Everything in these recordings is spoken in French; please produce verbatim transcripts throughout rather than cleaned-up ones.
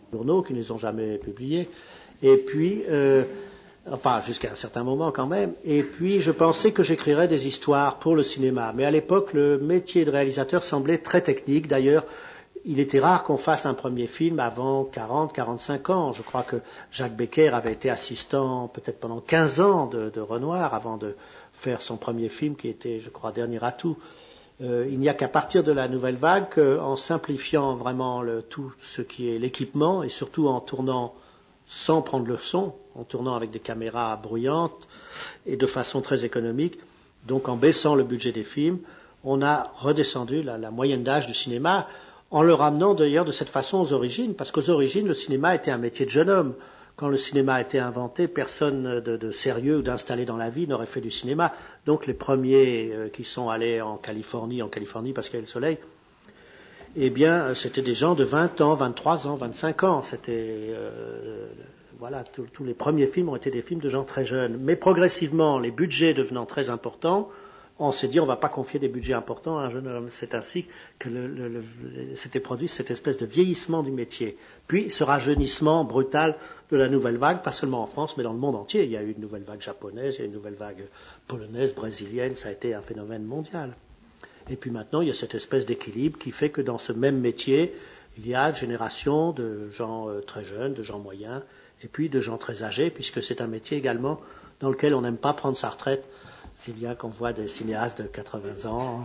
journaux qui ne les ont jamais publiés. Et puis, euh, enfin, jusqu'à un certain moment quand même. Et puis, je pensais que j'écrirais des histoires pour le cinéma. Mais à l'époque, le métier de réalisateur semblait très technique. D'ailleurs, il était rare qu'on fasse un premier film avant quarante, quarante-cinq ans. Je crois que Jacques Becker avait été assistant peut-être pendant quinze ans de, de Renoir avant de faire son premier film qui était, je crois, Dernier Atout. Euh, il n'y a qu'à partir de la nouvelle vague, en simplifiant vraiment le, tout ce qui est l'équipement et surtout en tournant sans prendre le son, en tournant avec des caméras bruyantes et de façon très économique, donc en baissant le budget des films, on a redescendu la, la moyenne d'âge du cinéma, en le ramenant d'ailleurs de cette façon aux origines, parce qu'aux origines, le cinéma était un métier de jeune homme. Quand le cinéma a été inventé, personne de, de sérieux ou d'installé dans la vie n'aurait fait du cinéma. Donc les premiers euh, qui sont allés en Californie, en Californie parce qu'il y avait le soleil, eh bien, c'était des gens de vingt ans, vingt-trois ans, vingt-cinq ans. C'était, euh, voilà, tous les premiers films ont été des films de gens très jeunes. Mais progressivement, les budgets devenant très importants, on s'est dit on ne va pas confier des budgets importants à un jeune homme. C'est ainsi que le, le, le, s'était produit cette espèce de vieillissement du métier. Puis ce rajeunissement brutal de la nouvelle vague, pas seulement en France, mais dans le monde entier. Il y a eu une nouvelle vague japonaise, il y a eu une nouvelle vague polonaise, brésilienne, ça a été un phénomène mondial. Et puis maintenant, il y a cette espèce d'équilibre qui fait que dans ce même métier, il y a une génération de gens euh, très jeunes, de gens moyens, et puis de gens très âgés, puisque c'est un métier également dans lequel on n'aime pas prendre sa retraite. C'est bien qu'on voit des cinéastes de quatre-vingts ans.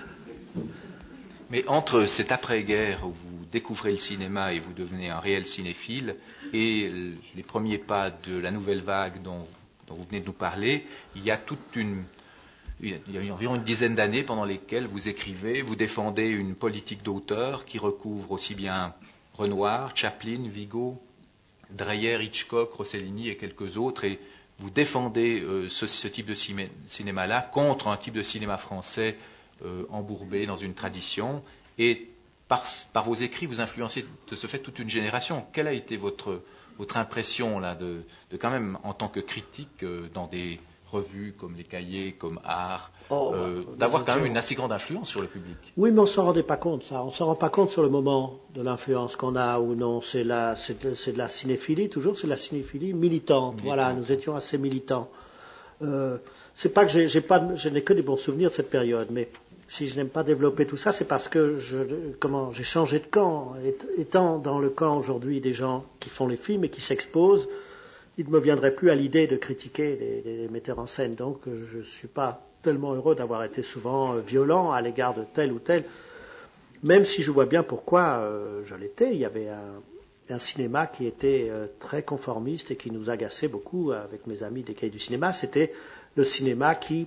Mais entre cet après-guerre où vous découvrez le cinéma et vous devenez un réel cinéphile et les premiers pas de la nouvelle vague dont, dont vous venez de nous parler, il y a toute une, il y a environ une dizaine d'années pendant lesquelles vous écrivez, vous défendez une politique d'auteur qui recouvre aussi bien Renoir, Chaplin, Vigo, Dreyer, Hitchcock, Rossellini et quelques autres, et vous défendez euh, ce, ce type de cimé, cinéma-là contre un type de cinéma français euh, embourbé dans une tradition, et par, par vos écrits, vous influencez de ce fait toute une génération. Quelle a été votre, votre impression là, de, de quand même, en tant que critique, euh, dans des revues comme Les Cahiers, comme Art, oh, euh, d'avoir quand même une assez grande influence sur le public? Oui, mais on ne s'en rendait pas compte, ça. On ne s'en rend pas compte sur le moment de l'influence qu'on a ou non. C'est, la, c'est, de, c'est de la cinéphilie, toujours, c'est de la cinéphilie militante. Militant. Voilà, nous étions assez militants. Euh, c'est pas que j'ai, j'ai pas, je n'ai que des bons souvenirs de cette période, mais si je n'aime pas développer tout ça, c'est parce que je, comment, j'ai changé de camp. Étant dans le camp aujourd'hui des gens qui font les films et qui s'exposent, il ne me viendrait plus à l'idée de critiquer des, des metteurs en scène. Donc je ne suis pas tellement heureux d'avoir été souvent violent à l'égard de tel ou tel, même si je vois bien pourquoi euh, je l'étais. Il y avait un, un cinéma qui était euh, très conformiste et qui nous agaçait beaucoup avec mes amis des Cahiers du cinéma. C'était le cinéma qui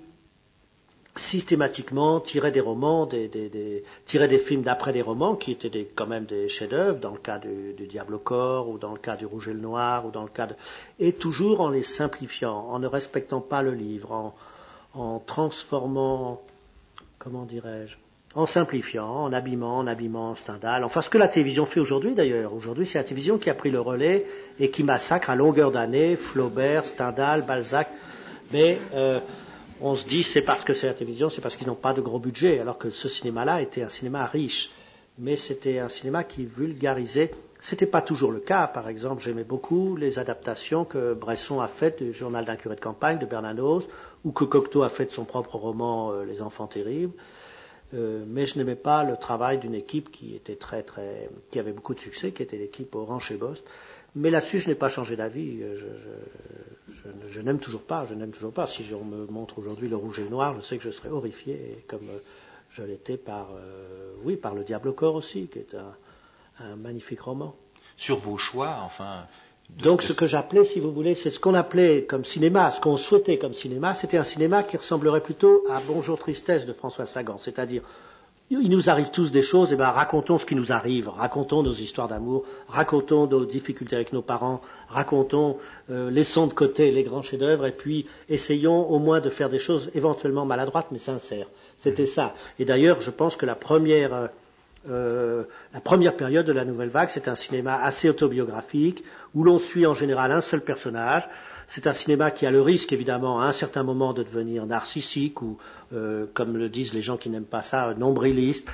systématiquement tirait des romans, des, des, des, tirait des films d'après des romans qui étaient des, quand même des chefs-d'œuvre, dans le cas du, du Diable au corps, ou dans le cas du Rouge et le Noir, ou dans le cas de... et toujours en les simplifiant, en ne respectant pas le livre, en, en transformant, comment dirais-je, en simplifiant, en abîmant, en abîmant Stendhal. Enfin, ce que la télévision fait aujourd'hui, d'ailleurs. Aujourd'hui, c'est la télévision qui a pris le relais et qui massacre à longueur d'année Flaubert, Stendhal, Balzac. Mais euh, on se dit, c'est parce que c'est la télévision, c'est parce qu'ils n'ont pas de gros budget, alors que ce cinéma-là était un cinéma riche. Mais c'était un cinéma qui vulgarisait. C'était pas toujours le cas. Par exemple, j'aimais beaucoup les adaptations que Bresson a faites du Journal d'un curé de campagne de Bernanos, ou que Cocteau a fait de son propre roman euh, Les enfants terribles. Euh, mais je n'aimais pas le travail d'une équipe qui était très très, qui avait beaucoup de succès, qui était l'équipe Orange et Bost. Mais là-dessus, je n'ai pas changé d'avis. Je, je, je, je n'aime toujours pas. Je n'aime toujours pas. Si on me montre aujourd'hui Le Rouge et le Noir, je sais que je serais horrifié, comme je l'étais par, euh, oui, par Le Diable au corps aussi, qui est un, un magnifique roman. Sur vos choix, enfin. De, Donc, de... ce que j'appelais, si vous voulez, c'est ce qu'on appelait comme cinéma, ce qu'on souhaitait comme cinéma, c'était un cinéma qui ressemblerait plutôt à Bonjour Tristesse de François Sagan, c'est-à-dire. Il nous arrive tous des choses, et ben racontons ce qui nous arrive, racontons nos histoires d'amour, racontons nos difficultés avec nos parents, racontons, euh, laissons de côté les grands chefs-d'œuvre, et puis essayons au moins de faire des choses éventuellement maladroites mais sincères. C'était ça. Et d'ailleurs, je pense que la première, euh, la première période de la Nouvelle Vague, c'est un cinéma assez autobiographique, où l'on suit en général un seul personnage. C'est un cinéma qui a le risque, évidemment, à un certain moment de devenir narcissique ou, euh, comme le disent les gens qui n'aiment pas ça, nombriliste.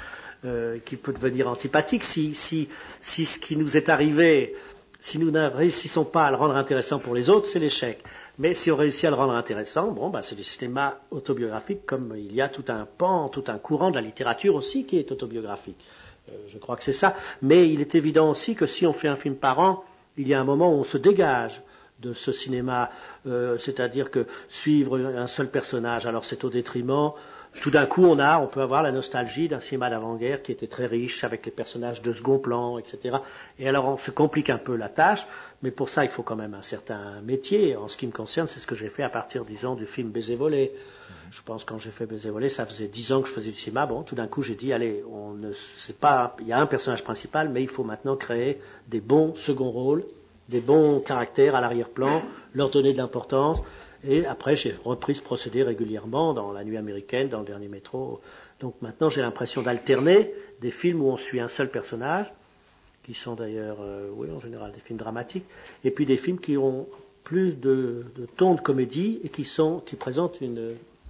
euh, qui peut devenir antipathique si, si, si ce qui nous est arrivé, si nous ne réussissons pas à le rendre intéressant pour les autres, c'est l'échec. Mais si on réussit à le rendre intéressant, bon, bah, c'est du cinéma autobiographique, comme il y a tout un pan, tout un courant de la littérature aussi qui est autobiographique. Euh, je crois que c'est ça. Mais il est évident aussi que si on fait un film par an, il y a un moment où on se dégage de ce cinéma, euh, c'est-à-dire que suivre un seul personnage, alors c'est au détriment. Tout d'un coup, on a, on peut avoir la nostalgie d'un cinéma d'avant-guerre qui était très riche, avec les personnages de second plan, et cetera. Et alors, on se complique un peu la tâche, mais pour ça, il faut quand même un certain métier. En ce qui me concerne, c'est ce que j'ai fait à partir, disons, du film Baiser volé. Je pense que quand j'ai fait Baiser volé, ça faisait dix ans que je faisais du cinéma. Bon, tout d'un coup, j'ai dit, allez, on ne sait pas, il y a un personnage principal, mais il faut maintenant créer des bons seconds rôles, des bons caractères à l'arrière-plan, leur donner de l'importance. Et après, j'ai repris ce procédé régulièrement dans La Nuit américaine, dans Le Dernier Métro. Donc maintenant, j'ai l'impression d'alterner des films où on suit un seul personnage, qui sont d'ailleurs, euh, oui, en général, des films dramatiques, et puis des films qui ont plus de, de ton de comédie et qui, sont, qui présentent une,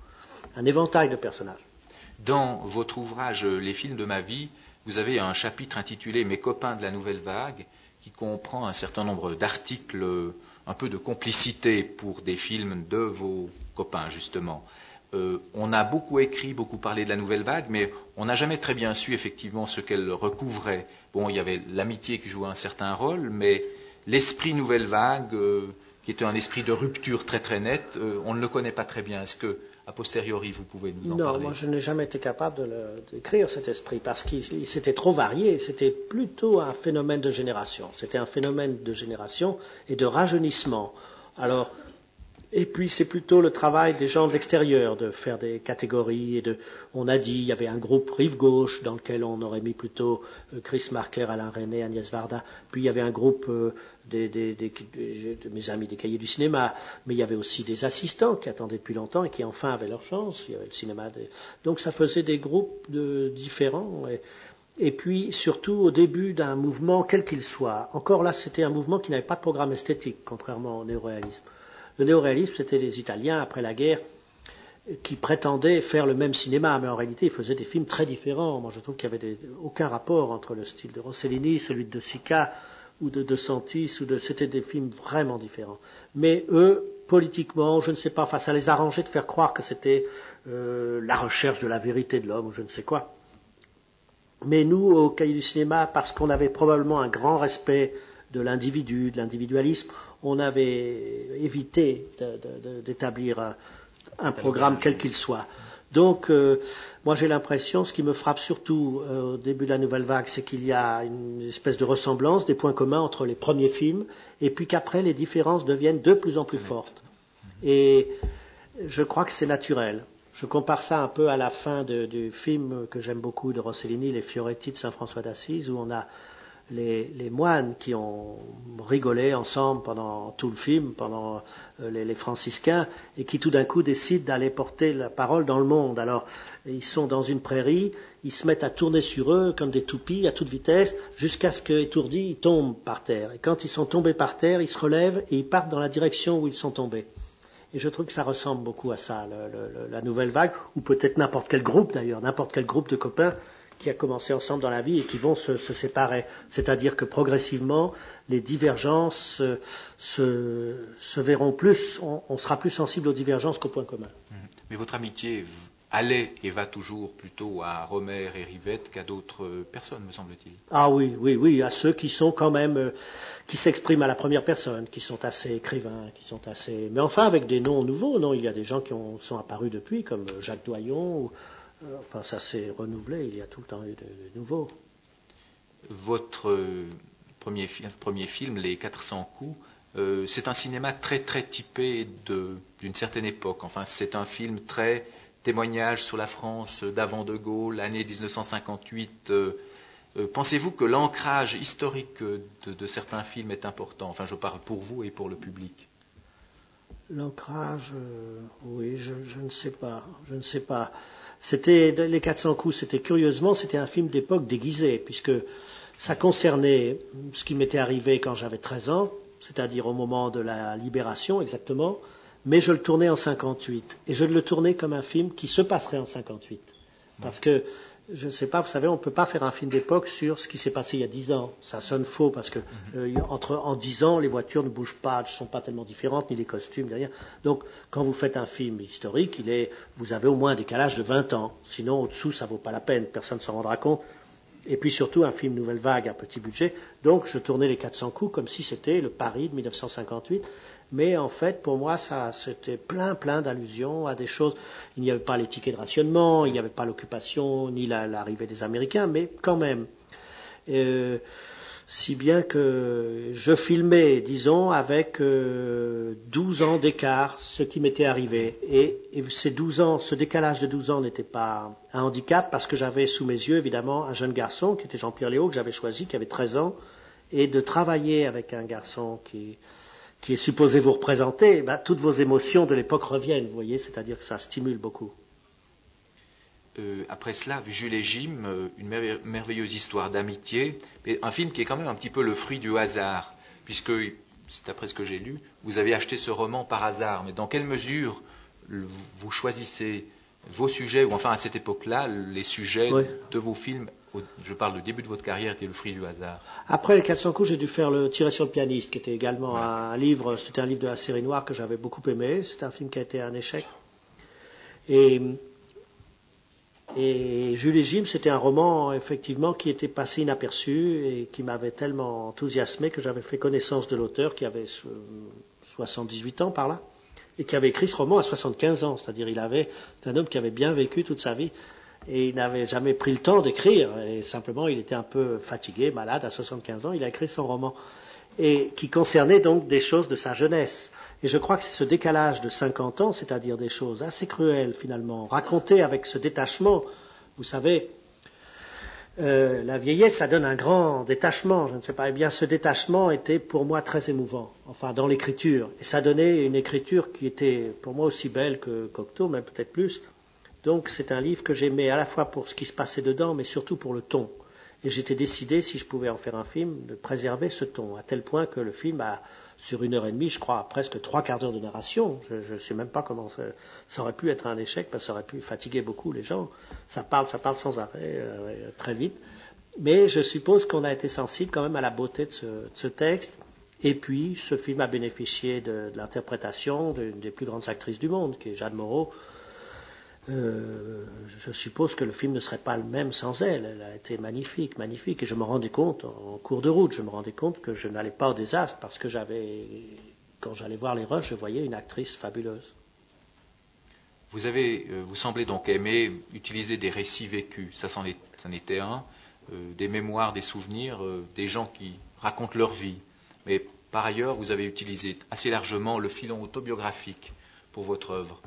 un éventail de personnages. Dans votre ouvrage Les films de ma vie, vous avez un chapitre intitulé Mes copains de la nouvelle vague, qui comprend un certain nombre d'articles, un peu de complicité pour des films de vos copains, justement. Euh, on a beaucoup écrit, beaucoup parlé de la nouvelle vague, mais on n'a jamais très bien su effectivement ce qu'elle recouvrait. Bon, il y avait l'amitié qui jouait un certain rôle, mais l'esprit nouvelle vague, euh, qui était un esprit de rupture très très net, euh, on ne le connaît pas très bien. Est-ce que, a posteriori, vous pouvez nous en non, parler? Non, moi je n'ai jamais été capable de le, d'écrire cet esprit, parce qu'il s'était trop varié. C'était plutôt un phénomène de génération. C'était un phénomène de génération et de rajeunissement. Alors, et puis c'est plutôt le travail des gens de l'extérieur de faire des catégories. Et de, on a dit, il y avait un groupe Rive Gauche dans lequel on aurait mis plutôt Chris Marker, Alain Resnais, Agnès Varda. Puis il y avait un groupe euh, des, des, des, de mes amis des Cahiers du cinéma. Mais il y avait aussi des assistants qui attendaient depuis longtemps et qui enfin avaient leur chance. Il y avait le cinéma. Des... Donc ça faisait des groupes de, différents. Et, et puis surtout au début d'un mouvement, quel qu'il soit. Encore là, c'était un mouvement qui n'avait pas de programme esthétique, contrairement au néoréalisme. Le néoréalisme, c'était les Italiens, après la guerre, qui prétendaient faire le même cinéma, mais en réalité, ils faisaient des films très différents. Moi, je trouve qu'il n'y avait des, aucun rapport entre le style de Rossellini, celui de Sica, ou de De Santis, ou de, c'était des films vraiment différents. Mais eux, politiquement, je ne sais pas, enfin, ça les arrangeait de faire croire que c'était euh, la recherche de la vérité de l'homme, ou je ne sais quoi. Mais nous, au Cahier du cinéma, parce qu'on avait probablement un grand respect de l'individu, de l'individualisme, on avait évité de, de, de, d'établir un, un programme quel qu'il soit. Donc, euh, moi j'ai l'impression, ce qui me frappe surtout euh, au début de la nouvelle vague, c'est qu'il y a une espèce de ressemblance, des points communs entre les premiers films, et puis qu'après les différences deviennent de plus en plus fortes. Et je crois que c'est naturel. Je compare ça un peu à la fin de, du film que j'aime beaucoup de Rossellini, Les Fioretti de Saint-François d'Assise, où on a Les, les moines qui ont rigolé ensemble pendant tout le film, pendant euh, les, les franciscains, et qui tout d'un coup décident d'aller porter la parole dans le monde. Alors, ils sont dans une prairie, ils se mettent à tourner sur eux comme des toupies à toute vitesse, jusqu'à ce qu'étourdis, ils tombent par terre. Et quand ils sont tombés par terre, ils se relèvent et ils partent dans la direction où ils sont tombés. Et je trouve que ça ressemble beaucoup à ça, le, le, la nouvelle vague, ou peut-être n'importe quel groupe d'ailleurs, n'importe quel groupe de copains qui a commencé ensemble dans la vie et qui vont se, se séparer. C'est-à-dire que progressivement, les divergences se, se, se verront plus, on, on sera plus sensible aux divergences qu'aux points communs. Mais votre amitié allait et va toujours plutôt à Rohmer et Rivette qu'à d'autres personnes, me semble-t-il. Ah oui, oui, oui, à ceux qui sont quand même, euh, qui s'expriment à la première personne, qui sont assez écrivains, qui sont assez... Mais enfin, avec des noms nouveaux, non, il y a des gens qui ont, sont apparus depuis, comme Jacques Doyon, ou... Enfin, ça s'est renouvelé, il y a tout le temps eu de, de nouveau. Votre premier, premier film, Les quatre cents coups, euh, c'est un cinéma très très typé de, d'une certaine époque. Enfin, c'est un film très témoignage sur la France d'avant De Gaulle, l'année dix-neuf cent cinquante-huit. Euh, euh, pensez-vous que l'ancrage historique de, de certains films est important? Enfin, je parle pour vous et pour le public. L'ancrage, euh, oui, je, je ne sais pas, je ne sais pas. C'était les quatre cents coups, c'était curieusement, c'était un film d'époque déguisé, puisque ça concernait ce qui m'était arrivé quand j'avais treize ans, c'est-à-dire au moment de la libération exactement, mais je le tournais en cinquante-huit, et je le tournais comme un film qui se passerait en cinquante-huit, parce que je ne sais pas, vous savez, on ne peut pas faire un film d'époque sur ce qui s'est passé il y a dix ans. Ça sonne faux parce que euh, entre en dix ans, les voitures ne bougent pas, ne sont pas tellement différentes, ni les costumes, ni rien. Donc, quand vous faites un film historique, il est, vous avez au moins un décalage de vingt ans. Sinon, au-dessous, ça vaut pas la peine. Personne ne s'en rendra compte. Et puis surtout, un film Nouvelle Vague à petit budget. Donc, je tournais les quatre cents coups comme si c'était le Paris de mille neuf cent cinquante-huit. Mais en fait, pour moi, ça, c'était plein, plein d'allusions à des choses. Il n'y avait pas les tickets de rationnement, il n'y avait pas l'occupation, ni la, l'arrivée des Américains, mais quand même. Euh, si bien que je filmais, disons, avec euh, douze ans d'écart, ce qui m'était arrivé. Et, et ces douze ans, ce décalage de douze ans n'était pas un handicap, parce que j'avais sous mes yeux, évidemment, un jeune garçon, qui était Jean-Pierre Léaud, que j'avais choisi, qui avait treize ans, et de travailler avec un garçon qui... qui est supposé vous représenter, ben, toutes vos émotions de l'époque reviennent, vous voyez, c'est-à-dire que ça stimule beaucoup. Euh, après cela, Jules et Jim, euh, une merve- merveilleuse histoire d'amitié, mais un film qui est quand même un petit peu le fruit du hasard, puisque, c'est d'après ce que j'ai lu, vous avez acheté ce roman par hasard, mais dans quelle mesure le- vous choisissez vos sujets, ou enfin à cette époque-là, les sujets Oui. de vos films, au- je parle du début de votre carrière, était le fruit du hasard. Après les quatre cents coups, j'ai dû faire le Tirer sur le pianiste, qui était également Ouais. un livre, c'était un livre de la série noire que j'avais beaucoup aimé, c'est un film qui a été un échec. Et, et Jules et Jim, c'était un roman, effectivement, qui était passé inaperçu et qui m'avait tellement enthousiasmé que j'avais fait connaissance de l'auteur qui avait so- soixante-dix-huit ans par là, et qui avait écrit ce roman à soixante-quinze ans, c'est-à-dire il avait, c'est un homme qui avait bien vécu toute sa vie, et il n'avait jamais pris le temps d'écrire, et simplement il était un peu fatigué, malade, à soixante-quinze ans, il a écrit son roman, et qui concernait donc des choses de sa jeunesse. Et je crois que c'est ce décalage de cinquante ans, c'est-à-dire des choses assez cruelles finalement, racontées avec ce détachement, vous savez, euh, la vieillesse, ça donne un grand détachement, je ne sais pas. Eh bien, ce détachement était pour moi très émouvant, enfin, dans l'écriture. Et ça donnait une écriture qui était pour moi aussi belle que Cocteau, même peut-être plus. Donc, c'est un livre que j'aimais à la fois pour ce qui se passait dedans, mais surtout pour le ton. Et j'étais décidé, si je pouvais en faire un film, de préserver ce ton, à tel point que le film a, sur une heure et demie, je crois, presque trois quarts d'heure de narration. Je ne sais même pas comment ça, ça aurait pu être un échec, parce que ça aurait pu fatiguer beaucoup les gens. Ça parle, ça parle sans arrêt, euh, très vite. Mais je suppose qu'on a été sensible quand même à la beauté de ce, de ce texte. Et puis, ce film a bénéficié de, de l'interprétation d'une des plus grandes actrices du monde, qui est Jeanne Moreau. Euh, je suppose que le film ne serait pas le même sans elle. Elle a été magnifique, magnifique. Et je me rendais compte, en cours de route, je me rendais compte que je n'allais pas au désastre parce que j'avais, quand j'allais voir les rushs, je voyais une actrice fabuleuse. Vous avez, euh, vous semblez donc aimer utiliser des récits vécus. Ça, c'en, est, c'en était un. Euh, des mémoires, des souvenirs, euh, des gens qui racontent leur vie. Mais par ailleurs, vous avez utilisé assez largement le filon autobiographique pour votre œuvre.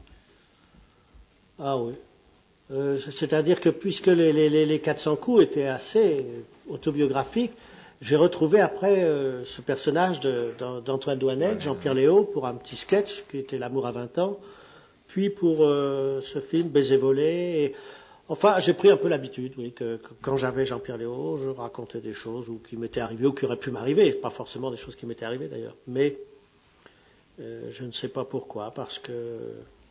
Ah oui. Euh, c'est-à-dire que puisque les, les, les quatre cents coups étaient assez autobiographiques, j'ai retrouvé après euh, ce personnage de, d'Antoine Douanel, Jean-Pierre Léaud, pour un petit sketch qui était L'amour à vingt ans, puis pour euh, ce film Baiser volé. Et, enfin, j'ai pris un peu l'habitude, oui, que, que quand j'avais Jean-Pierre Léaud, je racontais des choses ou qui m'étaient arrivées ou qui auraient pu m'arriver, pas forcément des choses qui m'étaient arrivées d'ailleurs, mais euh, je ne sais pas pourquoi, parce que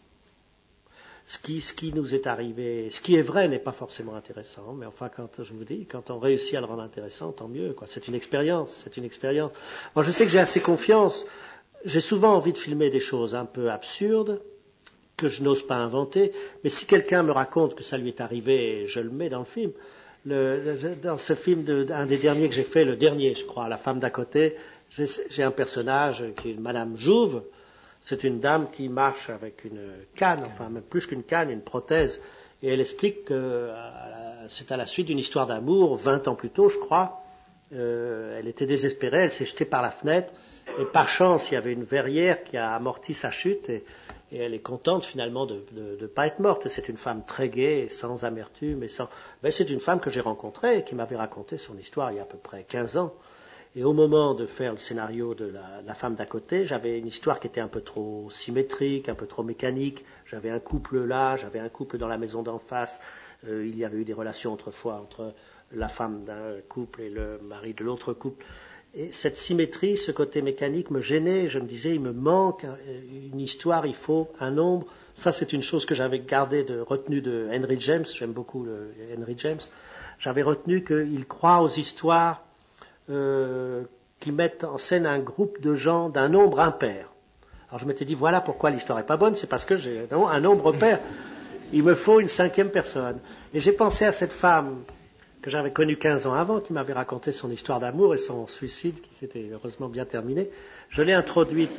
Ce qui, ce qui nous est arrivé, ce qui est vrai n'est pas forcément intéressant, mais enfin, quand je vous dis, quand on réussit à le rendre intéressant, tant mieux, quoi. C'est une expérience, c'est une expérience. Moi, je sais que j'ai assez confiance. J'ai souvent envie de filmer des choses un peu absurdes que je n'ose pas inventer, mais si quelqu'un me raconte que ça lui est arrivé, je le mets dans le film. Le, le, dans ce film, de, un des derniers que j'ai fait, le dernier, je crois, La femme d'à côté, j'ai, j'ai un personnage qui est Madame Jouve. C'est une dame qui marche avec une canne, enfin même plus qu'une canne, une prothèse, et elle explique que c'est à la suite d'une histoire d'amour, vingt ans plus tôt, je crois, euh, elle était désespérée, elle s'est jetée par la fenêtre, et par chance, il y avait une verrière qui a amorti sa chute, et, et elle est contente finalement de ne pas être morte. Et c'est une femme très gaie, sans amertume, et sans... Ben, c'est une femme que j'ai rencontrée, et qui m'avait raconté son histoire il y a à peu près quinze ans. Et au moment de faire le scénario de la, la femme d'à côté, j'avais une histoire qui était un peu trop symétrique, un peu trop mécanique. J'avais un couple là, j'avais un couple dans la maison d'en face. Euh, il y avait eu des relations autrefois entre la femme d'un couple et le mari de l'autre couple. Et cette symétrie, ce côté mécanique me gênait. Je me disais, il me manque une histoire, il faut un nombre. Ça, c'est une chose que j'avais gardée de retenue de Henry James. J'aime beaucoup le, Henry James. J'avais retenu qu'il croit aux histoires euh, qui mettent en scène un groupe de gens d'un nombre impair. Alors je m'étais dit, voilà pourquoi l'histoire n'est pas bonne, c'est parce que j'ai un nombre pair. Il me faut une cinquième personne. Et j'ai pensé à cette femme que j'avais connue quinze ans avant, qui m'avait raconté son histoire d'amour et son suicide, qui s'était heureusement bien terminé. Je l'ai introduite.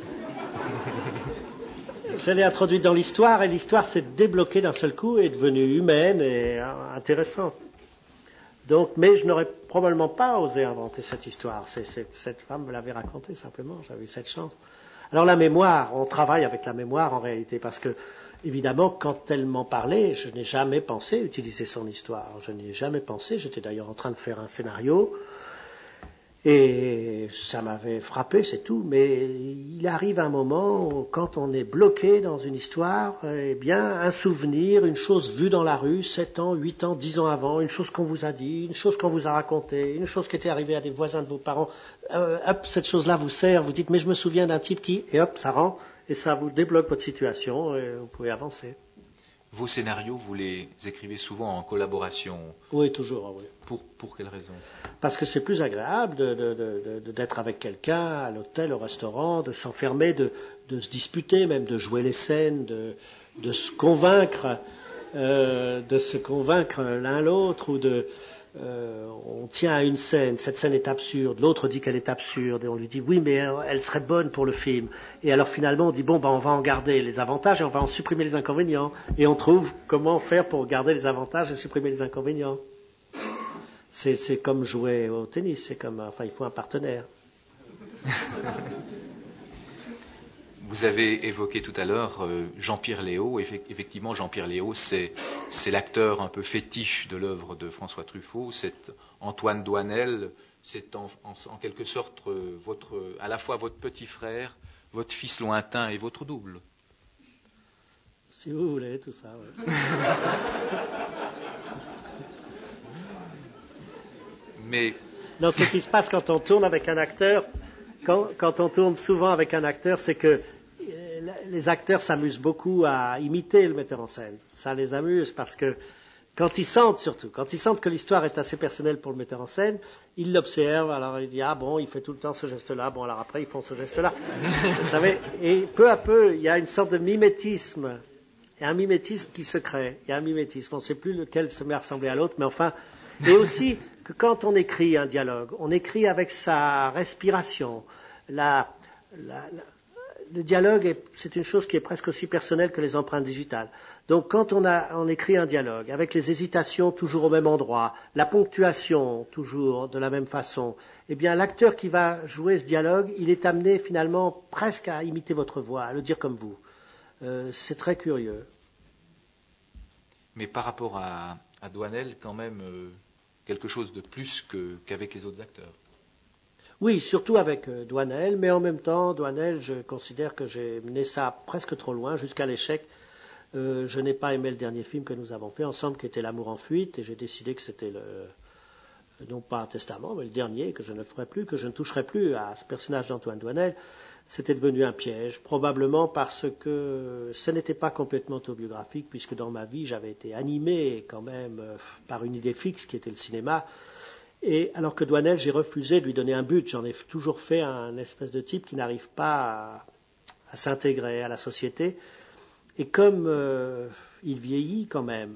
Je l'ai introduite dans l'histoire, et l'histoire s'est débloquée d'un seul coup et est devenue humaine et intéressante. Donc, mais je n'aurais probablement pas osé inventer cette histoire. C'est, c'est, cette femme me l'avait racontée simplement, j'avais eu cette chance. Alors la mémoire, on travaille avec la mémoire en réalité, parce que, évidemment, quand elle m'en parlait, je n'ai jamais pensé utiliser son histoire. Je n'y ai jamais pensé, j'étais d'ailleurs en train de faire un scénario, et ça m'avait frappé, c'est tout, mais il arrive un moment où, quand on est bloqué dans une histoire, eh bien, un souvenir, une chose vue dans la rue, sept ans, huit ans, dix ans avant, une chose qu'on vous a dit, une chose qu'on vous a racontée, une chose qui était arrivée à des voisins de vos parents, euh, hop, cette chose-là vous sert, vous dites, mais je me souviens d'un type qui, et hop, ça rend, et ça vous débloque votre situation, et vous pouvez avancer. Vos scénarios, vous les écrivez souvent en collaboration. Oui, toujours, oui. Pour, pour quelle raison? Parce que c'est plus agréable de, de, de, de, d'être avec quelqu'un à l'hôtel, au restaurant, de s'enfermer, de, de se disputer, même de jouer les scènes, de, de se convaincre, euh, de se convaincre l'un l'autre, ou de, euh, on tient à une scène, cette scène est absurde, l'autre dit qu'elle est absurde, et on lui dit oui, mais elle serait bonne pour le film. Et alors finalement on dit bon, ben on va en garder les avantages et on va en supprimer les inconvénients. Et on trouve comment faire pour garder les avantages et supprimer les inconvénients. C'est, c'est comme jouer au tennis, c'est comme, enfin, il faut un partenaire. Vous avez évoqué tout à l'heure euh, Jean-Pierre Léaud. Effectivement, Jean-Pierre Léaud, c'est, c'est l'acteur un peu fétiche de l'œuvre de François Truffaut. C'est Antoine Doinel, c'est en, en, en quelque sorte euh, votre, à la fois votre petit frère, votre fils lointain et votre double. Si vous voulez, tout ça, oui. Mais... Non, ce qui se passe quand on tourne avec un acteur, quand, quand on tourne souvent avec un acteur, c'est que euh, les acteurs s'amusent beaucoup à imiter le metteur en scène. Ça les amuse parce que quand ils sentent surtout, quand ils sentent que l'histoire est assez personnelle pour le metteur en scène, ils l'observent, alors ils disent « Ah bon, il fait tout le temps ce geste-là, bon alors après ils font ce geste-là. » Vous savez, et peu à peu, il y a une sorte de mimétisme. Il y a un mimétisme qui se crée. Il y a un mimétisme. On ne sait plus lequel se met à ressembler à l'autre, mais enfin... Et aussi que quand on écrit un dialogue, on écrit avec sa respiration. La, la, la, le dialogue, est, c'est une chose qui est presque aussi personnelle que les empreintes digitales. Donc quand on, a, on écrit un dialogue, avec les hésitations toujours au même endroit, la ponctuation toujours de la même façon, eh bien l'acteur qui va jouer ce dialogue, il est amené finalement presque à imiter votre voix, à le dire comme vous. Euh, c'est très curieux. Mais par rapport à, à Doinel, quand même... Euh... quelque chose de plus que, qu'avec les autres acteurs. Oui, surtout avec euh, Doinel, mais en même temps, Doinel, je considère que j'ai mené ça presque trop loin, jusqu'à l'échec. Euh, je n'ai pas aimé le dernier film que nous avons fait ensemble, qui était L'amour en fuite, et j'ai décidé que c'était le, non pas un testament, mais le dernier, que je ne ferai plus, que je ne toucherai plus à ce personnage d'Antoine Doinel. C'était devenu un piège, probablement parce que ce n'était pas complètement autobiographique, puisque dans ma vie, j'avais été animé quand même euh, par une idée fixe qui était le cinéma. Et alors que Doinel, j'ai refusé de lui donner un but. J'en ai toujours fait un espèce de type qui n'arrive pas à, à s'intégrer à la société. Et comme euh, il vieillit quand même,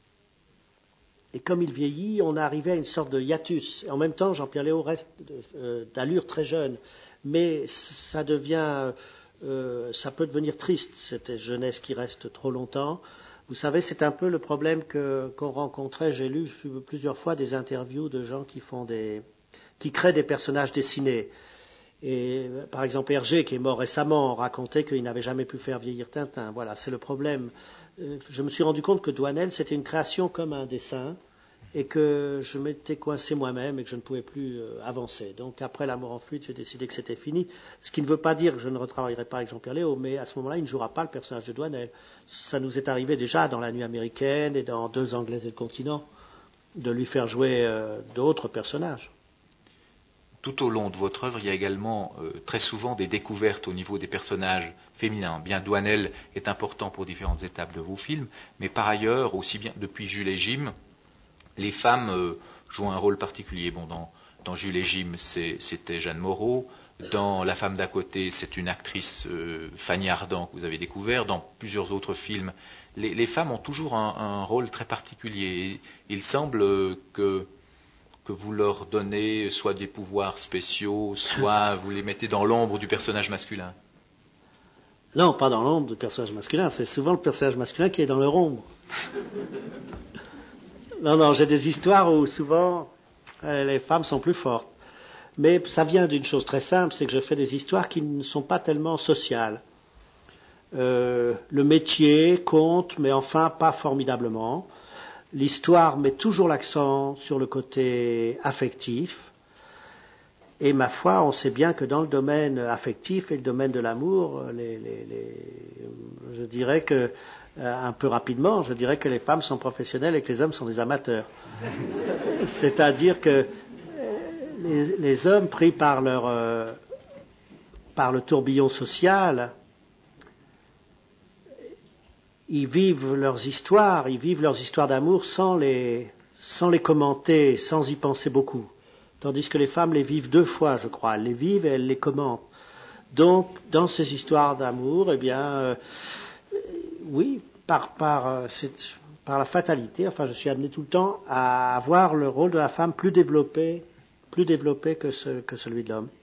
et comme il vieillit, on est arrivé à une sorte de hiatus. Et en même temps, Jean-Pierre Léaud reste euh, d'allure très jeune. Mais ça devient, euh, ça peut devenir triste, cette jeunesse qui reste trop longtemps. Vous savez, c'est un peu le problème que, qu'on rencontrait. J'ai lu plusieurs fois des interviews de gens qui font des, qui créent des personnages dessinés. Et par exemple, Hergé, qui est mort récemment, racontait qu'il n'avait jamais pu faire vieillir Tintin. Voilà, c'est le problème. Euh, je me suis rendu compte que Doinel, c'était une création comme un dessin, et que je m'étais coincé moi-même et que je ne pouvais plus euh, avancer. Donc après L'amour en fuite, j'ai décidé que c'était fini. Ce qui ne veut pas dire que je ne retravaillerai pas avec Jean-Pierre Léaud, mais à ce moment-là, il ne jouera pas le personnage de Doinel. Ça nous est arrivé déjà dans La Nuit américaine et dans Deux Anglaises et le continent, de lui faire jouer euh, d'autres personnages. tout au long de votre œuvre, il y a également euh, très souvent des découvertes au niveau des personnages féminins. Bien, Douanel est important pour différentes étapes de vos films, mais par ailleurs, aussi bien depuis Jules et Jim, les femmes euh, jouent un rôle particulier. Bon, dans, dans Jules et Jim, c'est, c'était Jeanne Moreau. Dans La femme d'à côté, c'est une actrice, euh, Fanny Ardant, que vous avez découvert. Dans plusieurs autres films, les, les femmes ont toujours un, un rôle très particulier. Il semble que, que vous leur donnez soit des pouvoirs spéciaux, soit vous les mettez dans l'ombre du personnage masculin. Non, pas dans l'ombre du personnage masculin. C'est souvent le personnage masculin qui est dans leur ombre. Non, non, j'ai des histoires où souvent euh, les femmes sont plus fortes. Mais ça vient d'une chose très simple, c'est que je fais des histoires qui ne sont pas tellement sociales. Euh, le métier compte, mais enfin pas formidablement. L'histoire met toujours l'accent sur le côté affectif. Et ma foi, on sait bien que dans le domaine affectif et le domaine de l'amour, les, les, les, je dirais que, euh, un peu rapidement, je dirais que les femmes sont professionnelles et que les hommes sont des amateurs. C'est-à-dire que les, les hommes pris par leur, euh, par le tourbillon social, ils vivent leurs histoires, ils vivent leurs histoires d'amour sans les, sans les commenter, sans y penser beaucoup. Tandis que les femmes les vivent deux fois, je crois. Elles les vivent et elles les commentent. Donc, dans ces histoires d'amour, eh bien, euh, oui, par, par, euh, c'est, par la fatalité, enfin, je suis amené tout le temps à avoir le rôle de la femme plus développé, plus développé que, ce, que celui de l'homme.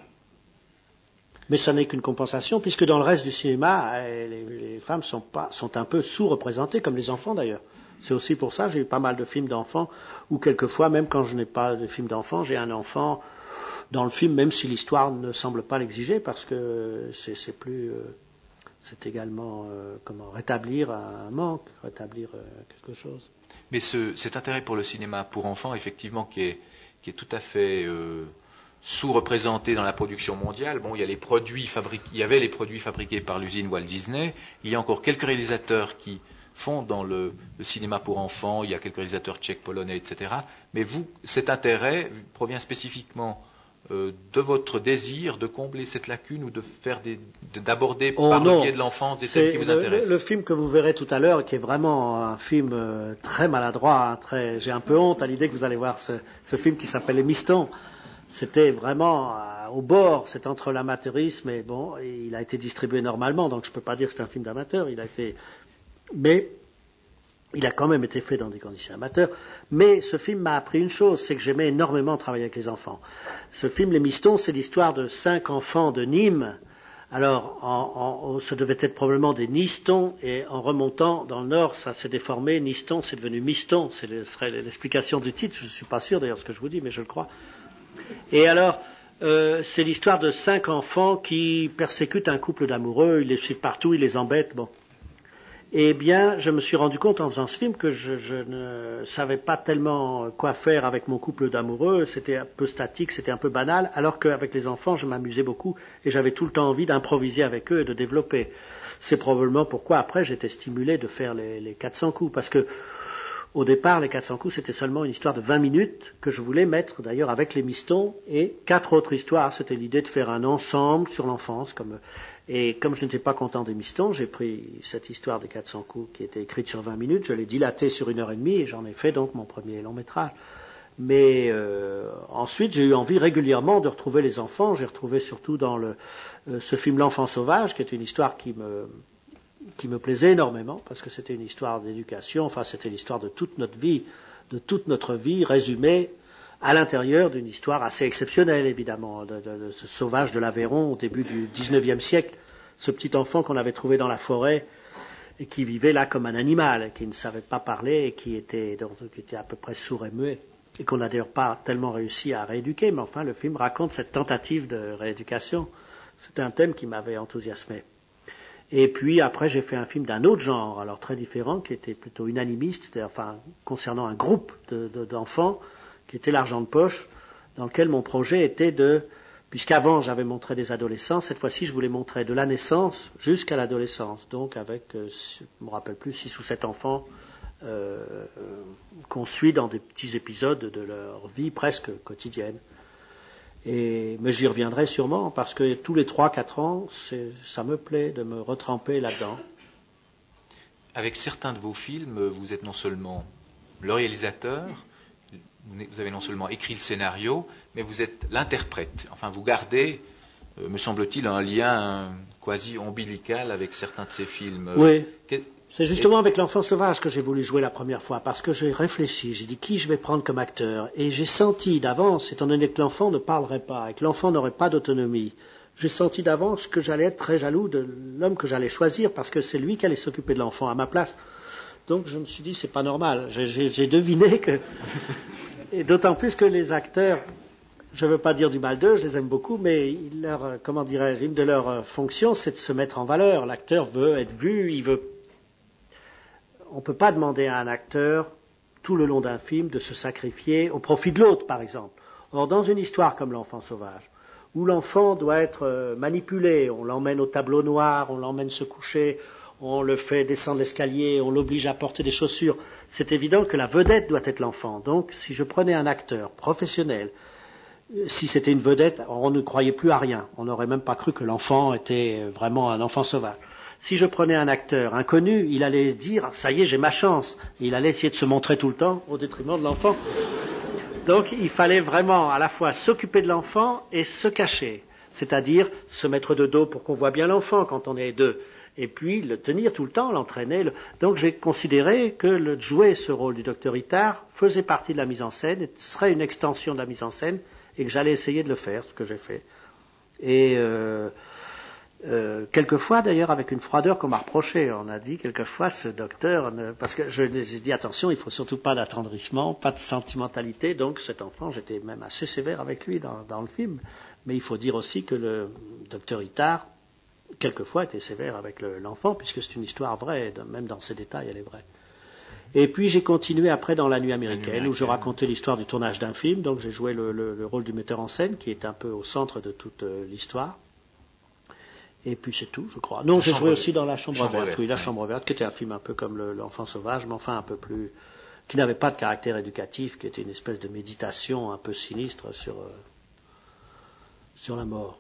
Mais ça n'est qu'une compensation, puisque dans le reste du cinéma, les, les femmes sont, pas, sont un peu sous-représentées, comme les enfants d'ailleurs. C'est aussi pour ça que j'ai eu pas mal de films d'enfants, où quelquefois, même quand je n'ai pas de film d'enfants, j'ai un enfant dans le film, même si l'histoire ne semble pas l'exiger, parce que c'est, c'est plus, euh, c'est également euh, comment rétablir un manque, rétablir euh, quelque chose. Mais ce, cet intérêt pour le cinéma pour enfants, effectivement, qui est, qui est tout à fait euh, sous-représenté dans la production mondiale. Bon, il y a les produits fabriqués, il y avait les produits fabriqués par l'usine Walt Disney. Il y a encore quelques réalisateurs qui font dans le, le cinéma pour enfants, il y a quelques réalisateurs tchèques, polonais, et cetera. Mais vous, cet intérêt provient spécifiquement euh, de votre désir de combler cette lacune ou de faire des, de, d'aborder oh par non. le biais de l'enfance des thèmes qui vous le, intéressent. Le, le film que vous verrez tout à l'heure, qui est vraiment un film euh, très maladroit, hein, très, j'ai un peu honte à l'idée que vous allez voir ce, ce film qui s'appelle Les Mistons. C'était vraiment euh, au bord, c'est entre l'amateurisme et bon, et il a été distribué normalement, donc je ne peux pas dire que c'est un film d'amateur, il a été... Mais il a quand même été fait dans des conditions amateurs. Mais ce film m'a appris une chose, c'est que j'aimais énormément travailler avec les enfants. Ce film, Les Mistons, c'est l'histoire de cinq enfants de Nîmes. Alors, en, en, ce devait être probablement des Nistons, et en remontant dans le nord, ça s'est déformé. Niston, c'est devenu Miston. Ce serait l'explication du titre. Je ne suis pas sûr d'ailleurs ce que je vous dis, mais je le crois. Et alors, euh, c'est l'histoire de cinq enfants qui persécutent un couple d'amoureux. Ils les suivent partout, ils les embêtent. Bon. Eh bien, je me suis rendu compte en faisant ce film que je, je ne savais pas tellement quoi faire avec mon couple d'amoureux, c'était un peu statique, c'était un peu banal, alors qu'avec les enfants, je m'amusais beaucoup et j'avais tout le temps envie d'improviser avec eux et de développer. C'est probablement pourquoi après j'étais stimulé de faire les, les quatre cents coups, parce que au départ, les quatre cents coups, c'était seulement une histoire de vingt minutes que je voulais mettre d'ailleurs avec les Mistons et quatre autres histoires. C'était l'idée de faire un ensemble sur l'enfance, comme... Et comme je n'étais pas content des Mistons, j'ai pris cette histoire des quatre cents coups qui était écrite sur vingt minutes, je l'ai dilatée sur une heure et demie et j'en ai fait donc mon premier long métrage. Mais euh, ensuite, j'ai eu envie régulièrement de retrouver les enfants. J'ai retrouvé surtout dans le, euh, ce film L'Enfant Sauvage, qui est une histoire qui me, qui me plaisait énormément, parce que c'était une histoire d'éducation, enfin c'était l'histoire de toute notre vie, de toute notre vie résumée à l'intérieur d'une histoire assez exceptionnelle, évidemment, de, de, de ce sauvage de l'Aveyron au début du dix-neuvième siècle, ce petit enfant qu'on avait trouvé dans la forêt et qui vivait là comme un animal, qui ne savait pas parler et qui était, donc, qui était à peu près sourd et muet, et qu'on n'a d'ailleurs pas tellement réussi à rééduquer, mais enfin le film raconte cette tentative de rééducation. C'était un thème qui m'avait enthousiasmé. Et puis après j'ai fait un film d'un autre genre, alors très différent, qui était plutôt unanimiste, enfin concernant un groupe de, de, d'enfants, qui était L'argent de poche, dans lequel mon projet était de, puisqu'avant j'avais montré des adolescents, cette fois-ci je voulais montrer de la naissance jusqu'à l'adolescence, donc avec, euh, je ne me rappelle plus, six ou sept enfants euh, qu'on suit dans des petits épisodes de leur vie presque quotidienne. Et, mais j'y reviendrai sûrement, parce que tous les trois quatre ans, c'est, ça me plaît de me retremper là-dedans. Avec certains de vos films, vous êtes non seulement le réalisateur, vous avez non seulement écrit le scénario, mais vous êtes l'interprète. Enfin, vous gardez, euh, me semble-t-il, un lien quasi ombilical avec certains de ces films. Oui. Que... C'est justement avec l'enfant sauvage que j'ai voulu jouer la première fois, parce que j'ai réfléchi, j'ai dit qui je vais prendre comme acteur, et j'ai senti d'avance, étant donné que l'enfant ne parlerait pas, et que l'enfant n'aurait pas d'autonomie, j'ai senti d'avance que j'allais être très jaloux de l'homme que j'allais choisir, parce que c'est lui qui allait s'occuper de l'enfant à ma place. Donc je me suis dit, c'est pas normal, j'ai, j'ai, j'ai deviné que... Et d'autant plus que les acteurs, je ne veux pas dire du mal d'eux, je les aime beaucoup, mais leur, comment dirais-je, une de leurs fonctions, c'est de se mettre en valeur. L'acteur veut être vu, il veut... On ne peut pas demander à un acteur, tout le long d'un film, de se sacrifier au profit de l'autre, par exemple. Or, dans une histoire comme L'Enfant sauvage, où l'enfant doit être manipulé, on l'emmène au tableau noir, on l'emmène se coucher, on le fait descendre l'escalier, on l'oblige à porter des chaussures, c'est évident que la vedette doit être l'enfant. Donc, si je prenais un acteur professionnel, si c'était une vedette, on ne croyait plus à rien. On n'aurait même pas cru que l'enfant était vraiment un enfant sauvage. Si je prenais un acteur inconnu, il allait dire « ça y est, j'ai ma chance ». Il allait essayer de se montrer tout le temps au détriment de l'enfant. Donc il fallait vraiment à la fois s'occuper de l'enfant et se cacher. C'est-à-dire se mettre de dos pour qu'on voit bien l'enfant quand on est deux. Et puis le tenir tout le temps, l'entraîner. Le... Donc j'ai considéré que le jouer ce rôle du docteur Itard faisait partie de la mise en scène, et serait une extension de la mise en scène, et que j'allais essayer de le faire, ce que j'ai fait. Et... Euh... Euh, quelquefois d'ailleurs avec une froideur qu'on m'a reproché. On a dit quelquefois ce docteur, ne... parce que je, j'ai dit attention, il faut surtout pas d'attendrissement, pas de sentimentalité, donc cet enfant, j'étais même assez sévère avec lui dans, dans le film, mais il faut dire aussi que le docteur Itard, quelquefois était sévère avec le, l'enfant, puisque c'est une histoire vraie, même dans ses détails elle est vraie. Et puis j'ai continué après dans La Nuit américaine, où je racontais l'histoire du tournage d'un film, donc j'ai joué le, le, le rôle du metteur en scène, qui est un peu au centre de toute euh, l'histoire. Et puis c'est tout, je crois. Non, j'ai joué aussi dans La Chambre, chambre verte, verte, oui, La oui. Chambre verte, qui était un film un peu comme le, L'Enfant sauvage, mais enfin un peu plus, qui n'avait pas de caractère éducatif, qui était une espèce de méditation un peu sinistre sur euh, sur la mort.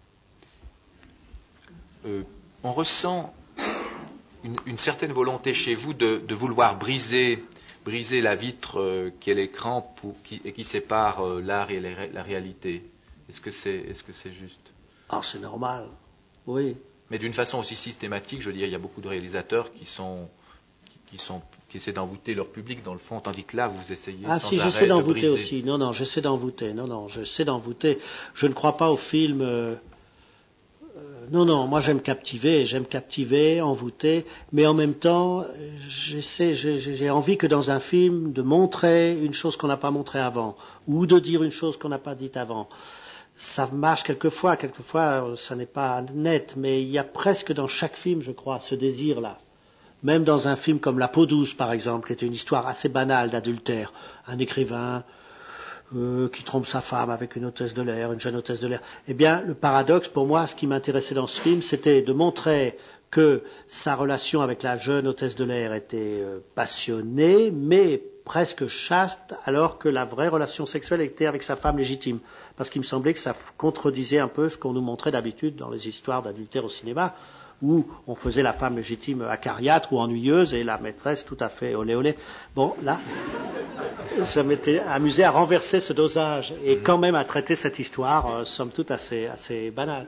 Euh, on ressent une, une certaine volonté chez vous de, de vouloir briser, briser la vitre euh, qui est l'écran pour, qui, et qui sépare euh, l'art et la, la réalité. Est-ce que c'est, est-ce que c'est juste ? Ah, c'est normal. Oui. Mais d'une façon aussi systématique, je veux dire, il y a beaucoup de réalisateurs qui sont, qui, qui sont, qui essaient d'envoûter leur public dans le fond, tandis que là, vous essayez ah, sans si, arrêt j'essaie de d'envoûter briser. aussi. Non, non, j'essaie d'envoûter. Non, non, j'essaie d'envoûter. Je ne crois pas au film. Euh, euh, non, non, moi j'aime captiver, j'aime captiver, envoûter, mais en même temps, j'essaie, j'ai, j'ai envie que dans un film de montrer une chose qu'on n'a pas montrée avant, ou de dire une chose qu'on n'a pas dite avant. Ça marche quelquefois, quelquefois ça n'est pas net, mais il y a presque dans chaque film, je crois, ce désir-là. Même dans un film comme La peau douce, par exemple, qui était une histoire assez banale d'adultère. Un écrivain euh, qui trompe sa femme avec une hôtesse de l'air, une jeune hôtesse de l'air. Eh bien, le paradoxe, pour moi, ce qui m'intéressait dans ce film, c'était de montrer que sa relation avec la jeune hôtesse de l'air était euh, passionnée, mais presque chaste, alors que la vraie relation sexuelle était avec sa femme légitime. Parce qu'il me semblait que ça contredisait un peu ce qu'on nous montrait d'habitude dans les histoires d'adultère au cinéma, où on faisait la femme légitime acariâtre ou ennuyeuse et la maîtresse tout à fait olé olé. Bon, là, je m'étais amusé à renverser ce dosage et quand même à traiter cette histoire, euh, somme toute, assez, assez banale.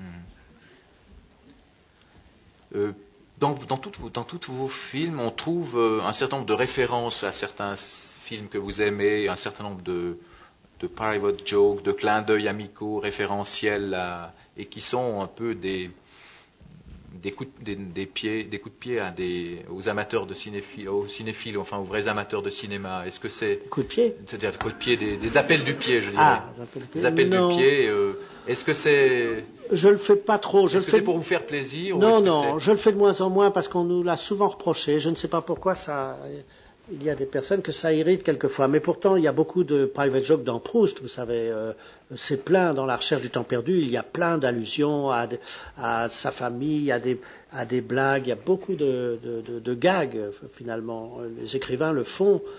Euh, dans, dans, toutes vos, dans tous vos films, on trouve euh, un certain nombre de références à certains films que vous aimez, un certain nombre de, de private jokes, de clins d'œil amicaux, référentiels, à, et qui sont un peu des, des, coups, des, des, pieds, des coups de pied à des, aux amateurs de cinéphiles, aux cinéphiles, enfin aux vrais amateurs de cinéma. Est-ce que c'est des coups de pied, c'est-à-dire des coups de pied, des, des appels du pied, je dirais. Ah, des appels, des appels du pied. Euh, est-ce que c'est Je le fais pas trop. Je est-ce le que fais... c'est pour vous faire plaisir Non, ou non, je le fais de moins en moins parce qu'on nous l'a souvent reproché. Je ne sais pas pourquoi ça. Il y a des personnes que ça irrite quelquefois, mais pourtant il y a beaucoup de private jokes dans Proust, vous savez, euh, c'est plein dans La Recherche du temps perdu, il y a plein d'allusions à, à sa famille, à des, à des blagues, il y a beaucoup de, de, de, de gags finalement, les écrivains le font.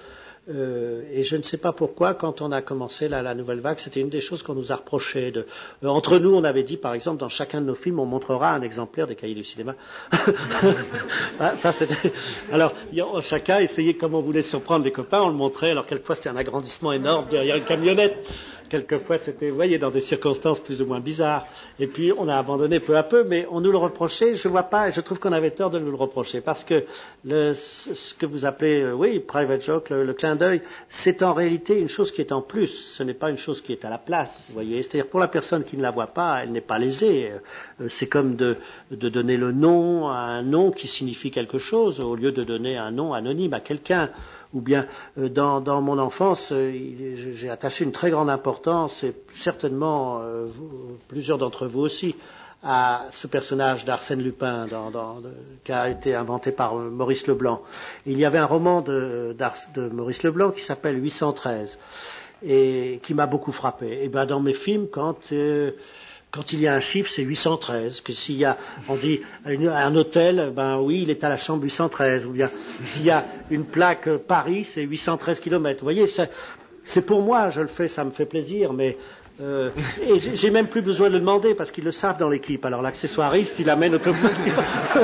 Euh, et je ne sais pas pourquoi, quand on a commencé la, la nouvelle vague, c'était une des choses qu'on nous a reproché. De, euh, entre nous, on avait dit, par exemple, dans chacun de nos films, on montrera un exemplaire des cahiers du cinéma. Ah, ça, c'était... Alors, chacun essayait, comme on voulait surprendre les copains, on le montrait. Alors, quelquefois, c'était un agrandissement énorme derrière une camionnette. Quelquefois, c'était, vous voyez, dans des circonstances plus ou moins bizarres. Et puis, on a abandonné peu à peu, mais on nous le reprochait. Je vois pas, et je trouve qu'on avait tort de nous le reprocher, parce que le, ce que vous appelez, euh, oui, private joke, le, le clin d'œil, c'est en réalité une chose qui est en plus. Ce n'est pas une chose qui est à la place, vous voyez. C'est-à-dire, pour la personne qui ne la voit pas, elle n'est pas lésée. Euh, c'est comme de, de donner le nom à un nom qui signifie quelque chose, au lieu de donner un nom anonyme à quelqu'un. Ou bien, euh, dans, dans mon enfance, euh, j'ai attaché une très grande importance, et certainement euh, vous, plusieurs d'entre vous aussi, à ce personnage d'Arsène Lupin, dans, dans, de, qui a été inventé par euh, Maurice Leblanc. Il y avait un roman de, de Maurice Leblanc qui s'appelle huit cent treize, et qui m'a beaucoup frappé. Et ben dans mes films, quand... Euh, Quand il y a un chiffre, c'est huit cent treize. Que s'il y a, on dit, une, un hôtel, ben oui, il est à la chambre huit cent treize. Ou bien, s'il y a une plaque euh, Paris, c'est huit cent treize kilomètres. Vous voyez, c'est, c'est pour moi, je le fais, ça me fait plaisir, mais euh, et j'ai, j'ai même plus besoin de le demander parce qu'ils le savent dans l'équipe. Alors l'accessoiriste, il amène automatiquement.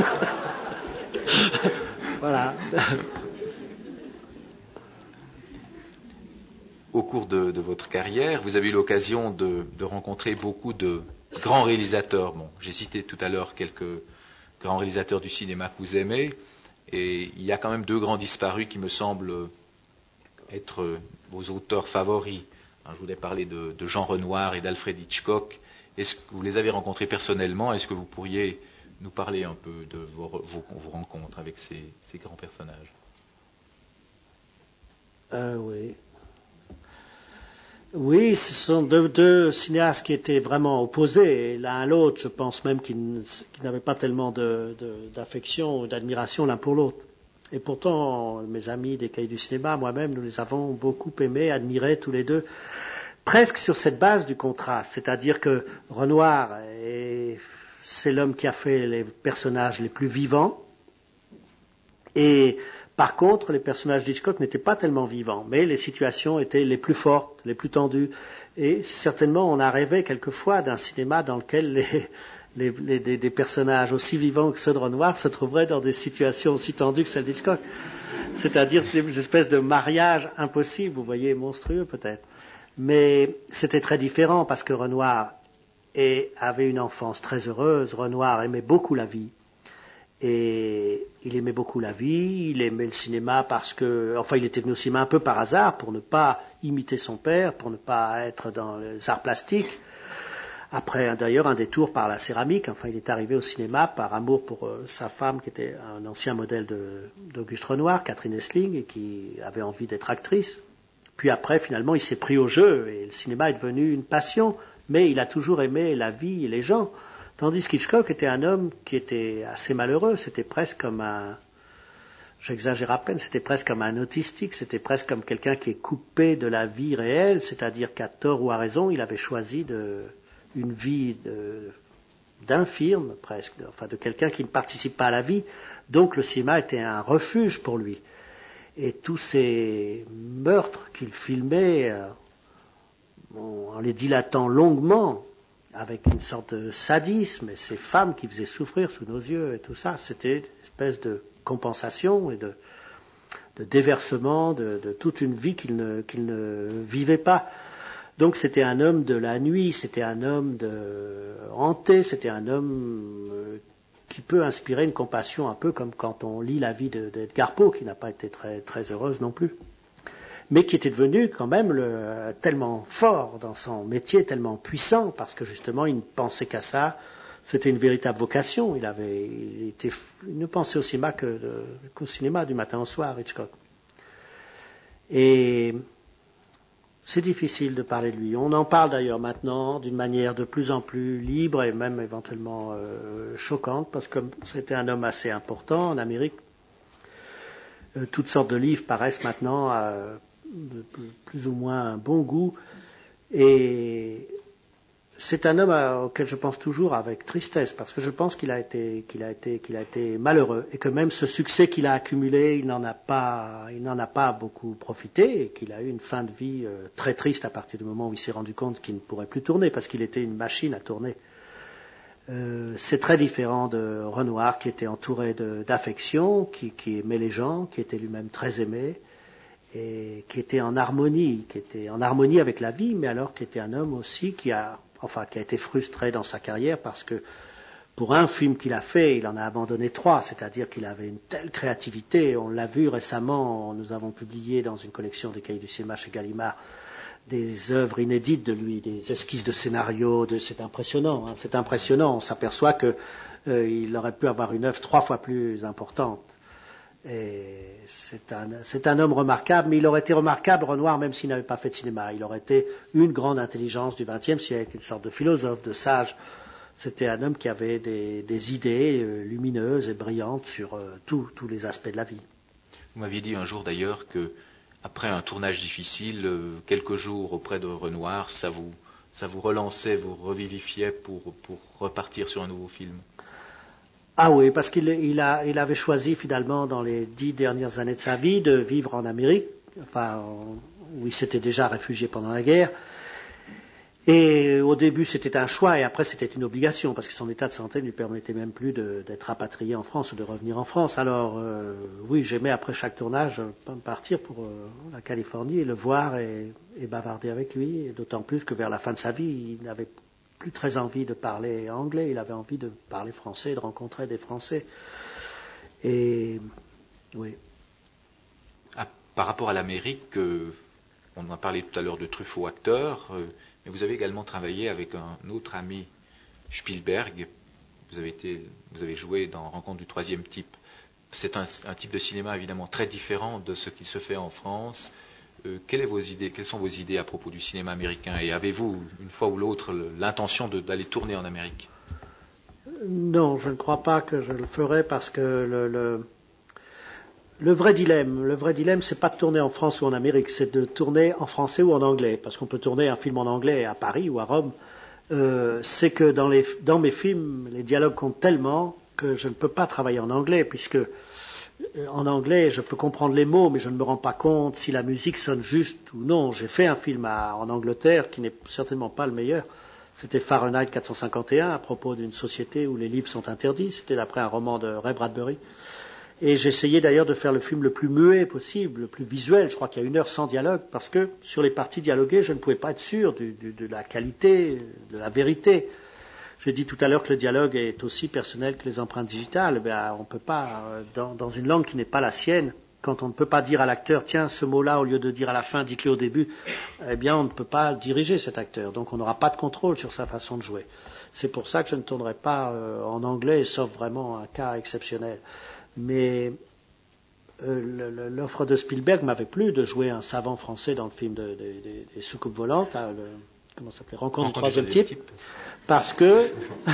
Voilà. Au cours de, de votre carrière, vous avez eu l'occasion de, de rencontrer beaucoup de grands réalisateurs. Bon, j'ai cité tout à l'heure quelques grands réalisateurs du cinéma que vous aimez, et il y a quand même deux grands disparus qui me semblent être vos auteurs favoris. Je voulais parler de, de Jean Renoir et d'Alfred Hitchcock. Est-ce que vous les avez rencontrés personnellement? Est-ce que vous pourriez nous parler un peu de vos, vos, vos rencontres avec ces, ces grands personnages? Euh, oui. Oui, ce sont deux, deux cinéastes qui étaient vraiment opposés l'un à l'autre. Je pense même qu'ils, qu'ils n'avaient pas tellement de, de, d'affection ou d'admiration l'un pour l'autre. Et pourtant, mes amis des Cahiers du cinéma, moi-même, nous les avons beaucoup aimés, admirés tous les deux, presque sur cette base du contraste. C'est-à-dire que Renoir, est, c'est l'homme qui a fait les personnages les plus vivants, et par contre, les personnages d'Hitchcock n'étaient pas tellement vivants, mais les situations étaient les plus fortes, les plus tendues. Et certainement, on a rêvé quelquefois d'un cinéma dans lequel les, les, les, des, des personnages aussi vivants que ceux de Renoir se trouveraient dans des situations aussi tendues que celles d'Hitchcock. C'est-à-dire des espèces de mariages impossibles, vous voyez, monstrueux peut-être. Mais c'était très différent parce que Renoir et avait une enfance très heureuse. Renoir aimait beaucoup la vie. Et il aimait beaucoup la vie, il aimait le cinéma parce que, enfin, il était venu au cinéma un peu par hasard pour ne pas imiter son père, pour ne pas être dans les arts plastiques. Après, d'ailleurs, un détour par la céramique. Enfin, il est arrivé au cinéma par amour pour euh, sa femme, qui était un ancien modèle de, d'Auguste Renoir, Catherine Essling, et qui avait envie d'être actrice. Puis après, finalement, il s'est pris au jeu et le cinéma est devenu une passion. Mais il a toujours aimé la vie et les gens. Tandis qu'Hitchcock était un homme qui était assez malheureux, c'était presque comme un, j'exagère à peine, c'était presque comme un autistique, c'était presque comme quelqu'un qui est coupé de la vie réelle, c'est-à-dire qu'à tort ou à raison, il avait choisi de, une vie de, d'infirme presque, de, enfin de quelqu'un qui ne participe pas à la vie, donc le cinéma était un refuge pour lui. Et tous ces meurtres qu'il filmait, euh, en les dilatant longuement, avec une sorte de sadisme, et ces femmes qui faisaient souffrir sous nos yeux et tout ça, c'était une espèce de compensation et de, de déversement de, de toute une vie qu'il ne, qu'il ne vivait pas. Donc c'était un homme de la nuit, c'était un homme de hanté, c'était un homme qui peut inspirer une compassion un peu comme quand on lit la vie de, d'Edgar Poe, qui n'a pas été très, très heureuse non plus, mais qui était devenu quand même le, tellement fort dans son métier, tellement puissant, parce que justement il ne pensait qu'à ça, c'était une véritable vocation, il, avait, il, était, il ne pensait au cinéma que de, qu'au cinéma du matin au soir, Hitchcock. Et c'est difficile de parler de lui. On en parle d'ailleurs maintenant d'une manière de plus en plus libre et même éventuellement euh, choquante, parce que c'était un homme assez important en Amérique. Euh, toutes sortes de livres paraissent maintenant euh, de plus ou moins un bon goût, et c'est un homme auquel je pense toujours avec tristesse, parce que je pense qu'il a été, qu'il a été, qu'il a été malheureux, et que même ce succès qu'il a accumulé, il n'en a pas, il n'en a pas beaucoup profité, et qu'il a eu une fin de vie euh, très triste à partir du moment où il s'est rendu compte qu'il ne pourrait plus tourner, parce qu'il était une machine à tourner. Euh, c'est très différent de Renoir, qui était entouré de, d'affection, qui, qui aimait les gens, qui était lui-même très aimé, et qui était en harmonie, qui était en harmonie avec la vie, mais alors qui était un homme aussi qui a, enfin, qui a été frustré dans sa carrière parce que pour un film qu'il a fait, il en a abandonné trois, c'est-à-dire qu'il avait une telle créativité. On l'a vu récemment, nous avons publié dans une collection des cahiers du cinéma chez Gallimard des œuvres inédites de lui, des esquisses de scénario, de, c'est impressionnant, hein, c'est impressionnant. On s'aperçoit que euh, il aurait pu avoir une œuvre trois fois plus importante. Et c'est un, c'est un homme remarquable, mais il aurait été remarquable, Renoir, même s'il n'avait pas fait de cinéma. Il aurait été une grande intelligence du vingtième siècle, une sorte de philosophe, de sage. C'était un homme qui avait des, des idées euh, lumineuses et brillantes sur euh, tous les aspects de la vie. Vous m'aviez dit un jour d'ailleurs que, après un tournage difficile, euh, quelques jours auprès de Renoir, ça vous, ça vous relançait, vous revivifiait pour, pour repartir sur un nouveau film. Ah oui, parce qu'il il a, il avait choisi finalement dans les dix dernières années de sa vie de vivre en Amérique, enfin, où il s'était déjà réfugié pendant la guerre. Et au début c'était un choix et après c'était une obligation parce que son état de santé ne lui permettait même plus de, d'être rapatrié en France ou de revenir en France. Alors euh, oui, j'aimais après chaque tournage partir pour euh, la Californie et le voir et, et bavarder avec lui, et d'autant plus que vers la fin de sa vie il n'avait plus très envie de parler anglais, il avait envie de parler français, de rencontrer des Français. Et oui. Ah, par rapport à l'Amérique, euh, on a parlé tout à l'heure de Truffaut acteur, euh, mais vous avez également travaillé avec un autre ami, Spielberg. Vous avez été, vous avez joué dans Rencontre du troisième type. C'est un, un type de cinéma évidemment très différent de ce qui se fait en France. Euh, quelles, est vos idées, quelles sont vos idées à propos du cinéma américain et avez-vous, une fois ou l'autre, l'intention de, d'aller tourner en Amérique? Non, je ne crois pas que je le ferai parce que le, le, le vrai dilemme, le vrai dilemme, c'est pas de tourner en France ou en Amérique, c'est de tourner en français ou en anglais, parce qu'on peut tourner un film en anglais à Paris ou à Rome. Euh, c'est que dans, les, dans mes films, les dialogues comptent tellement que je ne peux pas travailler en anglais, puisque en anglais, je peux comprendre les mots, mais je ne me rends pas compte si la musique sonne juste ou non. J'ai fait un film à, en Angleterre qui n'est certainement pas le meilleur. C'était Fahrenheit quatre cent cinquante et un, à propos d'une société où les livres sont interdits. C'était d'après un roman de Ray Bradbury. Et j'essayais d'ailleurs de faire le film le plus muet possible, le plus visuel. Je crois qu'il y a une heure sans dialogue, parce que sur les parties dialoguées, je ne pouvais pas être sûr du, du, de la qualité, de la vérité. J'ai dit tout à l'heure que le dialogue est aussi personnel que les empreintes digitales. Ben, on ne peut pas, dans, dans une langue qui n'est pas la sienne, quand on ne peut pas dire à l'acteur, tiens, ce mot-là, au lieu de dire à la fin, dites-le au début, eh bien, on ne peut pas diriger cet acteur. Donc, on n'aura pas de contrôle sur sa façon de jouer. C'est pour ça que je ne tournerai pas euh, en anglais, sauf vraiment un cas exceptionnel. Mais euh, l'offre de Spielberg m'avait plu de jouer un savant français dans le film de, de, de, des soucoupes volantes, hein, le, comment ça s'appelait, Rencontre du troisième type, type, parce que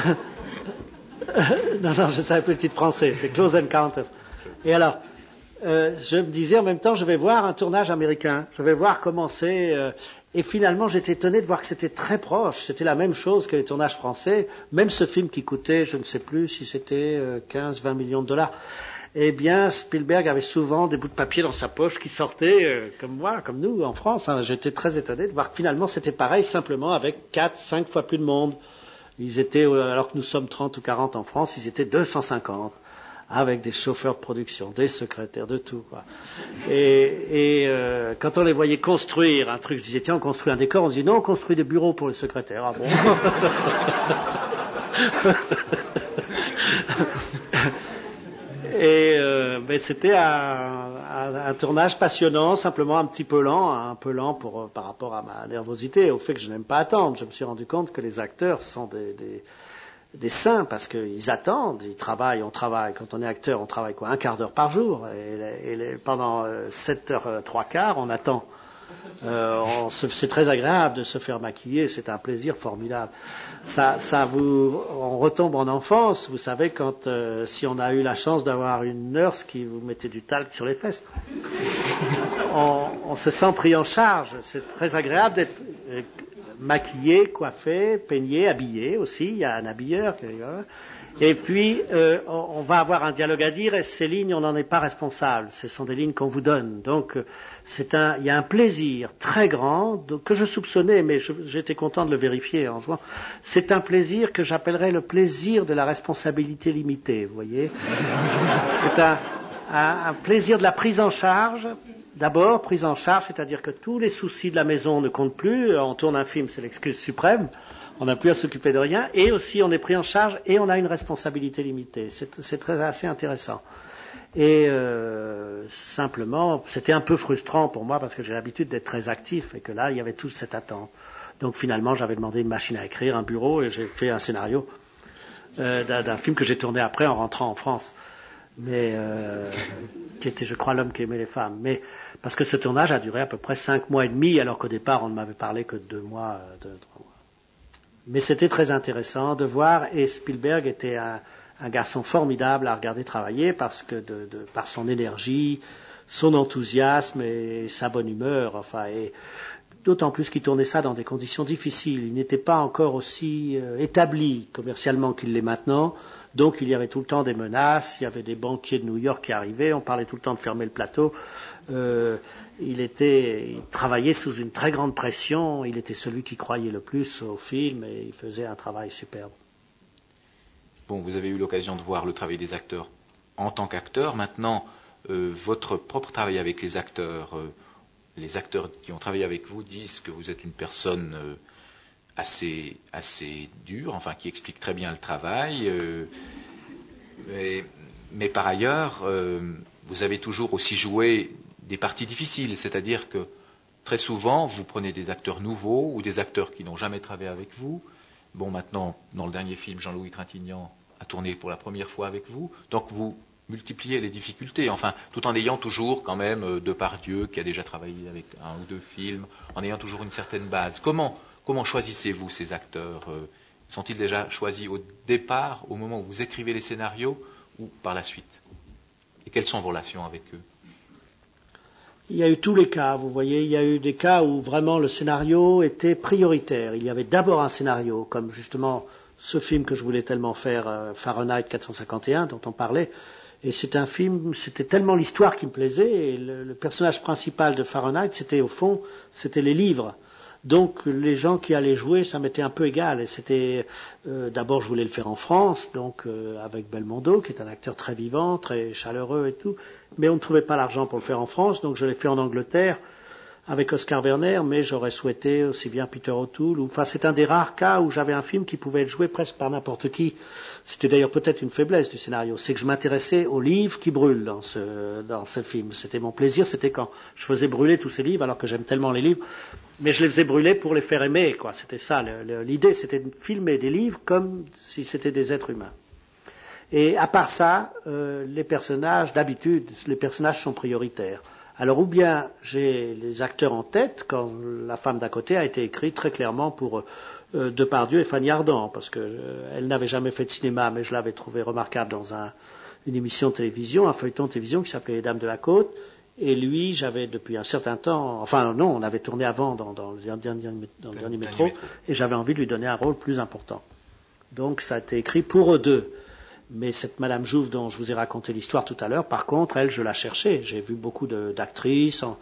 non, non, je ne savais plus le titre français, c'est Close Encounters. Et alors, euh, je me disais en même temps, je vais voir un tournage américain, je vais voir comment c'est. Euh, et finalement, j'étais étonné de voir que c'était très proche, c'était la même chose que les tournages français, même ce film qui coûtait, je ne sais plus si c'était euh, quinze, vingt millions de dollars. Eh bien, Spielberg avait souvent des bouts de papier dans sa poche qui sortaient, euh, comme moi, comme nous, en France. Hein. J'étais très étonné de voir que finalement c'était pareil, simplement avec quatre, cinq fois plus de monde. Ils étaient, alors que nous sommes trente ou quarante en France, ils étaient deux cent cinquante, avec des chauffeurs de production, des secrétaires, de tout, quoi. Et, et euh, quand on les voyait construire un truc, je disais, tiens, on construit un décor, on se dit, non, on construit des bureaux pour les secrétaires. Ah bon. Et euh, ben c'était un, un, un tournage passionnant, simplement un petit peu lent, un peu lent pour, par rapport à ma nervosité et au fait que je n'aime pas attendre. Je me suis rendu compte que les acteurs sont des, des, des saints parce qu'ils attendent, ils travaillent, on travaille. Quand on est acteur, on travaille quoi, un quart d'heure par jour et, et les, pendant sept heures trois quarts, on attend. Euh, on se, c'est très agréable de se faire maquiller, c'est un plaisir formidable. Ça, ça vous, on retombe en enfance. Vous savez quand, euh, si on a eu la chance d'avoir une nurse qui vous mettait du talc sur les fesses, on, on se sent pris en charge. C'est très agréable d'être. maquillé, coiffé, peigné, habillé aussi. Il y a un habilleur. Et puis, euh, on va avoir un dialogue à dire et ces lignes, on n'en est pas responsable. Ce sont des lignes qu'on vous donne. Donc, c'est un, il y a un plaisir très grand donc, que je soupçonnais, mais je, j'étais content de le vérifier en jouant. C'est un plaisir que j'appellerais le plaisir de la responsabilité limitée, vous voyez. C'est un, un, un plaisir de la prise en charge. D'abord, prise en charge, c'est-à-dire que tous les soucis de la maison ne comptent plus. On tourne un film, c'est l'excuse suprême. On n'a plus à s'occuper de rien, et aussi on est pris en charge, et on a une responsabilité limitée. C'est, c'est très, assez intéressant. Et euh, simplement, c'était un peu frustrant pour moi, parce que j'ai l'habitude d'être très actif, et que là, il y avait toute cette attente. Donc finalement, j'avais demandé une machine à écrire, un bureau, et j'ai fait un scénario euh, d'un, d'un film que j'ai tourné après en rentrant en France. Mais euh, qui était, je crois, L'homme qui aimait les femmes. Mais parce que ce tournage a duré à peu près cinq mois et demi, alors qu'au départ, on ne m'avait parlé que de deux mois, de trois mois. Mais c'était très intéressant de voir, et Spielberg était un, un garçon formidable à regarder travailler parce que de, de, par son énergie, son enthousiasme et sa bonne humeur, enfin, et d'autant plus qu'il tournait ça dans des conditions difficiles. Il n'était pas encore aussi euh, établi commercialement qu'il l'est maintenant, donc il y avait tout le temps des menaces, il y avait des banquiers de New York qui arrivaient, on parlait tout le temps de fermer le plateau. Euh, il était, il travaillait sous une très grande pression, il était celui qui croyait le plus au film et il faisait un travail superbe. Bon, vous avez eu l'occasion de voir le travail des acteurs en tant qu'acteur. Maintenant, euh, votre propre travail avec les acteurs, euh, les acteurs qui ont travaillé avec vous disent que vous êtes une personne euh, assez, assez dure, enfin qui explique très bien le travail. Euh, mais, mais par ailleurs, euh, vous avez toujours aussi joué des parties difficiles, c'est-à-dire que très souvent, vous prenez des acteurs nouveaux ou des acteurs qui n'ont jamais travaillé avec vous. Bon, maintenant, dans le dernier film, Jean-Louis Trintignant a tourné pour la première fois avec vous, donc vous multipliez les difficultés, enfin, tout en ayant toujours quand même euh, Depardieu qui a déjà travaillé avec un ou deux films, en ayant toujours une certaine base. Comment, comment choisissez-vous ces acteurs euh, sont-ils déjà choisis au départ, au moment où vous écrivez les scénarios, ou par la suite? Et quelles sont vos relations avec eux? Il y a eu tous les cas, vous voyez, il y a eu des cas où vraiment le scénario était prioritaire. Il y avait d'abord un scénario, comme justement ce film que je voulais tellement faire, euh, Fahrenheit quatre cent cinquante et un, dont on parlait. Et c'est un film, c'était tellement l'histoire qui me plaisait, et le, le personnage principal de Fahrenheit, c'était au fond, c'était les livres. Donc les gens qui allaient jouer, ça m'était un peu égal. Et c'était euh, d'abord je voulais le faire en France, donc euh, avec Belmondo, qui est un acteur très vivant, très chaleureux et tout. Mais on ne trouvait pas l'argent pour le faire en France, donc je l'ai fait en Angleterre avec Oscar Werner, mais j'aurais souhaité aussi bien Peter O'Toole. Ou, enfin, c'est un des rares cas où j'avais un film qui pouvait être joué presque par n'importe qui. C'était d'ailleurs peut-être une faiblesse du scénario, c'est que je m'intéressais aux livres qui brûlent dans ce, dans ce film. C'était mon plaisir, c'était quand je faisais brûler tous ces livres, alors que j'aime tellement les livres, mais je les faisais brûler pour les faire aimer, quoi. C'était ça, le, le, l'idée, c'était de filmer des livres comme si c'était des êtres humains. Et à part ça, euh, les personnages, d'habitude, les personnages sont prioritaires. Alors ou bien j'ai les acteurs en tête, quand La femme d'à côté a été écrite très clairement pour euh, Depardieu et Fanny Ardant, parce qu'elle euh, n'avait jamais fait de cinéma, mais je l'avais trouvé remarquable dans un, une émission de télévision, un feuilleton de télévision qui s'appelait Les Dames de la Côte, et lui, j'avais depuis un certain temps, enfin non, on avait tourné avant dans, dans le dernier, dans le dernier métro, métro, et j'avais envie de lui donner un rôle plus important. Donc ça a été écrit pour eux deux. Mais cette Madame Jouve dont je vous ai raconté l'histoire tout à l'heure, par contre, elle, je la cherchais. J'ai vu beaucoup de, d'actrices en,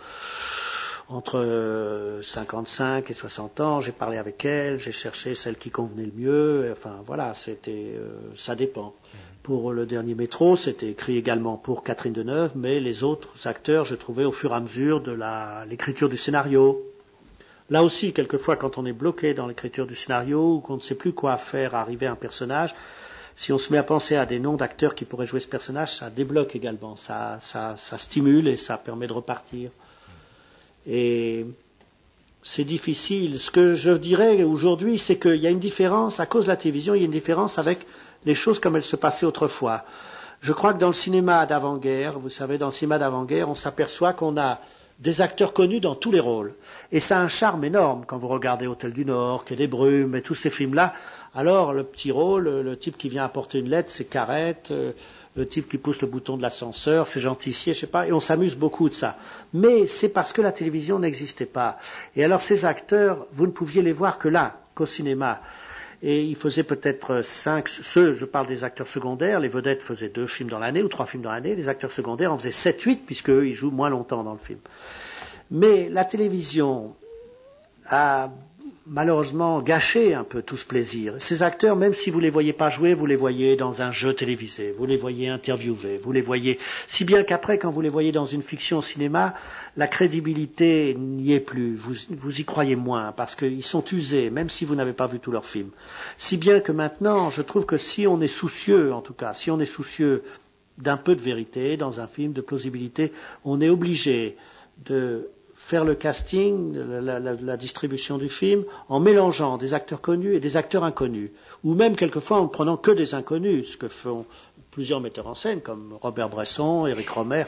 entre cinquante-cinq et soixante ans. J'ai parlé avec elle, j'ai cherché celle qui convenait le mieux. Enfin, voilà, c'était, euh, ça dépend. Mmh. Pour le dernier métro, c'était écrit également pour Catherine Deneuve, mais les autres acteurs, je trouvais au fur et à mesure de la, l'écriture du scénario. Là aussi, quelquefois, quand on est bloqué dans l'écriture du scénario ou qu'on ne sait plus quoi faire arriver à un personnage, si on se met à penser à des noms d'acteurs qui pourraient jouer ce personnage, ça débloque également, ça, ça, ça stimule et ça permet de repartir. Et c'est difficile. Ce que je dirais aujourd'hui, c'est qu'il y a une différence, à cause de la télévision, il y a une différence avec les choses comme elles se passaient autrefois. Je crois que dans le cinéma d'avant-guerre, vous savez, dans le cinéma d'avant-guerre, on s'aperçoit qu'on a des acteurs connus dans tous les rôles. Et ça a un charme énorme quand vous regardez Hôtel du Nord, Quai des Brumes et tous ces films-là. Alors, le petit rôle, le type qui vient apporter une lettre, c'est Carrette, euh, le type qui pousse le bouton de l'ascenseur, c'est Genticier, je sais pas, et on s'amuse beaucoup de ça. Mais c'est parce que la télévision n'existait pas. Et alors, ces acteurs, vous ne pouviez les voir que là, qu'au cinéma. Et ils faisaient peut-être cinq, ceux, je parle des acteurs secondaires, les vedettes faisaient deux films dans l'année ou trois films dans l'année, les acteurs secondaires en faisaient sept, huit, puisque eux, ils jouent moins longtemps dans le film. Mais la télévision a malheureusement gâché un peu tout ce plaisir. Ces acteurs, même si vous les voyez pas jouer, vous les voyez dans un jeu télévisé, vous les voyez interviewés, vous les voyez, si bien qu'après, quand vous les voyez dans une fiction au cinéma, la crédibilité n'y est plus, vous, vous y croyez moins, parce qu'ils sont usés, même si vous n'avez pas vu tous leurs films. Si bien que maintenant, je trouve que si on est soucieux, en tout cas, si on est soucieux d'un peu de vérité dans un film, de plausibilité, on est obligé de faire le casting, la, la, la distribution du film, en mélangeant des acteurs connus et des acteurs inconnus. Ou même quelquefois en ne prenant que des inconnus, ce que font plusieurs metteurs en scène, comme Robert Bresson, Éric Rohmer.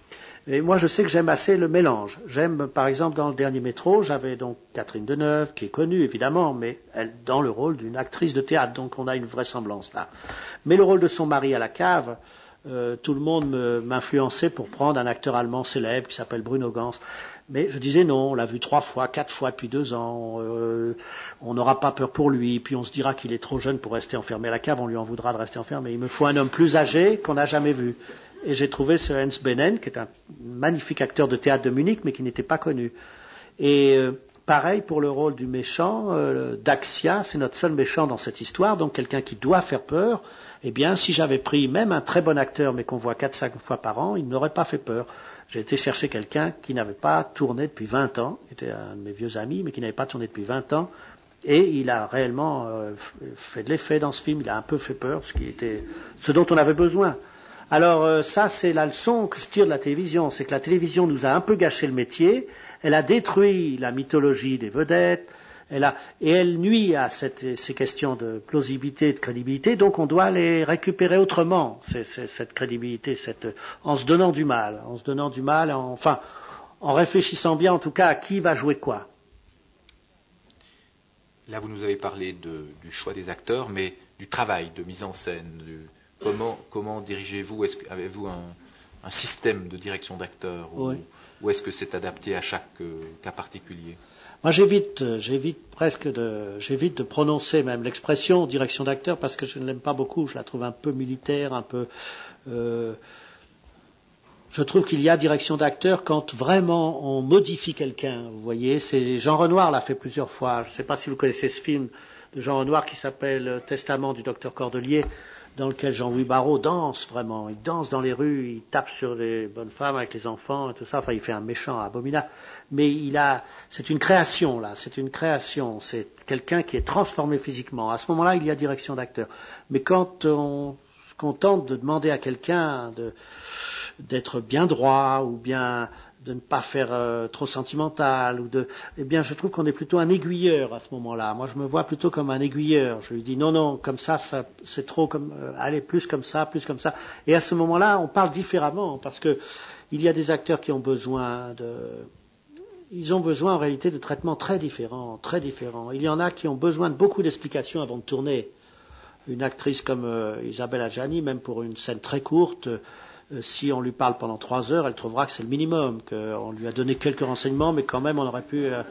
Et moi, je sais que j'aime assez le mélange. J'aime, par exemple, dans le dernier Métro, j'avais donc Catherine Deneuve, qui est connue, évidemment, mais elle dans le rôle d'une actrice de théâtre, donc on a une vraisemblance là. Mais le rôle de son mari à la cave, euh, tout le monde me, m'influençait pour prendre un acteur allemand célèbre qui s'appelle Bruno Ganz. Mais je disais non, on l'a vu trois fois, quatre fois depuis deux ans, euh, on n'aura pas peur pour lui, puis on se dira qu'il est trop jeune pour rester enfermé à la cave, on lui en voudra de rester enfermé. Il me faut un homme plus âgé qu'on n'a jamais vu. Et j'ai trouvé ce Hans Bennen, qui est un magnifique acteur de théâtre de Munich, mais qui n'était pas connu. Et euh, pareil pour le rôle du méchant, euh, Daxia, c'est notre seul méchant dans cette histoire, donc quelqu'un qui doit faire peur. Eh bien, si j'avais pris même un très bon acteur, mais qu'on voit quatre cinq fois par an, il n'aurait pas fait peur. J'ai été chercher quelqu'un qui n'avait pas tourné depuis vingt ans, qui était un de mes vieux amis, mais qui n'avait pas tourné depuis vingt ans, et il a réellement euh, fait de l'effet dans ce film, il a un peu fait peur, ce qui était ce dont on avait besoin. Alors euh, ça, c'est la leçon que je tire de la télévision, c'est que la télévision nous a un peu gâché le métier, elle a détruit la mythologie des vedettes, elle a, et elle nuit à cette, ces questions de plausibilité et de crédibilité, donc on doit les récupérer autrement, c'est, c'est, cette crédibilité, cette, en se donnant du mal, en se donnant du mal, en, enfin, en réfléchissant bien en tout cas à qui va jouer quoi. Là, vous nous avez parlé de, du choix des acteurs, mais du travail de mise en scène, du, comment, comment dirigez-vous, est-ce que, avez-vous un, un système de direction d'acteurs, ou, oui. ou est-ce que c'est adapté à chaque euh, cas particulier? Moi, j'évite, j'évite presque de, j'évite de prononcer même l'expression direction d'acteur parce que je ne l'aime pas beaucoup. Je la trouve un peu militaire, un peu. Euh, je trouve qu'il y a direction d'acteur quand vraiment on modifie quelqu'un. Vous voyez, c'est Jean Renoir l'a fait plusieurs fois. Je ne sais pas si vous connaissez ce film de Jean Renoir qui s'appelle Testament du docteur Cordelier, dans lequel Jean-Louis Barrault danse vraiment. Il danse dans les rues, il tape sur les bonnes femmes avec les enfants et tout ça. Enfin, il fait un méchant abominable. Mais il a, c'est une création là, c'est une création. C'est quelqu'un qui est transformé physiquement. À ce moment-là, il y a direction d'acteur. Mais quand on se contente de demander à quelqu'un de, d'être bien droit ou bien de ne pas faire euh, trop sentimental ou de, eh bien, je trouve qu'on est plutôt un aiguilleur à ce moment-là. Moi, je me vois plutôt comme un aiguilleur. Je lui dis non, non, comme ça, ça c'est trop comme, euh, allez, plus comme ça, plus comme ça. Et à ce moment-là, on parle différemment parce que il y a des acteurs qui ont besoin de, ils ont besoin en réalité de traitements très différents, très différents. Il y en a qui ont besoin de beaucoup d'explications avant de tourner. Une actrice comme euh, Isabelle Adjani, même pour une scène très courte, euh, si on lui parle pendant trois heures, elle trouvera que c'est le minimum, qu'on lui a donné quelques renseignements, mais quand même on aurait pu... Euh...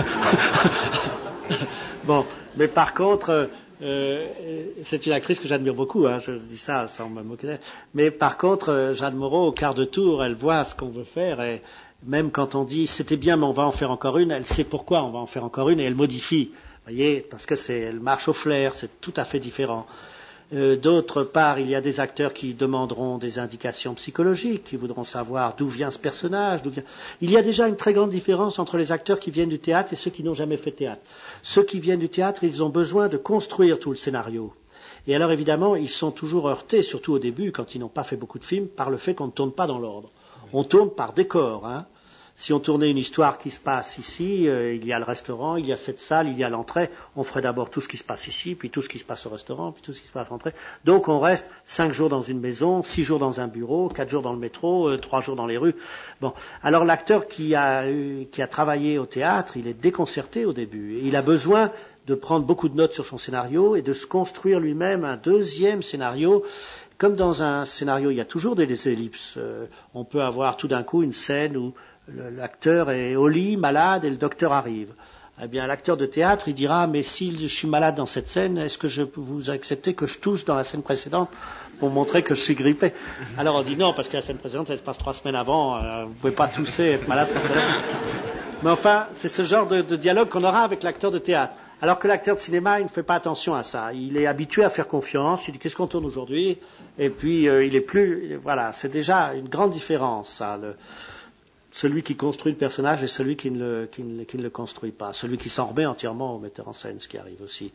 bon, mais par contre, euh, c'est une actrice que j'admire beaucoup, hein, je dis ça sans me moquer. Mais par contre, Jeanne Moreau, au quart de tour, elle voit ce qu'on veut faire, et même quand on dit c'était bien, mais on va en faire encore une, elle sait pourquoi on va en faire encore une, et elle modifie. Vous voyez, parce que c'est, elle marche au flair, c'est tout à fait différent. Euh, d'autre part, il y a des acteurs qui demanderont des indications psychologiques, qui voudront savoir d'où vient ce personnage, d'où vient... Il y a déjà une très grande différence entre les acteurs qui viennent du théâtre et ceux qui n'ont jamais fait théâtre. Ceux qui viennent du théâtre, ils ont besoin de construire tout le scénario. Et alors, évidemment, ils sont toujours heurtés, surtout au début, quand ils n'ont pas fait beaucoup de films, par le fait qu'on ne tourne pas dans l'ordre. On tourne par décor, hein. Si on tournait une histoire qui se passe ici, euh, il y a le restaurant, il y a cette salle, il y a l'entrée, on ferait d'abord tout ce qui se passe ici, puis tout ce qui se passe au restaurant, puis tout ce qui se passe à l'entrée. Donc on reste cinq jours dans une maison, six jours dans un bureau, quatre jours dans le métro, euh, trois jours dans les rues. Bon, alors l'acteur qui a, eu, qui a travaillé au théâtre, il est déconcerté au début. Il a besoin de prendre beaucoup de notes sur son scénario et de se construire lui-même un deuxième scénario. Comme dans un scénario, il y a toujours des ellipses. Euh, on peut avoir tout d'un coup une scène où l'acteur est au lit, malade, et le docteur arrive. Eh bien, l'acteur de théâtre, il dira, mais si je suis malade dans cette scène, est-ce que je peux vous accepter que je tousse dans la scène précédente pour montrer que je suis grippé? Alors on dit non, parce que la scène précédente, elle se passe trois semaines avant, euh, vous ne pouvez pas tousser et être malade précédemment. Mais enfin, c'est ce genre de, de dialogue qu'on aura avec l'acteur de théâtre. Alors que l'acteur de cinéma, il ne fait pas attention à ça. Il est habitué à faire confiance. Il dit qu'est-ce qu'on tourne aujourd'hui? Et puis euh, il est plus, voilà, c'est déjà une grande différence, ça. Le, celui qui construit le personnage et celui qui ne, le, qui, ne, qui ne le construit pas. Celui qui s'en remet entièrement au metteur en scène, ce qui arrive aussi.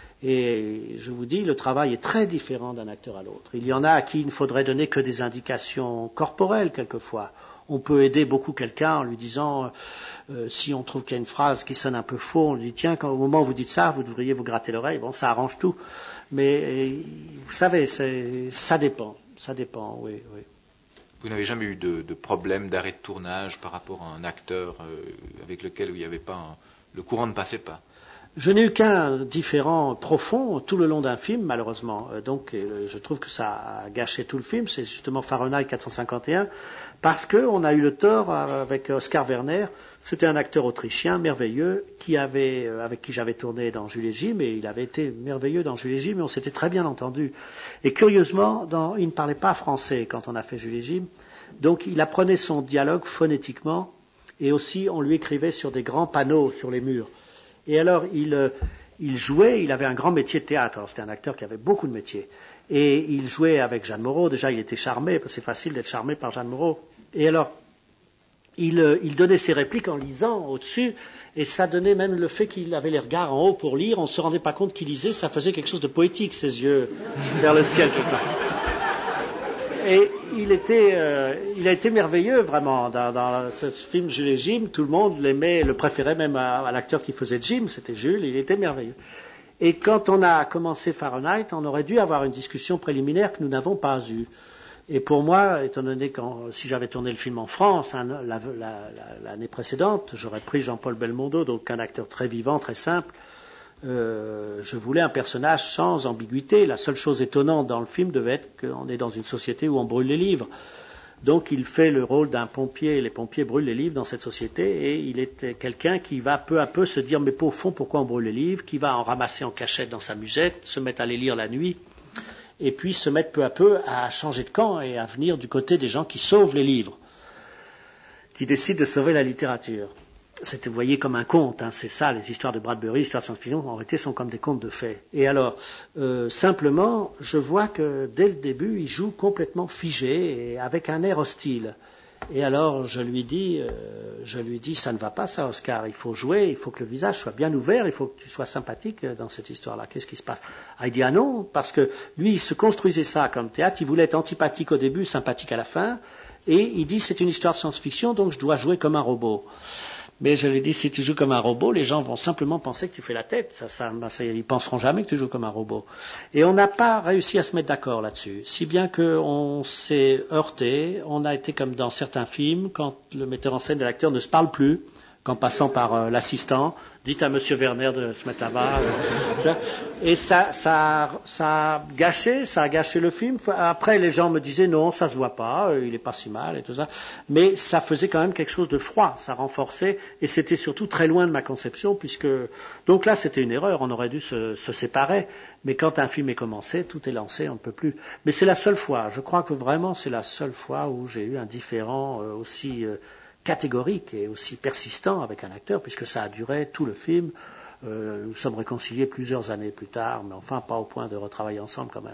Et je vous dis, le travail est très différent d'un acteur à l'autre. Il y en a à qui il ne faudrait donner que des indications corporelles, quelquefois. On peut aider beaucoup quelqu'un en lui disant, euh, si on trouve qu'il y a une phrase qui sonne un peu faux, on lui dit, tiens, quand, au moment où vous dites ça, vous devriez vous gratter l'oreille. Bon, ça arrange tout. Mais et, vous savez, c'est, ça dépend. Ça dépend, oui, oui. Vous n'avez jamais eu de, de problème d'arrêt de tournage par rapport à un acteur euh, avec lequel il n'y avait pas un, le courant ne passait pas? Je n'ai eu qu'un différent profond tout le long d'un film, malheureusement. Donc, je trouve que ça a gâché tout le film. C'est justement Fahrenheit quatre cent cinquante et un, parce qu'on a eu le tort avec Oskar Werner. C'était un acteur autrichien merveilleux qui avait, avec qui j'avais tourné dans Jules et Jim, et il avait été merveilleux dans Jules et Jim, et on s'était très bien entendu. Et curieusement, dans, il ne parlait pas français quand on a fait Jules et Jim, donc il apprenait son dialogue phonétiquement, et aussi on lui écrivait sur des grands panneaux sur les murs. Et alors, il, euh, il jouait, il avait un grand métier de théâtre. Alors, c'était un acteur qui avait beaucoup de métiers. Et il jouait avec Jeanne Moreau. Déjà, il était charmé, parce que c'est facile d'être charmé par Jeanne Moreau. Et alors, il, euh, il donnait ses répliques en lisant au-dessus. Et ça donnait même le fait qu'il avait les regards en haut pour lire. On ne se rendait pas compte qu'il lisait. Ça faisait quelque chose de poétique, ses yeux vers le ciel tout le temps. Et il, était, euh, il a été merveilleux, vraiment, dans, dans ce film Jules et Jim. Tout le monde l'aimait, le préférait même à, à l'acteur qui faisait Jim, c'était Jules, il était merveilleux. Et quand on a commencé Fahrenheit, on aurait dû avoir une discussion préliminaire que nous n'avons pas eue. Et pour moi, étant donné que si j'avais tourné le film en France, hein, la, la, la, l'année précédente, j'aurais pris Jean-Paul Belmondo, donc un acteur très vivant, très simple. Euh, je voulais un personnage sans ambiguïté. La seule chose étonnante dans le film devait être qu'on est dans une société où on brûle les livres. Donc il fait le rôle d'un pompier. Les pompiers brûlent les livres dans cette société, et il est quelqu'un qui va peu à peu se dire mais au fond pourquoi on brûle les livres, qui va en ramasser en cachette dans sa musette, se mettre à les lire la nuit, et puis se mettre peu à peu à changer de camp et à venir du côté des gens qui sauvent les livres, qui décident de sauver la littérature. C'était, vous voyez, comme un conte, hein, c'est ça, les histoires de Bradbury, les histoires de science-fiction, en réalité, sont comme des contes de fées. Et alors, euh, simplement, je vois que dès le début, il joue complètement figé et avec un air hostile. Et alors, je lui dis, euh, je lui dis, ça ne va pas, ça, Oskar. Il faut jouer, il faut que le visage soit bien ouvert, il faut que tu sois sympathique dans cette histoire-là. Qu'est-ce qui se passe? Ah, il dit, ah non, parce que lui, il se construisait ça comme théâtre. Il voulait être antipathique au début, sympathique à la fin. Et il dit, c'est une histoire de science-fiction, donc je dois jouer comme un robot. Mais je lui ai dit, si tu joues comme un robot, les gens vont simplement penser que tu fais la tête. Ça, ça, ça, ils penseront jamais que tu joues comme un robot. Et on n'a pas réussi à se mettre d'accord là-dessus. Si bien qu'on s'est heurté, on a été comme dans certains films, quand le metteur en scène et l'acteur ne se parlent plus, qu'en passant par euh, l'assistant, dites à Monsieur Werner de se mettre là-bas. Euh, ça. Et ça, ça, ça a gâché, ça a gâché le film. Après, les gens me disaient non, ça se voit pas, euh, il est pas si mal et tout ça. Mais ça faisait quand même quelque chose de froid, ça renforçait, et c'était surtout très loin de ma conception, puisque donc là c'était une erreur, on aurait dû se, se séparer. Mais quand un film est commencé, tout est lancé, on ne peut plus. Mais c'est la seule fois, je crois que vraiment c'est la seule fois où j'ai eu un différend euh, aussi euh, catégorique et aussi persistant avec un acteur, puisque ça a duré tout le film. Euh, nous sommes réconciliés plusieurs années plus tard, mais enfin pas au point de retravailler ensemble quand même.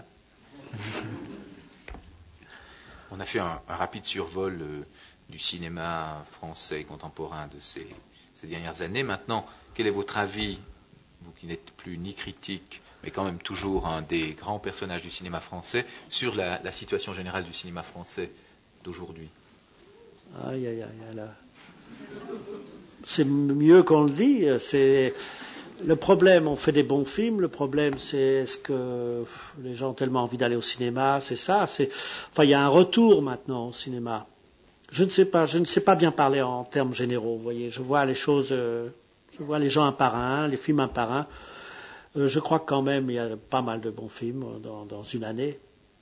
On a fait un, un rapide survol euh, du cinéma français contemporain de ces, ces dernières années. Maintenant, quel est votre avis, vous qui n'êtes plus ni critique, mais quand même toujours un des grands personnages du cinéma français, sur la, la situation générale du cinéma français d'aujourd'hui? Aïe, aïe, aïe, là. c'est mieux qu'on le dit. C'est le problème. On fait des bons films. Le problème, c'est est-ce que les gens ont tellement envie d'aller au cinéma. C'est ça. C'est enfin, il y a un retour maintenant au cinéma. Je ne sais pas. Je ne sais pas bien parler en termes généraux. Vous voyez, je vois les choses. Euh, je vois les gens un par un, les films un par un. Euh, je crois que quand même il y a pas mal de bons films dans, dans une année.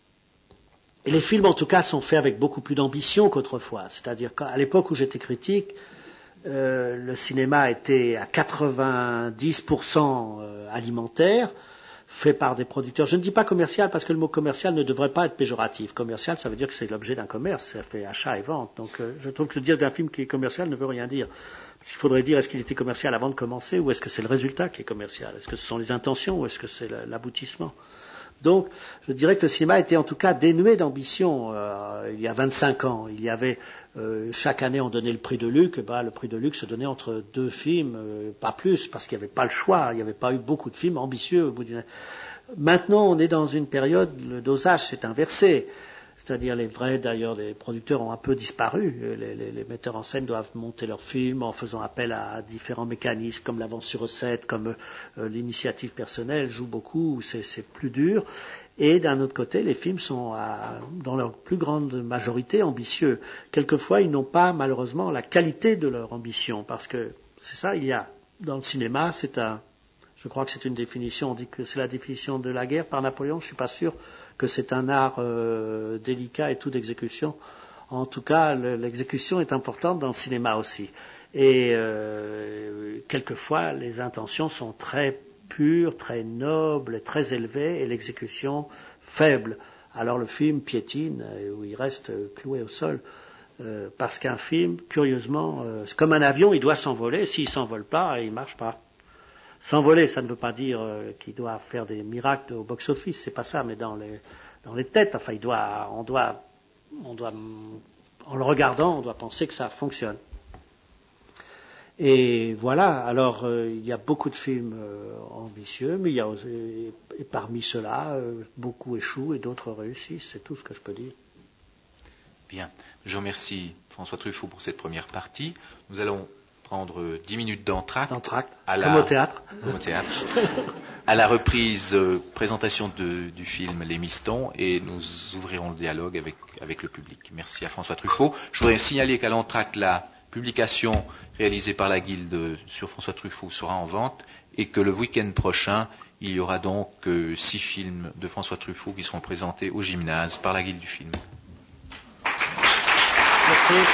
Et les films, en tout cas, sont faits avec beaucoup plus d'ambition qu'autrefois. C'est-à-dire qu'à l'époque où j'étais critique, euh, le cinéma était à quatre-vingt-dix pour cent alimentaire, fait par des producteurs. Je ne dis pas commercial parce que le mot commercial ne devrait pas être péjoratif. Commercial, ça veut dire que c'est l'objet d'un commerce, ça fait achat et vente. Donc euh, je trouve que le dire d'un film qui est commercial ne veut rien dire. Parce qu'il faudrait dire est-ce qu'il était commercial avant de commencer ou est-ce que c'est le résultat qui est commercial? Est-ce que ce sont les intentions ou est-ce que c'est l'aboutissement? Donc, je dirais que le cinéma était en tout cas dénué d'ambition. Euh, il y a vingt-cinq ans, il y avait euh, chaque année on donnait le prix de Luc. Bah, le prix de Luc se donnait entre deux films, euh, pas plus, parce qu'il n'y avait pas le choix. Il n'y avait pas eu beaucoup de films ambitieux au bout d'une. Maintenant, on est dans une période, le dosage s'est inversé. C'est-à-dire les vrais, d'ailleurs, les producteurs ont un peu disparu. Les, les, les metteurs en scène doivent monter leurs films en faisant appel à différents mécanismes, comme l'avance sur recette, comme euh, l'initiative personnelle joue beaucoup, c'est, c'est plus dur. Et d'un autre côté, les films sont, à, dans leur plus grande majorité, ambitieux. Quelquefois, ils n'ont pas, malheureusement, la qualité de leur ambition, parce que c'est ça, il y a dans le cinéma, c'est un, je crois que c'est une définition, on dit que c'est la définition de la guerre par Napoléon, je ne suis pas sûr que c'est un art euh, délicat et tout d'exécution. En tout cas, le, l'exécution est importante dans le cinéma aussi. Et euh, quelquefois, les intentions sont très pures, très nobles, très élevées, et l'exécution faible. Alors le film piétine, où il reste cloué au sol. Euh, parce qu'un film, curieusement, euh, c'est comme un avion, il doit s'envoler. S'il ne s'envole pas, il ne marche pas. S'envoler, ça ne veut pas dire euh, qu'il doit faire des miracles au box-office, c'est pas ça, mais dans les, dans les têtes, enfin, il doit, on doit, on doit, en le regardant, on doit penser que ça fonctionne. Et voilà, alors euh, il y a beaucoup de films euh, ambitieux, mais il y a, et, et parmi ceux-là, euh, beaucoup échouent et d'autres réussissent, c'est tout ce que je peux dire. Bien, je remercie François Truffaut pour cette première partie. Nous allons prendre dix minutes d'entracte, d'entracte à la, comme au théâtre, comme au théâtre à la reprise euh, présentation de, du film Les Mistons, et nous ouvrirons le dialogue avec, avec le public. Merci à François Truffaut. Je voudrais signaler qu'à l'entracte, la publication réalisée par la Guilde sur François Truffaut sera en vente, et que le week-end prochain, il y aura donc euh, six films de François Truffaut qui seront présentés au gymnase par la Guilde du film. Merci.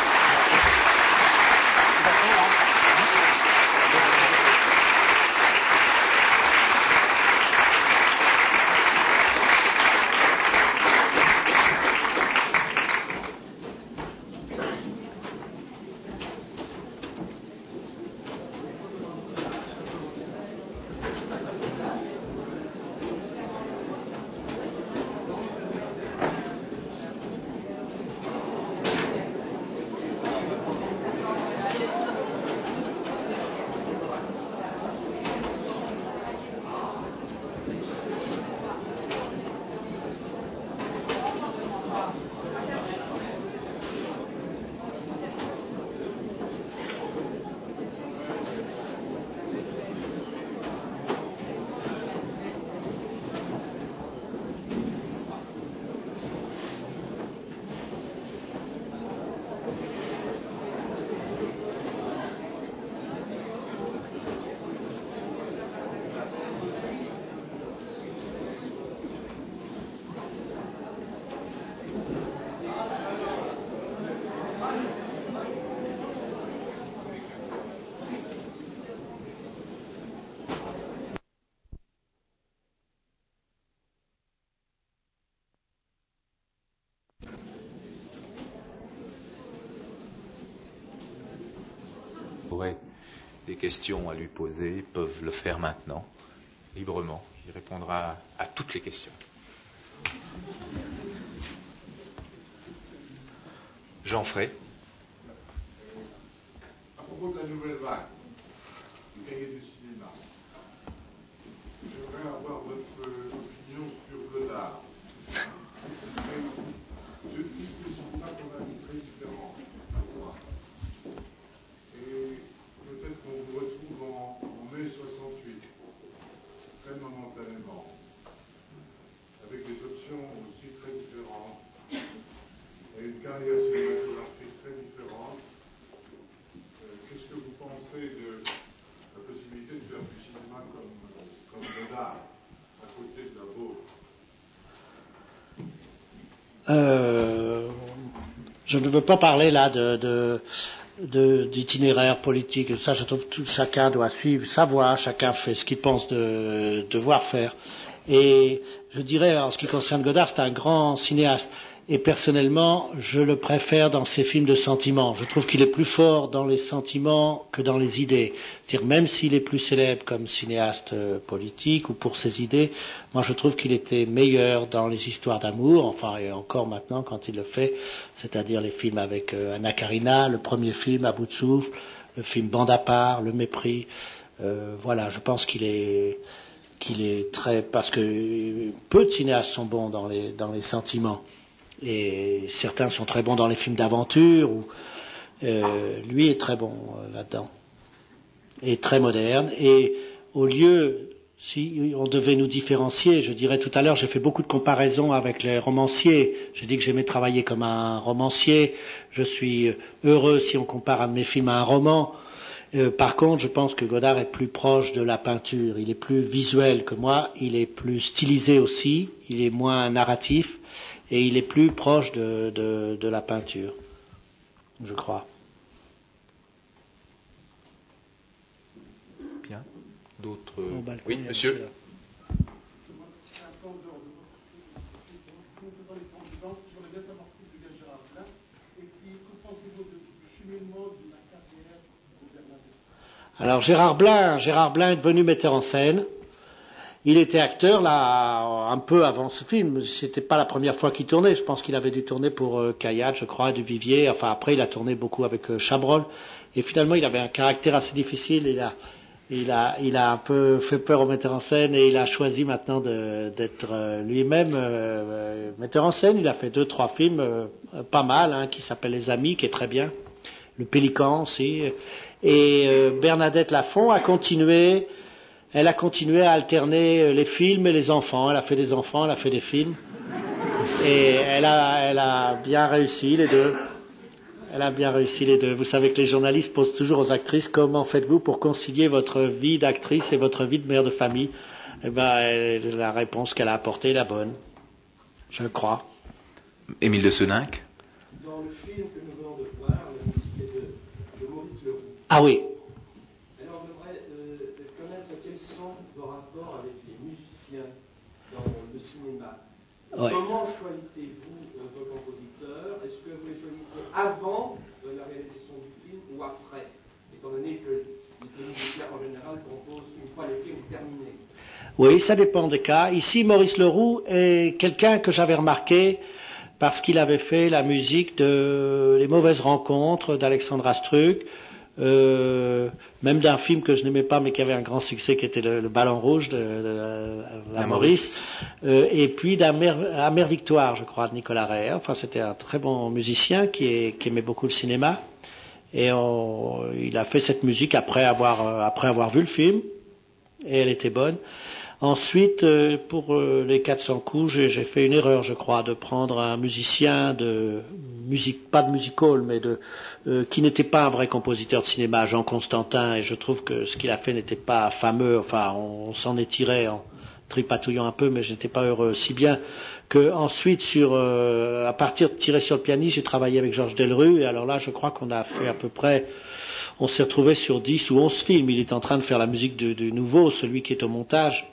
Des questions à lui poser, peuvent le faire maintenant, librement. Il répondra à toutes les questions. Jean Fray. À propos de la nouvelle vague, du cahier du cinéma, j'aimerais avoir votre opinion sur Godard. Je ne suis pas qu'on a une très différente. Euh, je ne veux pas parler là de, de, de, d'itinéraire politique. Ça, je trouve que tout, chacun doit suivre sa voie, chacun fait ce qu'il pense de devoir faire. Et je dirais, en ce qui concerne Godard, c'est un grand cinéaste. Et personnellement, je le préfère dans ses films de sentiments. Je trouve qu'il est plus fort dans les sentiments que dans les idées. C'est-à-dire, même s'il est plus célèbre comme cinéaste politique ou pour ses idées, moi je trouve qu'il était meilleur dans les histoires d'amour, enfin et encore maintenant quand il le fait, c'est-à-dire les films avec euh, Anna Karina, le premier film À bout de souffle, le film Bande à part, Le mépris. Euh, voilà, je pense qu'il est qu'il est très... parce que peu de cinéastes sont bons dans les, dans les sentiments. Et certains sont très bons dans les films d'aventure, ou euh, lui est très bon euh, là-dedans, et très moderne. Et au lieu, si on devait nous différencier, je dirais tout à l'heure, j'ai fait beaucoup de comparaisons avec les romanciers. J'ai dit que j'aimais travailler comme un romancier. Je suis heureux si on compare un de mes films à un roman. Euh, par contre, je pense que Godard est plus proche de la peinture. Il est plus visuel que moi. Il est plus stylisé aussi. Il est moins narratif. Et il est plus proche de, de, de la peinture, je crois. Bien. D'autres... Bon, bah, oui, monsieur. Alors Gérard Blain, Gérard Blain est devenu metteur en scène. Il était acteur là un peu avant ce film. C'était pas la première fois qu'il tournait. Je pense qu'il avait dû tourner pour euh, Caillac, je crois, du Vivier. Enfin après, il a tourné beaucoup avec euh, Chabrol. Et finalement, il avait un caractère assez difficile. Il a, il a, il a un peu fait peur au metteur en scène et il a choisi maintenant de, d'être euh, lui-même euh, metteur en scène. Il a fait deux, trois films, euh, pas mal, hein, qui s'appelle Les Amis, qui est très bien. Le Pélican aussi. Et euh, Bernadette Lafont a continué. Elle a continué à alterner les films et les enfants. Elle a fait des enfants, elle a fait des films. Et elle a, elle a bien réussi les deux. Elle a bien réussi les deux. Vous savez que les journalistes posent toujours aux actrices comment faites-vous pour concilier votre vie d'actrice et votre vie de mère de famille. Eh ben, elle, la réponse qu'elle a apportée est la bonne. Je crois. Émile de Seninck. Dans le film que nous venons de voir, la musique est de, de Maurice Leroux. Ah oui. Ouais. Comment choisissez-vous euh, vos compositeurs? Est-ce que vous les choisissez avant euh, la réalisation du film ou après, étant donné que les musiciens en général composent une fois le film terminé? Oui, ça dépend des cas. Ici, Maurice Leroux est quelqu'un que j'avais remarqué parce qu'il avait fait la musique de Les Mauvaises Rencontres d'Alexandre Astruc, Euh, même d'un film que je n'aimais pas mais qui avait un grand succès, qui était le, le Ballon Rouge de, de, de la, la Maurice, euh, et puis d'Amère Amère Victoire, je crois, de Nicolas Ray. Enfin, c'était un très bon musicien qui, est, qui aimait beaucoup le cinéma, et on, il a fait cette musique après avoir, euh, après avoir vu le film, et elle était bonne. Ensuite, euh, pour euh, les quatre cents coups, j'ai, j'ai fait une erreur, je crois, de prendre un musicien de musique, pas de music hall, mais de euh, qui n'était pas un vrai compositeur de cinéma, Jean Constantin, et je trouve que ce qu'il a fait n'était pas fameux. Enfin, on, on s'en est tiré en tripatouillant un peu, mais je n'étais pas heureux. Si bien que ensuite, sur, euh, à partir de Tirer sur le pianiste, j'ai travaillé avec Georges Delrue, et alors là, je crois qu'on a fait à peu près, on s'est retrouvé sur dix ou onze films. Il est en train de faire la musique du, du nouveau, celui qui est au montage.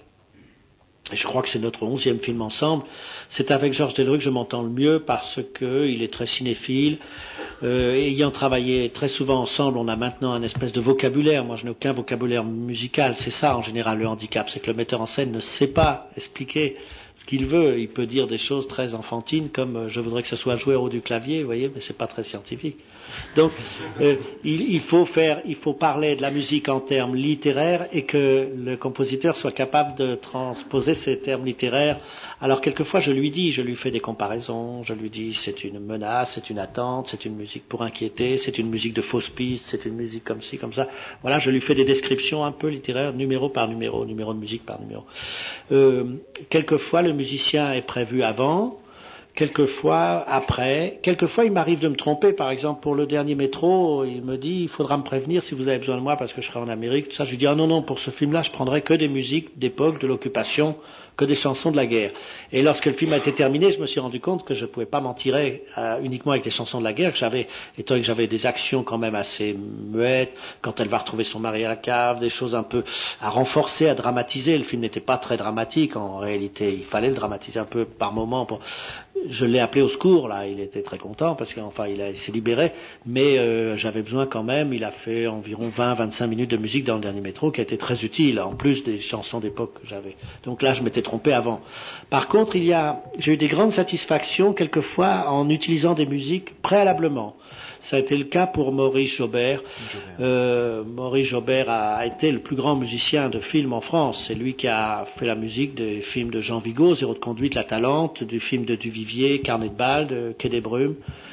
Et je crois que c'est notre onzième film ensemble. C'est avec Georges Delrue que je m'entends le mieux parce que il est très cinéphile. Euh, ayant travaillé très souvent ensemble, on a maintenant un espèce de vocabulaire. Moi, je n'ai aucun vocabulaire musical. C'est ça, en général, le handicap. C'est que le metteur en scène ne sait pas expliquer ce qu'il veut. Il peut dire des choses très enfantines comme euh, je voudrais que ce soit joué au haut du clavier, vous voyez, mais c'est pas très scientifique. Donc, euh, il, il faut faire, il faut parler de la musique en termes littéraires et que le compositeur soit capable de transposer ces termes littéraires. Alors, quelquefois, je lui dis, je lui fais des comparaisons, je lui dis c'est une menace, c'est une attente, c'est une musique pour inquiéter, c'est une musique de fausse piste, c'est une musique comme ci, comme ça. Voilà, je lui fais des descriptions un peu littéraires, numéro par numéro, numéro de musique par numéro. Euh, quelquefois, le musicien est prévu avant. Quelquefois, après, quelquefois il m'arrive de me tromper, par exemple pour le dernier métro, il me dit il faudra me prévenir si vous avez besoin de moi parce que je serai en Amérique, tout ça. Je lui dis ah non non, pour ce film-là je prendrai que des musiques d'époque, de l'occupation, que des chansons de la guerre. Et lorsque le film a été terminé, je me suis rendu compte que je ne pouvais pas m'en tirer euh, uniquement avec les chansons de la guerre, que j'avais, étant donné que j'avais des actions quand même assez muettes, quand elle va retrouver son mari à la cave, des choses un peu à renforcer, à dramatiser. Le film n'était pas très dramatique, en réalité, il fallait le dramatiser un peu par moment. Pour... Je l'ai appelé au secours, là, il était très content, parce qu'enfin, il, a, il s'est libéré, mais euh, j'avais besoin quand même, il a fait environ vingt à vingt-cinq minutes de musique dans le dernier métro, qui a été très utile, en plus des chansons d'époque que j'avais. Donc là, je m'étais trompé avant. Par contre, il y a, j'ai eu des grandes satisfactions, quelquefois, en utilisant des musiques préalablement. Ça a été le cas pour Maurice Jaubert. Euh, Maurice Jaubert a, a été le plus grand musicien de film en France. C'est lui qui a fait la musique des films de Jean Vigo, Zéro de conduite, La Talente, du film de Duvivier, Carnet de balles, de Quai des Brumes.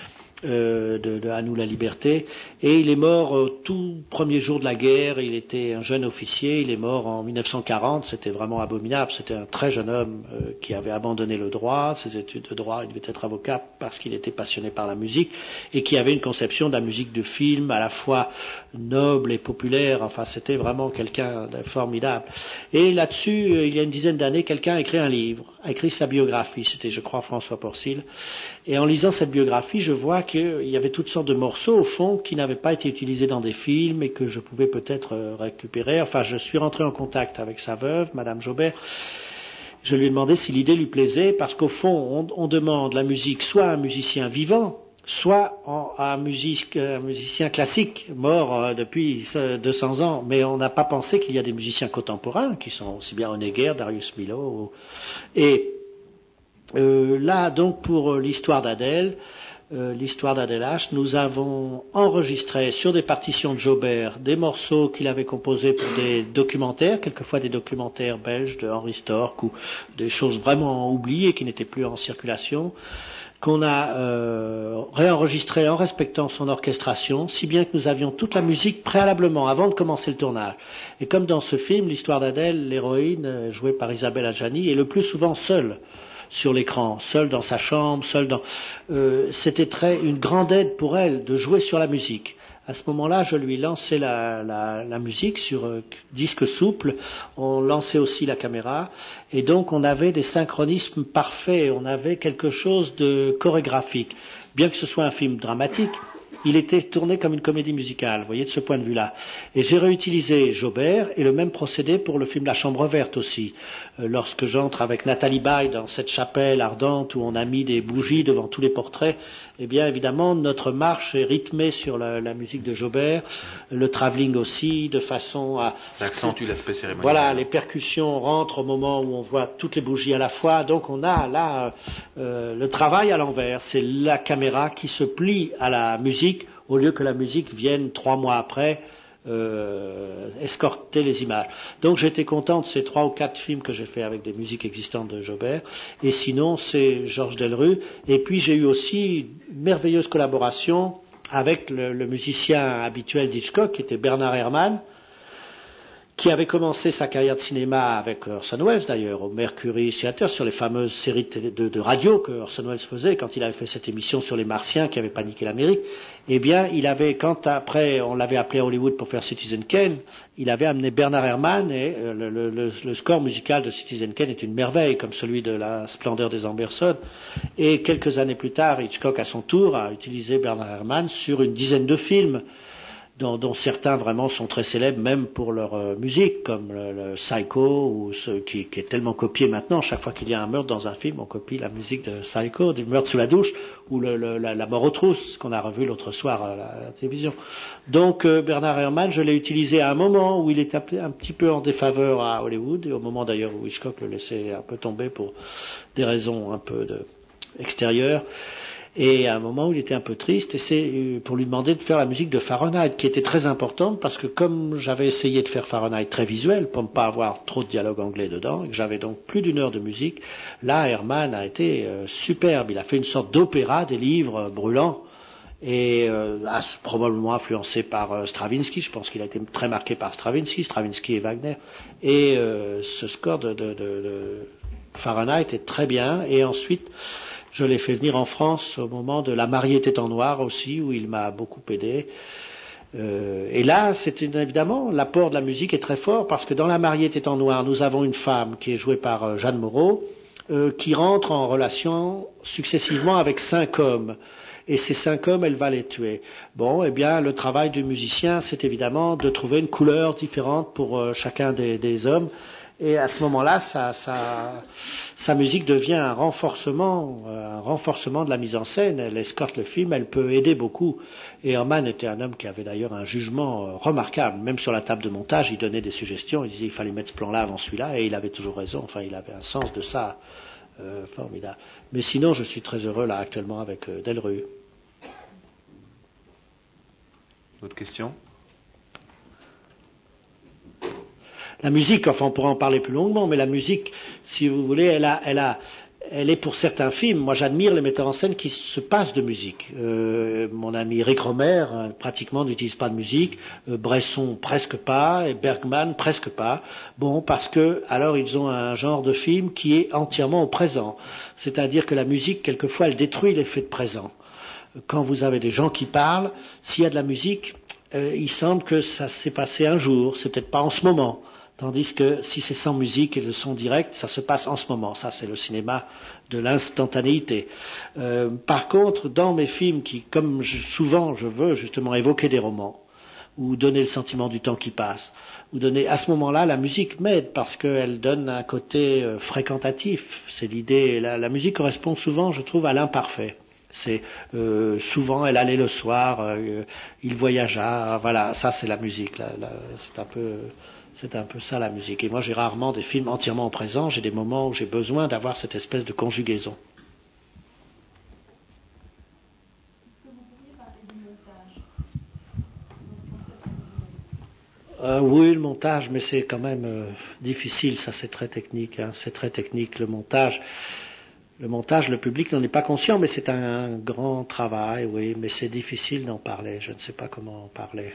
Euh, de, de À nous la liberté, et il est mort euh, tout premier jour de la guerre. Il était un jeune officier, il est mort en dix-neuf cent quarante. C'était vraiment abominable, c'était un très jeune homme euh, qui avait abandonné le droit, ses études de droit, il devait être avocat parce qu'il était passionné par la musique, et qui avait une conception de la musique de film à la fois noble et populaire. Enfin, c'était vraiment quelqu'un de formidable. Et là-dessus, euh, il y a une dizaine d'années, quelqu'un a écrit un livre, a écrit sa biographie, c'était je crois François Porcil, et en lisant cette biographie, je vois qu'il y avait toutes sortes de morceaux, au fond, qui n'avaient pas été utilisés dans des films et que je pouvais peut-être récupérer. Enfin, je suis rentré en contact avec sa veuve, Madame Jaubert. Je lui ai demandé si l'idée lui plaisait, parce qu'au fond, on, on demande la musique soit à un musicien vivant, soit en, à un, musique, un musicien classique, mort euh, depuis deux cents ans. Mais on n'a pas pensé qu'il y a des musiciens contemporains, qui sont aussi bien Honegger, Darius Milhaud. Ou... Et euh, là, donc, pour l'histoire d'Adèle, Euh, l'histoire d'Adèle H, nous avons enregistré sur des partitions de Jaubert des morceaux qu'il avait composés pour des documentaires, quelquefois des documentaires belges de Henri Storck, ou des choses vraiment oubliées qui n'étaient plus en circulation, qu'on a euh, réenregistré en respectant son orchestration, si bien que nous avions toute la musique préalablement, avant de commencer le tournage. Et comme dans ce film, l'histoire d'Adèle, l'héroïne, jouée par Isabelle Adjani, est le plus souvent seule sur l'écran, seule dans sa chambre, seule dans... Euh, c'était très une grande aide pour elle de jouer sur la musique. À ce moment-là, je lui lançais la, la, la musique sur euh, disque souple, on lançait aussi la caméra, et donc on avait des synchronismes parfaits, on avait quelque chose de chorégraphique. Bien que ce soit un film dramatique, il était tourné comme une comédie musicale, vous voyez, de ce point de vue-là. Et j'ai réutilisé Jaubert, et le même procédé pour le film La Chambre verte aussi. Euh, lorsque j'entre avec Nathalie Baye dans cette chapelle ardente où on a mis des bougies devant tous les portraits, eh bien évidemment notre marche est rythmée sur la, la musique de Jaubert, le travelling aussi, de façon à... Ça accentue l'aspect cérémoniel. Voilà, les percussions rentrent au moment où on voit toutes les bougies à la fois, donc on a là euh, le travail à l'envers, c'est la caméra qui se plie à la musique au lieu que la musique vienne trois mois après euh, escorter les images. Donc j'étais content de ces trois ou quatre films que j'ai fait avec des musiques existantes de Jaubert, et sinon c'est Georges Delrue, et puis j'ai eu aussi une merveilleuse collaboration avec le, le musicien habituel d'Hitchcock, qui était Bernard Herrmann, qui avait commencé sa carrière de cinéma avec Orson Welles d'ailleurs, au Mercury Theatre, sur les fameuses séries de, de, de radio que Orson Welles faisait quand il avait fait cette émission sur les Martiens qui avaient paniqué l'Amérique. Eh bien, il avait, quand après on l'avait appelé à Hollywood pour faire Citizen Kane, il avait amené Bernard Herrmann, et le, le, le, le score musical de Citizen Kane est une merveille, comme celui de La Splendeur des Amberson. Et quelques années plus tard, Hitchcock à son tour a utilisé Bernard Herrmann sur une dizaine de films, Dont, dont certains vraiment sont très célèbres même pour leur euh, musique, comme le, le Psycho, ou ce qui, qui est tellement copié maintenant. Chaque fois qu'il y a un meurtre dans un film, on copie la musique de Psycho, du meurtre sous la douche, ou le, le, la, la mort aux trousses, qu'on a revu l'autre soir à la, à la télévision. Donc euh, Bernard Herrmann, je l'ai utilisé à un moment où il était un petit peu en défaveur à Hollywood, et au moment d'ailleurs où Hitchcock le laissait un peu tomber pour des raisons un peu de, extérieures. Et à un moment où il était un peu triste, et c'est pour lui demander de faire la musique de Fahrenheit, qui était très importante, parce que comme j'avais essayé de faire Fahrenheit très visuel, pour ne pas avoir trop de dialogue anglais dedans, et que j'avais donc plus d'une heure de musique, là, Herrmann a été euh, superbe. Il a fait une sorte d'opéra des livres brûlants, et euh, a probablement influencé par euh, Stravinsky. Je pense qu'il a été très marqué par Stravinsky, Stravinsky et Wagner. Et euh, ce score de, de, de, de Fahrenheit est très bien, et ensuite... Je l'ai fait venir en France au moment de La mariée était en noir aussi, où il m'a beaucoup aidé. Euh, et là, c'est une, évidemment, l'apport de la musique est très fort parce que dans La mariée était en noir, nous avons une femme qui est jouée par euh, Jeanne Moreau, euh, qui rentre en relation successivement avec cinq hommes. Et ces cinq hommes, elle va les tuer. Bon, eh bien, le travail du musicien, c'est évidemment de trouver une couleur différente pour euh, chacun des, des hommes. Et à ce moment-là, sa, sa, sa musique devient un renforcement, un renforcement de la mise en scène. Elle escorte le film, elle peut aider beaucoup. Et Herman était un homme qui avait d'ailleurs un jugement remarquable. Même sur la table de montage, il donnait des suggestions. Il disait il fallait mettre ce plan-là avant celui-là, et il avait toujours raison. Enfin, il avait un sens de ça euh, formidable. Mais sinon, je suis très heureux là actuellement avec euh, Delru. D'autres questions? La musique, enfin on pourra en parler plus longuement, mais la musique, si vous voulez, elle a, elle a, elle est pour certains films. Moi, j'admire les metteurs en scène qui se passent de musique. Euh, mon ami Rick Romer, euh, pratiquement n'utilise pas de musique. Euh, Bresson, presque pas. Et Bergman, presque pas. Bon, parce que alors ils ont un genre de film qui est entièrement au présent. C'est-à-dire que la musique, quelquefois, elle détruit l'effet de présent. Quand vous avez des gens qui parlent, s'il y a de la musique, euh, il semble que ça s'est passé un jour. C'est peut-être pas en ce moment. Tandis que si c'est sans musique et le son direct, ça se passe en ce moment. Ça, c'est le cinéma de l'instantanéité. Euh, par contre, dans mes films qui, comme je, souvent je veux justement évoquer des romans, ou donner le sentiment du temps qui passe, ou donner, à ce moment-là, la musique m'aide parce qu'elle donne un côté euh, fréquentatif. C'est l'idée, la, la musique correspond souvent, je trouve, à l'imparfait. C'est euh, souvent, elle allait le soir, euh, il voyagea, voilà, ça c'est la musique. Là, là, c'est un peu... C'est un peu ça la musique. Et moi j'ai rarement des films entièrement au présent, j'ai des moments où j'ai besoin d'avoir cette espèce de conjugaison. Est-ce que vous pourriez parler du montage? euh, Oui, le montage, mais c'est quand même euh, difficile, ça c'est très technique, hein, c'est très technique le montage. Le montage, le public n'en est pas conscient, mais c'est un, un grand travail, oui, mais c'est difficile d'en parler, je ne sais pas comment en parler.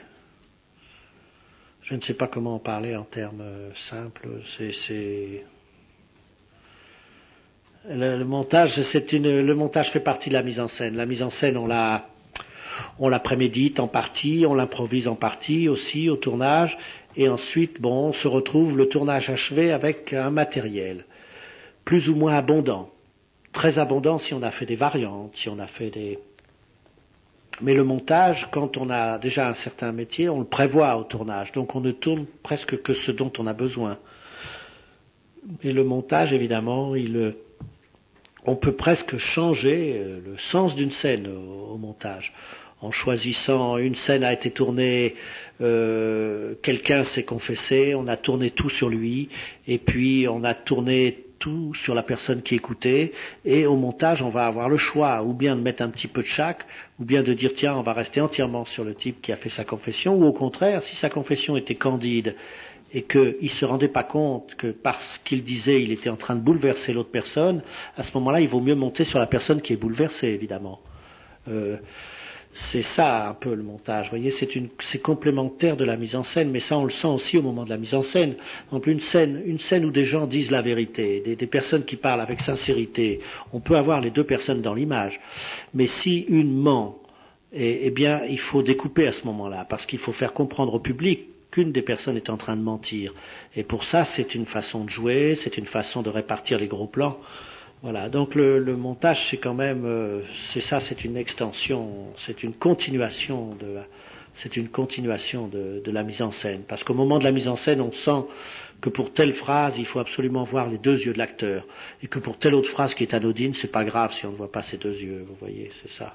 Je ne sais pas comment en parler en termes simples. C'est, c'est... Le, le montage, c'est une. Le montage fait partie de la mise en scène. La mise en scène, on la, on la prémédite en partie, on l'improvise en partie aussi au tournage, et ensuite, bon, on se retrouve le tournage achevé avec un matériel plus ou moins abondant, très abondant si on a fait des variantes, si on a fait des. Mais le montage, quand on a déjà un certain métier, on le prévoit au tournage. Donc on ne tourne presque que ce dont on a besoin. Et le montage, évidemment, il, on peut presque changer le sens d'une scène au, au montage. En choisissant, une scène a été tournée, euh, quelqu'un s'est confessé, on a tourné tout sur lui, et puis on a tourné tout sur la personne qui écoutait, et au montage on va avoir le choix, ou bien de mettre un petit peu de chaque, ou bien de dire tiens on va rester entièrement sur le type qui a fait sa confession, ou au contraire, si sa confession était candide, et qu'il ne se rendait pas compte que parce qu'il disait il était en train de bouleverser l'autre personne, à ce moment-là il vaut mieux monter sur la personne qui est bouleversée, évidemment. Euh, c'est ça un peu le montage, vous voyez, c'est, une, c'est complémentaire de la mise en scène, mais ça on le sent aussi au moment de la mise en scène. Donc une scène, une scène où des gens disent la vérité, des, des personnes qui parlent avec sincérité, on peut avoir les deux personnes dans l'image, mais si une ment, eh, eh bien il faut découper à ce moment-là, parce qu'il faut faire comprendre au public qu'une des personnes est en train de mentir. Et pour ça c'est une façon de jouer, c'est une façon de répartir les gros plans. Voilà, donc le, le montage, c'est quand même, euh, c'est ça, c'est une extension, c'est une continuation de la, c'est une continuation de, de la mise en scène. Parce qu'au moment de la mise en scène, on sent que pour telle phrase, il faut absolument voir les deux yeux de l'acteur, et que pour telle autre phrase qui est anodine, c'est pas grave si on ne voit pas ses deux yeux. Vous voyez, c'est ça.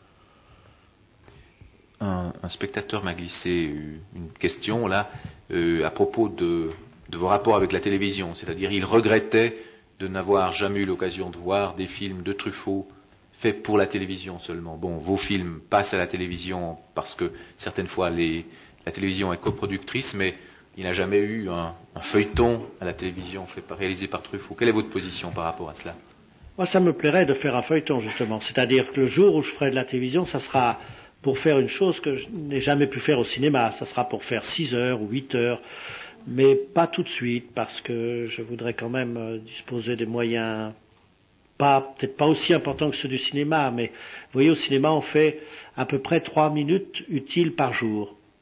Un, un spectateur m'a glissé une question là euh, à propos de, de vos rapports avec la télévision, c'est-à-dire il regrettait de n'avoir jamais eu l'occasion de voir des films de Truffaut faits pour la télévision seulement. Bon, vos films passent à la télévision parce que certaines fois les, la télévision est coproductrice, mais il n'a jamais eu un, un feuilleton à la télévision fait, réalisé par Truffaut. Quelle est votre position par rapport à cela? Moi, ça me plairait de faire un feuilleton, justement. C'est-à-dire que le jour où je ferai de la télévision, ça sera pour faire une chose que je n'ai jamais pu faire au cinéma. Ça sera pour faire six heures ou huit heures. Mais pas tout de suite, parce que je voudrais quand même euh, disposer des moyens, pas, peut-être pas aussi importants que ceux du cinéma, mais vous voyez, au cinéma, on fait à peu près trois minutes utiles par jour.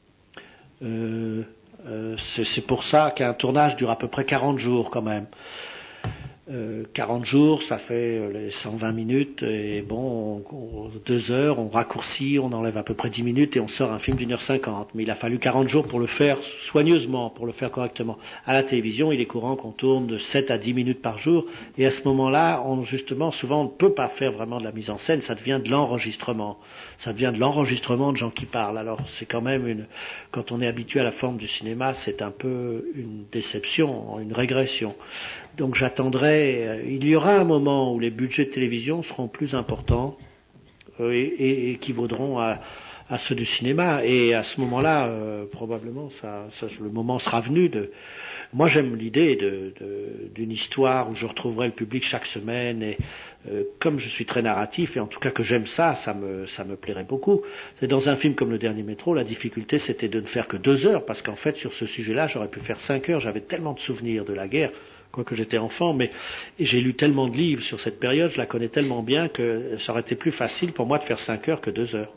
Euh, euh, c'est, c'est pour ça qu'un tournage dure à peu près quarante jours quand même. Euh, quarante jours, ça fait les cent vingt minutes, et bon, on, on, deux heures, on raccourcit, on enlève à peu près dix minutes et on sort un film d'une heure cinquante. Mais il a fallu quarante jours pour le faire soigneusement, pour le faire correctement. À la télévision, il est courant qu'on tourne de sept à dix minutes par jour, et à ce moment-là, on, justement, souvent, on ne peut pas faire vraiment de la mise en scène, ça devient de l'enregistrement. Ça devient de l'enregistrement de gens qui parlent. Alors, c'est quand même une, quand on est habitué à la forme du cinéma, c'est un peu une déception, une régression. Donc j'attendrai, il y aura un moment où les budgets de télévision seront plus importants euh, et, et équivaudront à, à ceux du cinéma. Et à ce moment-là, euh, probablement, ça, ça, le moment sera venu de... Moi, j'aime l'idée de, de, d'une histoire où je retrouverai le public chaque semaine. Et euh, comme je suis très narratif, et en tout cas que j'aime ça, ça me, ça me plairait beaucoup. C'est dans un film comme Le Dernier Métro, la difficulté, c'était de ne faire que deux heures, parce qu'en fait, sur ce sujet-là, j'aurais pu faire cinq heures. J'avais tellement de souvenirs de la guerre, quoique j'étais enfant, mais et j'ai lu tellement de livres sur cette période, je la connais tellement bien que ça aurait été plus facile pour moi de faire cinq heures que deux heures.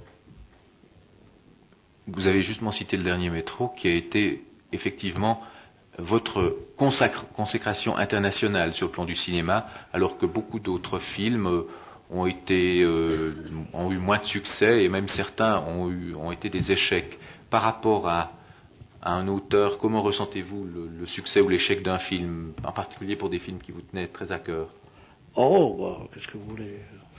Vous avez justement cité Le Dernier Métro, qui a été effectivement votre consacre, consécration internationale sur le plan du cinéma, alors que beaucoup d'autres films ont été euh, ont eu moins de succès, et même certains ont eu ont été des échecs. Par rapport à à un auteur, comment ressentez-vous le, le succès ou l'échec d'un film, en particulier pour des films qui vous tenaient très à cœur? Oh, bah, qu'est-ce que vous voulez?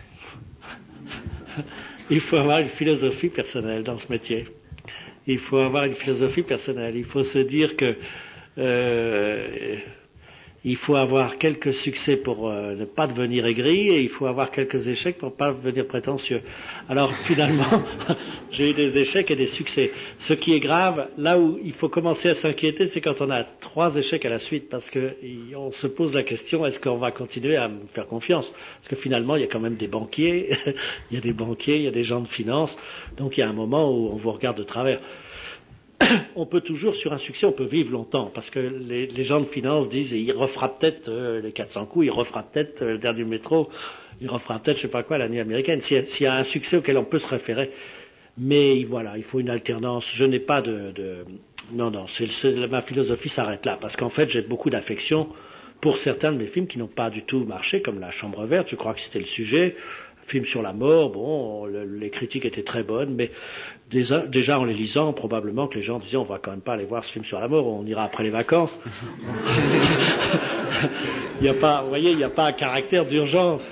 Il faut avoir une philosophie personnelle dans ce métier. Il faut avoir une philosophie personnelle. Il faut se dire que euh, il faut avoir quelques succès pour euh, ne pas devenir aigri, et il faut avoir quelques échecs pour ne pas devenir prétentieux. Alors finalement, j'ai eu des échecs et des succès. Ce qui est grave, là où il faut commencer à s'inquiéter, c'est quand on a trois échecs à la suite, parce que on se pose la question, est-ce qu'on va continuer à me faire confiance? Parce que finalement, il y a quand même des banquiers, il y a des banquiers, il y a des gens de finance, donc il y a un moment où on vous regarde de travers. On peut toujours, sur un succès, on peut vivre longtemps, parce que les, les gens de finance disent, il refera peut-être euh, les quatre cents coups, il refera peut-être euh, Le Dernier Métro, il refera peut-être, je sais pas quoi, La Nuit américaine, s'il, s'il y a un succès auquel on peut se référer. Mais voilà, il faut une alternance. Je n'ai pas de... de non, non, c'est, c'est, ma philosophie s'arrête là, parce qu'en fait, j'ai beaucoup d'affection pour certains de mes films qui n'ont pas du tout marché, comme La Chambre verte, je crois que c'était le sujet. Film sur la mort, bon, le, les critiques étaient très bonnes, mais déjà, déjà en les lisant, probablement que les gens disaient, on va quand même pas aller voir ce film sur la mort, on ira après les vacances. Il y a pas, vous voyez, il n'y a pas un caractère d'urgence.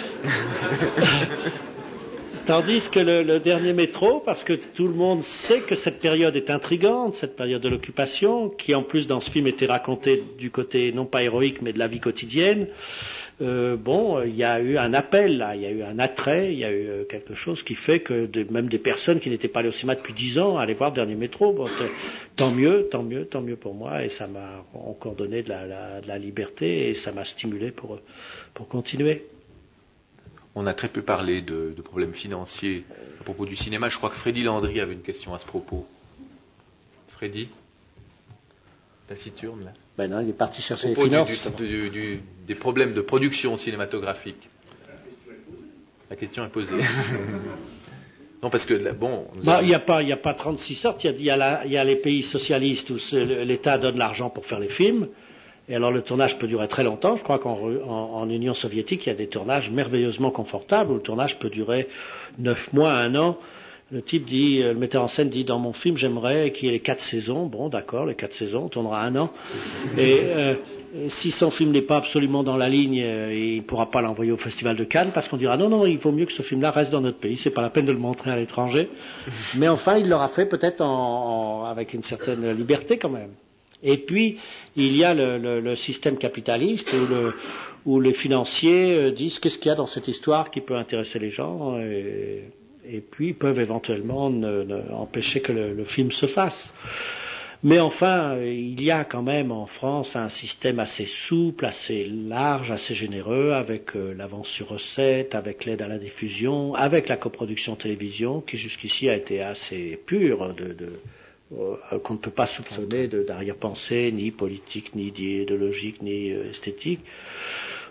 Tandis que le, le Dernier Métro, parce que tout le monde sait que cette période est intrigante, cette période de l'occupation, qui en plus dans ce film était racontée du côté non pas héroïque, mais de la vie quotidienne. Euh, bon, il y a eu un appel là, il y a eu un attrait, il y a eu euh, quelque chose qui fait que de, même des personnes qui n'étaient pas allées au cinéma depuis dix ans allaient voir le Dernier Métro. Bon, tant mieux, tant mieux, tant mieux pour moi, et ça m'a encore donné de la, la, de la liberté, et ça m'a stimulé pour, pour continuer. On a très peu parlé de, de problèmes financiers à propos du cinéma. Je crois que Freddy Landry avait une question à ce propos. Freddy, taciturne là. Ben non, il est parti chercher les du, finances. du, du, du, des problèmes de production cinématographique. La question est posée. Non, parce que là, bon. Bah, il n'y a pas, il y a pas trente-six sortes. Il y a, il y a, la, il y a les pays socialistes où l'État donne l'argent pour faire les films. Et alors le tournage peut durer très longtemps. Je crois qu'en en, en Union soviétique, il y a des tournages merveilleusement confortables où le tournage peut durer neuf mois, un an. Le type dit, le metteur en scène dit, dans mon film, j'aimerais qu'il y ait les quatre saisons. Bon, d'accord, les quatre saisons, on tournera un an. Et, euh, et si son film n'est pas absolument dans la ligne, euh, il ne pourra pas l'envoyer au Festival de Cannes, parce qu'on dira, non, non, il vaut mieux que ce film-là reste dans notre pays, c'est pas la peine de le montrer à l'étranger. Mais enfin, il l'aura fait peut-être en, en, avec une certaine liberté quand même. Et puis, il y a le, le, le système capitaliste où, le, où les financiers euh, disent, qu'est-ce qu'il y a dans cette histoire qui peut intéresser les gens, et, et puis peuvent éventuellement ne, ne empêcher que le, le film se fasse. Mais enfin, il y a quand même en France un système assez souple, assez large, assez généreux, avec euh, l'avance sur recette, avec l'aide à la diffusion, avec la coproduction télévision, qui jusqu'ici a été assez pure, de, de, euh, qu'on ne peut pas soupçonner de, d'arrière-pensée, ni politique, ni idéologique, ni euh, esthétique.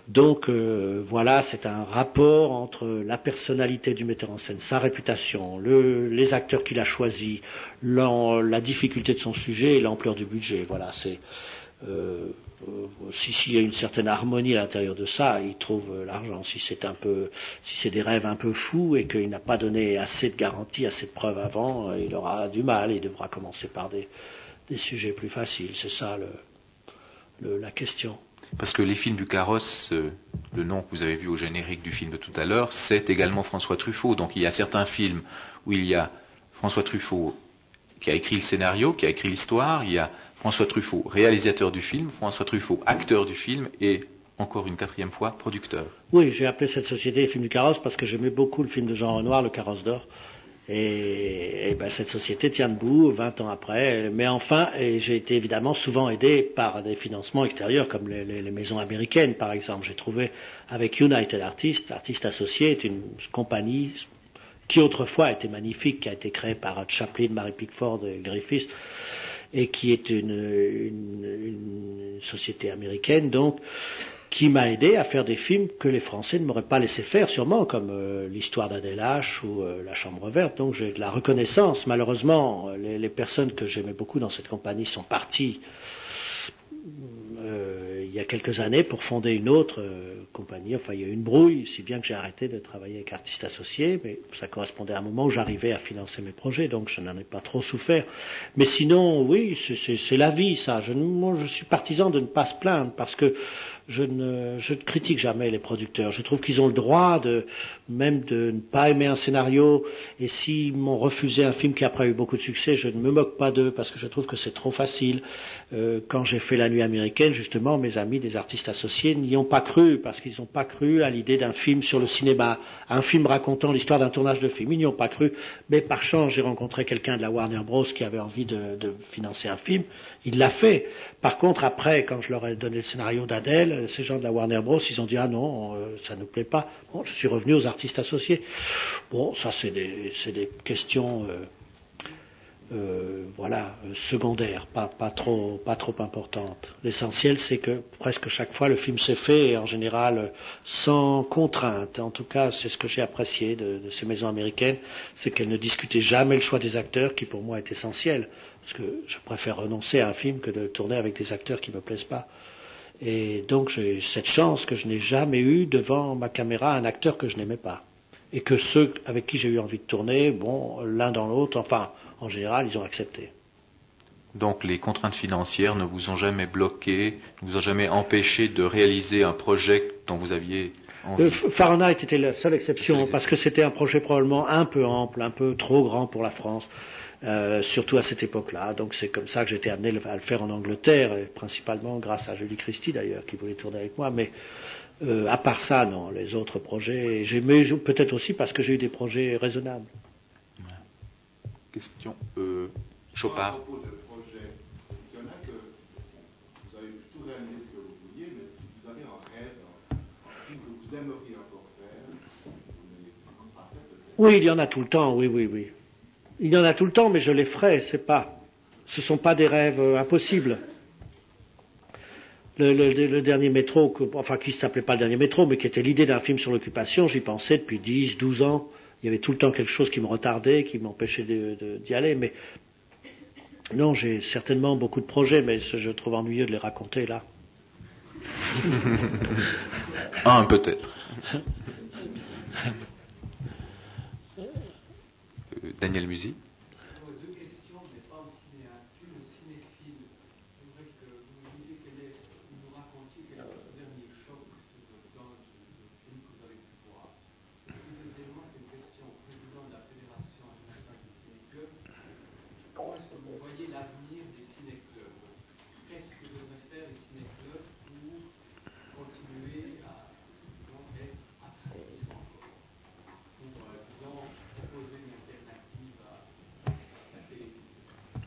Donc euh, voilà, c'est un rapport entre la personnalité du metteur en scène, sa réputation, le, les acteurs qu'il a choisis, la difficulté de son sujet et l'ampleur du budget. Voilà, c'est euh, euh, si s'il y a une certaine harmonie à l'intérieur de ça, il trouve euh, l'argent. Si c'est un peu, si c'est des rêves un peu fous et qu'il n'a pas donné assez de garanties, assez de preuves avant, euh, il aura du mal. Il devra commencer par des, des sujets plus faciles. C'est ça le, le, la question. Parce que les films du carrosse, euh, le nom que vous avez vu au générique du film de tout à l'heure, c'est également François Truffaut. Donc il y a certains films où il y a François Truffaut qui a écrit le scénario, qui a écrit l'histoire, il y a François Truffaut, réalisateur du film, François Truffaut, acteur du film, et encore une quatrième fois, producteur. Oui, j'ai appelé cette société les films du carrosse parce que j'aimais beaucoup le film de Jean Renoir, Le Carrosse d'Or. Et, et ben, cette société tient debout vingt ans après. Mais enfin, et j'ai été évidemment souvent aidé par des financements extérieurs comme les, les, les maisons américaines, par exemple. J'ai trouvé avec United Artists, Artistes Associés, est une compagnie qui autrefois était magnifique, qui a été créée par Chaplin, Mary Pickford et Griffiths, et qui est une, une, une société américaine, donc, qui m'a aidé à faire des films que les Français ne m'auraient pas laissé faire, sûrement, comme euh, l'histoire d'Adèle H ou euh, La Chambre verte. Donc j'ai de la reconnaissance. Malheureusement, les, les personnes que j'aimais beaucoup dans cette compagnie sont parties euh, il y a quelques années pour fonder une autre euh, compagnie. Enfin, il y a eu une brouille, si bien que j'ai arrêté de travailler avec Artistes Associés, mais ça correspondait à un moment où j'arrivais à financer mes projets, donc je n'en ai pas trop souffert. Mais sinon, oui, c'est, c'est, c'est la vie, ça. Je, moi, je suis partisan de ne pas se plaindre, parce que je ne, je ne critique jamais les producteurs. Je trouve qu'ils ont le droit de, même de ne pas aimer un scénario, et s'ils m'ont refusé un film qui après a eu beaucoup de succès, je ne me moque pas d'eux, parce que je trouve que c'est trop facile. Euh, quand j'ai fait La Nuit américaine, justement, mes amis des Artistes Associés n'y ont pas cru, parce qu'ils n'ont pas cru à l'idée d'un film sur le cinéma, un film racontant l'histoire d'un tournage de film. Ils n'y ont pas cru, mais par chance, j'ai rencontré quelqu'un de la Warner Bros. Qui avait envie de, de financer un film. Il l'a fait. Par contre, après, quand je leur ai donné le scénario d'Adèle, ces gens de la Warner Bros, ils ont dit « Ah non, euh, ça ne nous plaît pas ». Bon, je suis revenu aux Artistes Associés. Bon, ça, c'est des, c'est des questions... Euh, Euh, voilà, euh, secondaire, pas, pas trop, pas trop importante. L'essentiel, c'est que presque chaque fois le film s'est fait, et en général sans contrainte. En tout cas, c'est ce que j'ai apprécié de, de ces maisons américaines, c'est qu'elles ne discutaient jamais le choix des acteurs, qui pour moi est essentiel, parce que je préfère renoncer à un film que de tourner avec des acteurs qui me plaisent pas. Et donc j'ai cette chance que je n'ai jamais eu devant ma caméra un acteur que je n'aimais pas, et que ceux avec qui j'ai eu envie de tourner, bon, l'un dans l'autre, enfin. En général, ils ont accepté. Donc les contraintes financières ne vous ont jamais bloqué, ne vous ont jamais empêché de réaliser un projet dont vous aviez envie? Euh, Fahrenheit était la seule exception, parce que c'était un projet probablement un peu ample, un peu trop grand pour la France, euh, surtout à cette époque-là. Donc c'est comme ça que j'étais amené à le faire en Angleterre, et principalement grâce à Julie Christie d'ailleurs, qui voulait tourner avec moi. Mais euh, à part ça, non, les autres projets, j'aimais peut-être aussi parce que j'ai eu des projets raisonnables. Question euh, Chopard. À propos des projets, est-ce qu'il y en a que vous avez tout réalisé ce que vous vouliez, mais est-ce que vous avez un rêve, un film que vous aimeriez encore faire, vous n'avez pas fait peut-être? Oui, il y en a tout le temps, oui, oui, oui. Il y en a tout le temps, mais je les ferai, c'est pas, ce sont pas des rêves euh, impossibles. Le, le, le dernier métro, que, enfin qui ne s'appelait pas le dernier métro, mais qui était l'idée d'un film sur l'occupation, j'y pensais depuis dix, douze ans. Il y avait tout le temps quelque chose qui me retardait, qui m'empêchait de, de, d'y aller. Mais non, j'ai certainement beaucoup de projets, mais je trouve ennuyeux de les raconter là. Un peut-être. euh, Daniel Musy. Deux questions, mais pas au cinéaste. Une, au cinéphile. J'aimerais que vous me disiez quel est, vous nous racontiez quel est votre dernier choc dans le film que vous avez pu voir. Deuxièmement, c'est une question au président de la Fédération internationale des ciné-clubs. Comment est-ce que vous voyez l'avenir des ciné-clubs? Qu'est-ce que devraient faire les ciné-clubs pour continuer à, disons, être attractifs encore, pour, euh, disons, proposer une alternative à la télévision?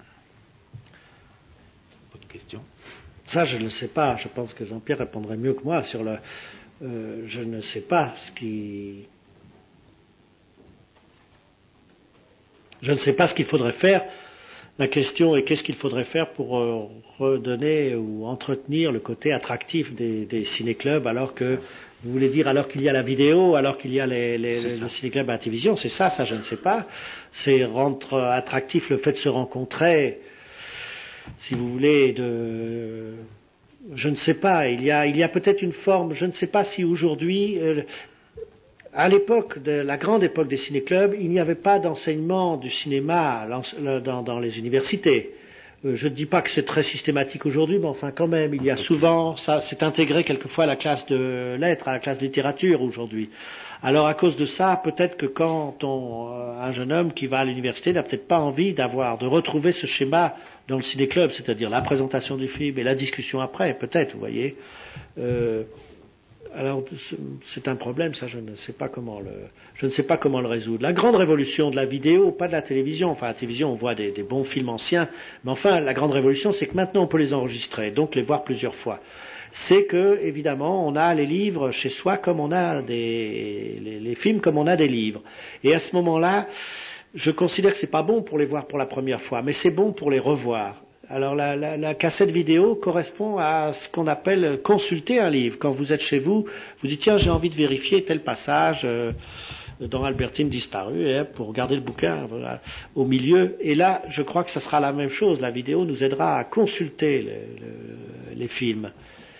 Bonne question. Ça, je ne sais pas. Je pense que Jean-Pierre répondrait mieux que moi sur le... Euh, je ne sais pas ce qui... Je ne sais pas ce qu'il faudrait faire La question est qu'est-ce qu'il faudrait faire pour euh, redonner ou entretenir le côté attractif des, des ciné-clubs, alors que, vous voulez dire, alors qu'il y a la vidéo, alors qu'il y a les, les, les, les ciné-clubs à la télévision, c'est ça, ça je ne sais pas. C'est rendre attractif le fait de se rencontrer, si vous voulez, de... Je ne sais pas, il y a, il y a peut-être une forme, je ne sais pas si aujourd'hui... Euh, À l'époque de la grande époque des ciné-clubs, il n'y avait pas d'enseignement du cinéma dans, dans les universités. Euh, je ne dis pas que c'est très systématique aujourd'hui, mais enfin quand même, il y a souvent, ça c'est intégré quelquefois à la classe de lettres, à la classe de littérature aujourd'hui. Alors à cause de ça, peut-être que quand on, euh, un jeune homme qui va à l'université n'a peut-être pas envie d'avoir, de retrouver ce schéma dans le ciné-club, c'est-à-dire la présentation du film et la discussion après, peut-être, vous voyez. Euh, Alors c'est un problème, ça je ne sais pas comment le, je ne sais pas comment le résoudre. La grande révolution de la vidéo, pas de la télévision. Enfin, à la télévision on voit des, des bons films anciens, mais enfin la grande révolution c'est que maintenant on peut les enregistrer, donc les voir plusieurs fois. C'est que évidemment on a les livres chez soi comme on a des, les, les films comme on a des livres. Et à ce moment-là, je considère que c'est pas bon pour les voir pour la première fois, mais c'est bon pour les revoir. Alors la, la, la cassette vidéo correspond à ce qu'on appelle consulter un livre. Quand vous êtes chez vous, vous dites tiens j'ai envie de vérifier tel passage euh, dans Albertine disparue, et pour regarder le bouquin voilà, au milieu. Et là, je crois que ça sera la même chose. La vidéo nous aidera à consulter le, le, les films.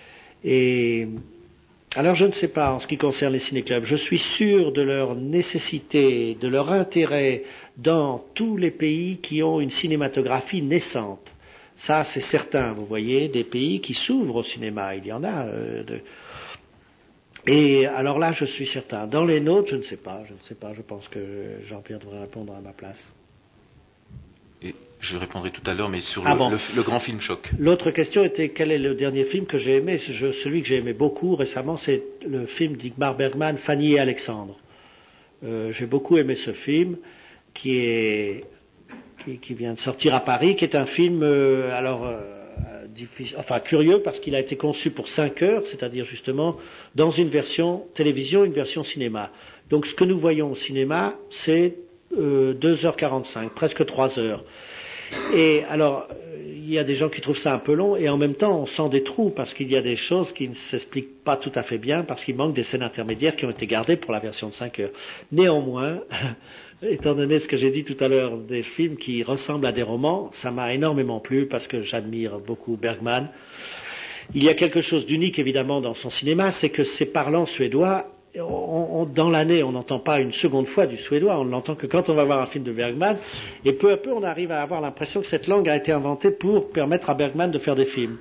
Et alors je ne sais pas en ce qui concerne les ciné-clubs. Je suis sûr de leur nécessité, de leur intérêt dans tous les pays qui ont une cinématographie naissante. Ça, c'est certain, vous voyez, des pays qui s'ouvrent au cinéma, il y en a. Euh, de... Et alors là, je suis certain. Dans les nôtres, je ne sais pas, je ne sais pas, je pense que Jean-Pierre devrait répondre à ma place. Et je répondrai tout à l'heure, mais sur ah le, bon. le, le grand film choc. L'autre question était quel est le dernier film que j'ai aimé. Je, celui que j'ai aimé beaucoup récemment, c'est le film d'Igmar Bergman, Fanny et Alexandre. Euh, j'ai beaucoup aimé ce film, qui est... Qui, qui vient de sortir à Paris, qui est un film, euh, alors, euh, difficile, enfin curieux parce qu'il a été conçu pour cinq heures, c'est-à-dire justement dans une version télévision, une version cinéma. Donc ce que nous voyons au cinéma, c'est euh, deux heures quarante-cinq, presque trois heures. Et alors, il y a des gens qui trouvent ça un peu long, et en même temps, on sent des trous parce qu'il y a des choses qui ne s'expliquent pas tout à fait bien, parce qu'il manque des scènes intermédiaires qui ont été gardées pour la version de cinq heures. Néanmoins, étant donné ce que j'ai dit tout à l'heure des films qui ressemblent à des romans, ça m'a énormément plu parce que j'admire beaucoup Bergman. Il y a quelque chose d'unique évidemment dans son cinéma, c'est que ses parlants suédois, on, on, dans l'année on n'entend pas une seconde fois du suédois, on ne l'entend que quand on va voir un film de Bergman, et peu à peu on arrive à avoir l'impression que cette langue a été inventée pour permettre à Bergman de faire des films.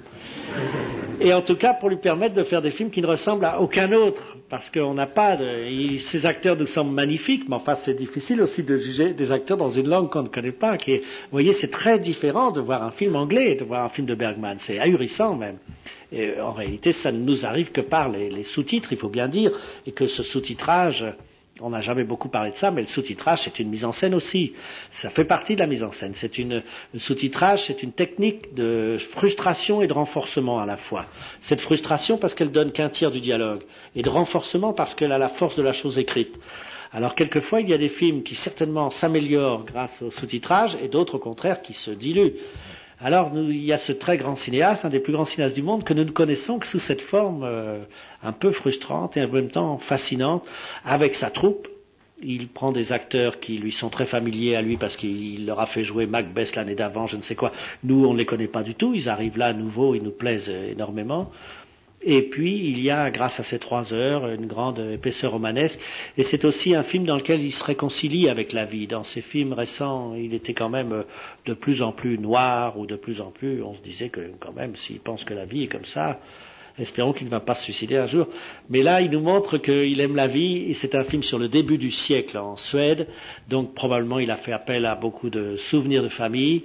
Et en tout cas pour lui permettre de faire des films qui ne ressemblent à aucun autre. Parce qu'on n'a pas de... Il, ces acteurs nous semblent magnifiques, mais enfin c'est difficile aussi de juger des acteurs dans une langue qu'on ne connaît pas. Qui est, vous voyez, c'est très différent de voir un film anglais, de voir un film de Bergman. C'est ahurissant même. Et en réalité, ça ne nous arrive que par les, les sous-titres, il faut bien dire, et que ce sous-titrage... On n'a jamais beaucoup parlé de ça, mais le sous-titrage, c'est une mise en scène aussi. Ça fait partie de la mise en scène. C'est une, le sous-titrage, c'est une technique de frustration et de renforcement à la fois. Cette frustration parce qu'elle donne qu'un tiers du dialogue, et de renforcement parce qu'elle a la force de la chose écrite. Alors quelquefois, il y a des films qui certainement s'améliorent grâce au sous-titrage, et d'autres au contraire qui se diluent. Alors nous, il y a ce très grand cinéaste, un des plus grands cinéastes du monde, que nous ne connaissons que sous cette forme euh, un peu frustrante et en même temps fascinante, avec sa troupe. Il prend des acteurs qui lui sont très familiers à lui parce qu'il leur a fait jouer Macbeth l'année d'avant, je ne sais quoi. Nous, on ne les connaît pas du tout, ils arrivent là à nouveau, ils nous plaisent énormément. Et puis, il y a, grâce à ces trois heures, une grande épaisseur romanesque. Et c'est aussi un film dans lequel il se réconcilie avec la vie. Dans ses films récents, il était quand même de plus en plus noir, ou de plus en plus, on se disait que quand même, s'il pense que la vie est comme ça, espérons qu'il ne va pas se suicider un jour. Mais là, il nous montre qu'il aime la vie, et c'est un film sur le début du siècle en Suède. Donc, probablement, il a fait appel à beaucoup de souvenirs de famille.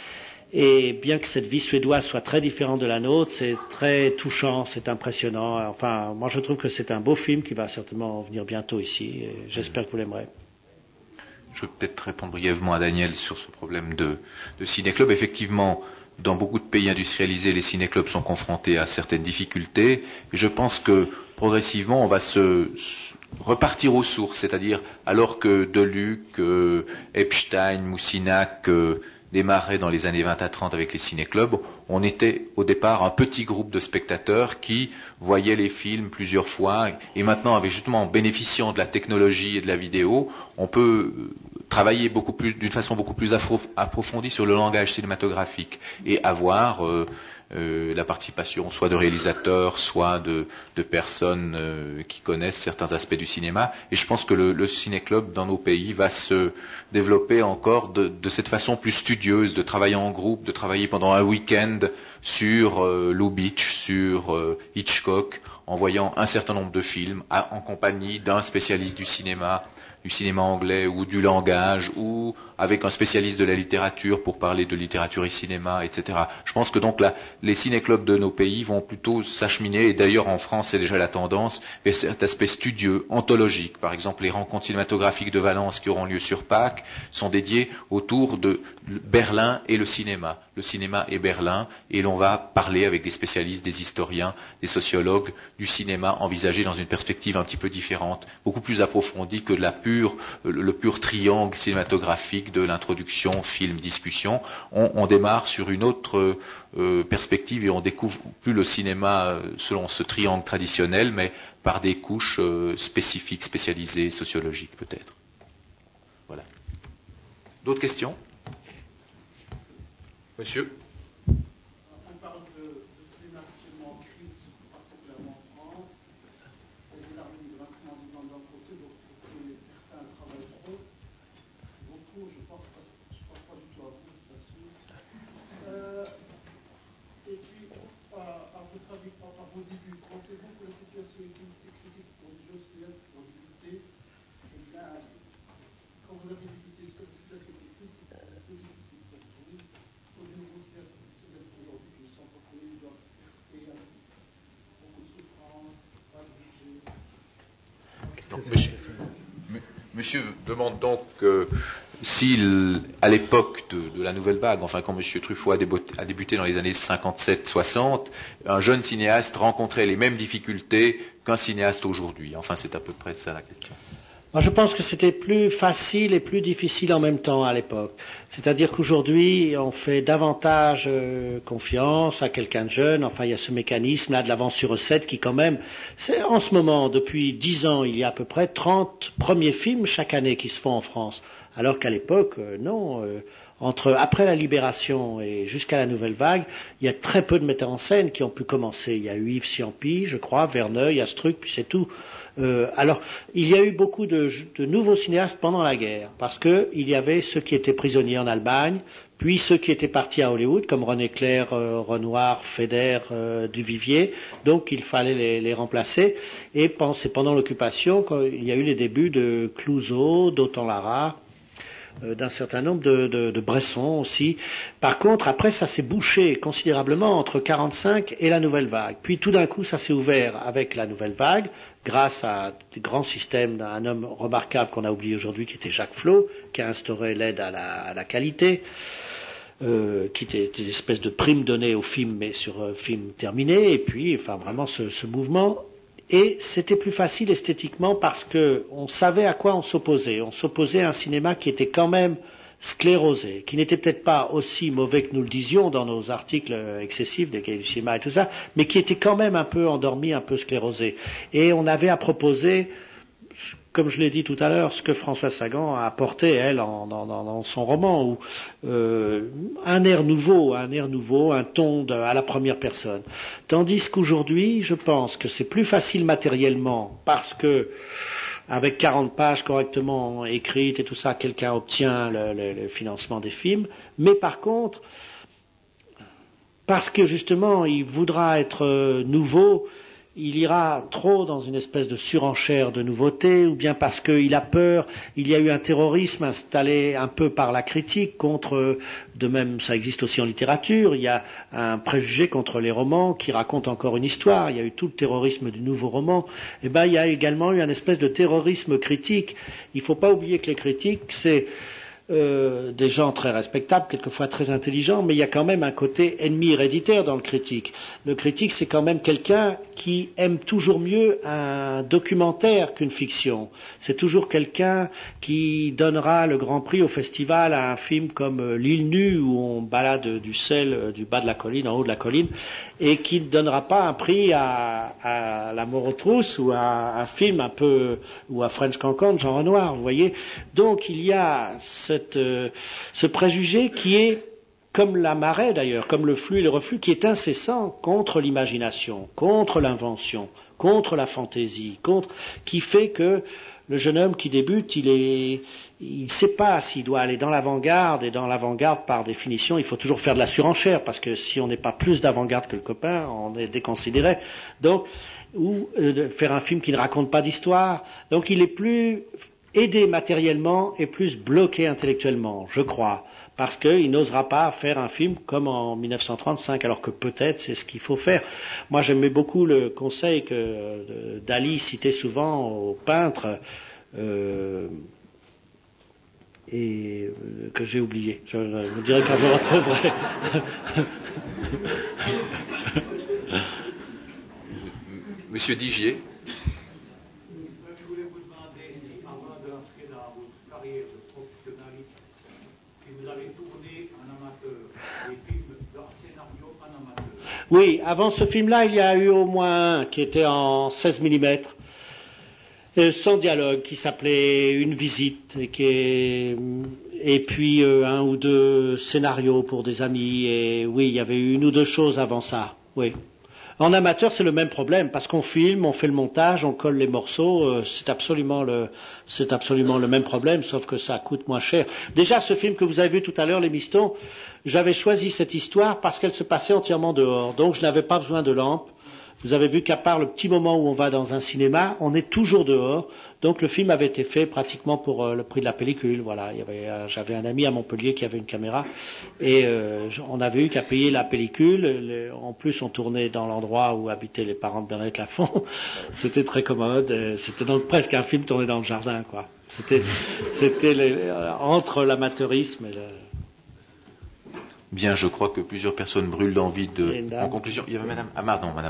Et bien que cette vie suédoise soit très différente de la nôtre, c'est très touchant, c'est impressionnant. Enfin, moi je trouve que c'est un beau film qui va certainement venir bientôt ici. Et j'espère que vous l'aimerez. Je vais peut-être répondre brièvement à Daniel sur ce problème de, de ciné-club. Effectivement, dans beaucoup de pays industrialisés, les ciné-clubs sont confrontés à certaines difficultés. Et je pense que progressivement, on va se, se repartir aux sources, c'est-à-dire alors que Deluc, euh, Epstein, Moussinac, euh, démarrait dans les années vingt à trente avec les ciné-clubs, on était au départ un petit groupe de spectateurs qui voyaient les films plusieurs fois, et maintenant, avec justement, en bénéficiant de la technologie et de la vidéo, on peut travailler beaucoup plus, d'une façon beaucoup plus approfondie sur le langage cinématographique et avoir euh, Euh, la participation soit de réalisateurs, soit de, de personnes euh, qui connaissent certains aspects du cinéma. Et je pense que le, le ciné-club dans nos pays va se développer encore de, de cette façon plus studieuse, de travailler en groupe, de travailler pendant un week-end sur euh, Lubitsch, sur euh, Hitchcock, en voyant un certain nombre de films à, en compagnie d'un spécialiste du cinéma, du cinéma anglais ou du langage, ou avec un spécialiste de la littérature pour parler de littérature et cinéma, et cetera. Je pense que donc là, les ciné-clubs de nos pays vont plutôt s'acheminer, et d'ailleurs en France c'est déjà la tendance, vers cet aspect studieux, anthologique. Par exemple, les rencontres cinématographiques de Valence qui auront lieu sur Pâques sont dédiées autour de Berlin et le cinéma. Le cinéma et Berlin, et l'on va parler avec des spécialistes, des historiens, des sociologues du cinéma envisagé dans une perspective un petit peu différente, beaucoup plus approfondie que la pure, le pur triangle cinématographique de l'introduction, film, discussion. On, on démarre sur une autre euh, perspective et on découvre plus le cinéma euh, selon ce triangle traditionnel, mais par des couches euh, spécifiques, spécialisées, sociologiques peut-être. Voilà. D'autres questions ? Monsieur ? On parle de, de cinéma actuellement en crise, particulièrement en France. On est là l'immigration du monde d'un côté, donc certains travaillent trop. Beaucoup, je pense pas, je pense pas du tout à vous, bien sûr. Euh, et puis, à, à votre avis, à, à vos débuts, pensez-vous que la situation est aussi critique pour les jeunes cinéastes qui ont débuté? Eh bien, quand vous avez débuté, est-ce que la situation était critique, plus difficile pour vous? Pour les nouveaux cinéastes aujourd'hui qui ne sont pas connus, doivent percer avec beaucoup de souffrance, pas de budget. Donc, monsieur, monsieur demande donc euh, si, à l'époque de, de la nouvelle vague, enfin quand monsieur Truffaut a débuté, a débuté dans les années cinquante-sept soixante, un jeune cinéaste rencontrait les mêmes difficultés qu'un cinéaste aujourd'hui. Enfin, c'est à peu près ça la question. Moi, je pense que c'était plus facile et plus difficile en même temps à l'époque. C'est-à-dire qu'aujourd'hui, on fait davantage euh, confiance à quelqu'un de jeune. Enfin, il y a ce mécanisme-là de l'avance sur recette qui, quand même, c'est en ce moment, depuis dix ans, il y a à peu près trente premiers films chaque année qui se font en France. Alors qu'à l'époque, euh, non. Euh, entre après la Libération et jusqu'à la Nouvelle Vague, il y a très peu de metteurs en scène qui ont pu commencer. Il y a eu Yves Ciampi, je crois, Verneuil, Astruc, puis c'est tout. Euh, alors, il y a eu beaucoup de, de nouveaux cinéastes pendant la guerre, parce que il y avait ceux qui étaient prisonniers en Allemagne, puis ceux qui étaient partis à Hollywood, comme René Clair, euh, Renoir, Feder, euh, Duvivier, donc il fallait les, les remplacer. Et c'est pendant l'occupation qu'il y a eu les débuts de Clouzot, d'Autant Lara, euh, d'un certain nombre de, de, de Bresson aussi. Par contre, après, ça s'est bouché considérablement entre quarante-cinq et la Nouvelle Vague. Puis tout d'un coup, ça s'est ouvert avec la Nouvelle Vague, grâce à des grands systèmes d'un homme remarquable qu'on a oublié aujourd'hui, qui était Jacques Flo, qui a instauré l'aide à la, à la qualité, euh, qui était des espèces de primes données aux films, mais sur euh, films terminés, et puis, enfin, vraiment ce, ce mouvement. Et c'était plus facile esthétiquement parce que on savait à quoi on s'opposait. On s'opposait à un cinéma qui était quand même sclérosé, qui n'était peut-être pas aussi mauvais que nous le disions dans nos articles excessifs des cahiers du cinéma et tout ça, mais qui était quand même un peu endormi, un peu sclérosé. Et on avait à proposer, comme je l'ai dit tout à l'heure, ce que Françoise Sagan a apporté, elle, en, dans, dans son roman, où euh, un air nouveau, un air nouveau, un ton de, à la première personne. Tandis qu'aujourd'hui, je pense que c'est plus facile matériellement, parce que avec quarante pages correctement écrites et tout ça, quelqu'un obtient le, le, le financement des films. Mais par contre, parce que justement, il voudra être nouveau, il ira trop dans une espèce de surenchère de nouveautés, ou bien parce qu'il a peur, il y a eu un terrorisme installé un peu par la critique contre, de même ça existe aussi en littérature, il y a un préjugé contre les romans qui racontent encore une histoire, il y a eu tout le terrorisme du nouveau roman, et ben il y a également eu un espèce de terrorisme critique. Il ne faut pas oublier que les critiques, c'est euh, des gens très respectables, quelquefois très intelligents, mais il y a quand même un côté ennemi héréditaire dans le critique. Le critique, c'est quand même quelqu'un qui aime toujours mieux un documentaire qu'une fiction. C'est toujours quelqu'un qui donnera le grand prix au festival à un film comme L'île nue, où on balade du sel du bas de la colline, en haut de la colline, et qui ne donnera pas un prix à, à La mort aux trousses ou à un film un peu, ou à French Cancan, Jean Renoir, vous voyez. Donc il y a cette, euh, ce préjugé qui est, comme la marée d'ailleurs, comme le flux et le reflux, qui est incessant contre l'imagination, contre l'invention, contre la fantaisie, contre, qui fait que le jeune homme qui débute, il est, il ne sait pas s'il doit aller dans l'avant-garde, et dans l'avant-garde, par définition, il faut toujours faire de la surenchère, parce que si on n'est pas plus d'avant-garde que le copain, on est déconsidéré. Donc, ou euh, faire un film qui ne raconte pas d'histoire. Donc, il est plus aidé matériellement et plus bloqué intellectuellement, je crois, parce qu'il n'osera pas faire un film comme en mille neuf cent trente-cinq, alors que peut-être c'est ce qu'il faut faire. Moi, j'aimais beaucoup le conseil que euh, Dali citait souvent aux peintres, euh, et euh, que j'ai oublié. Je, je vous dirai quand je retrouverai. Monsieur Digier. Je voulais vous demander si, avant d'entrer dans votre carrière de professionnaliste, si vous avez tourné en amateur, des films leur scénario en amateur. Oui, avant ce film-là, il y a eu au moins un qui était en seize millimètres, euh, sans dialogue, qui s'appelait Une visite, et, qui est, et puis euh, un ou deux scénarios pour des amis, et oui, il y avait eu une ou deux choses avant ça, oui. En amateur, c'est le même problème, parce qu'on filme, on fait le montage, on colle les morceaux, euh, c'est absolument le, c'est absolument le même problème, sauf que ça coûte moins cher. Déjà, ce film que vous avez vu tout à l'heure, Les Mistons, j'avais choisi cette histoire parce qu'elle se passait entièrement dehors, donc je n'avais pas besoin de lampe. Vous avez vu qu'à part le petit moment où on va dans un cinéma, on est toujours dehors. Donc le film avait été fait pratiquement pour euh, le prix de la pellicule. Voilà, il y avait, euh, j'avais un ami à Montpellier qui avait une caméra et euh, on avait eu qu'à payer la pellicule. Le, en plus, on tournait dans l'endroit où habitaient les parents de Bernadette Lafont. C'était très commode. Euh, c'était donc presque un film tourné dans le jardin, quoi. C'était, c'était les, euh, entre l'amateurisme et le. Bien, je crois que plusieurs personnes brûlent d'envie de. En conclusion, il y avait Madame. Ah, pardon, Madame.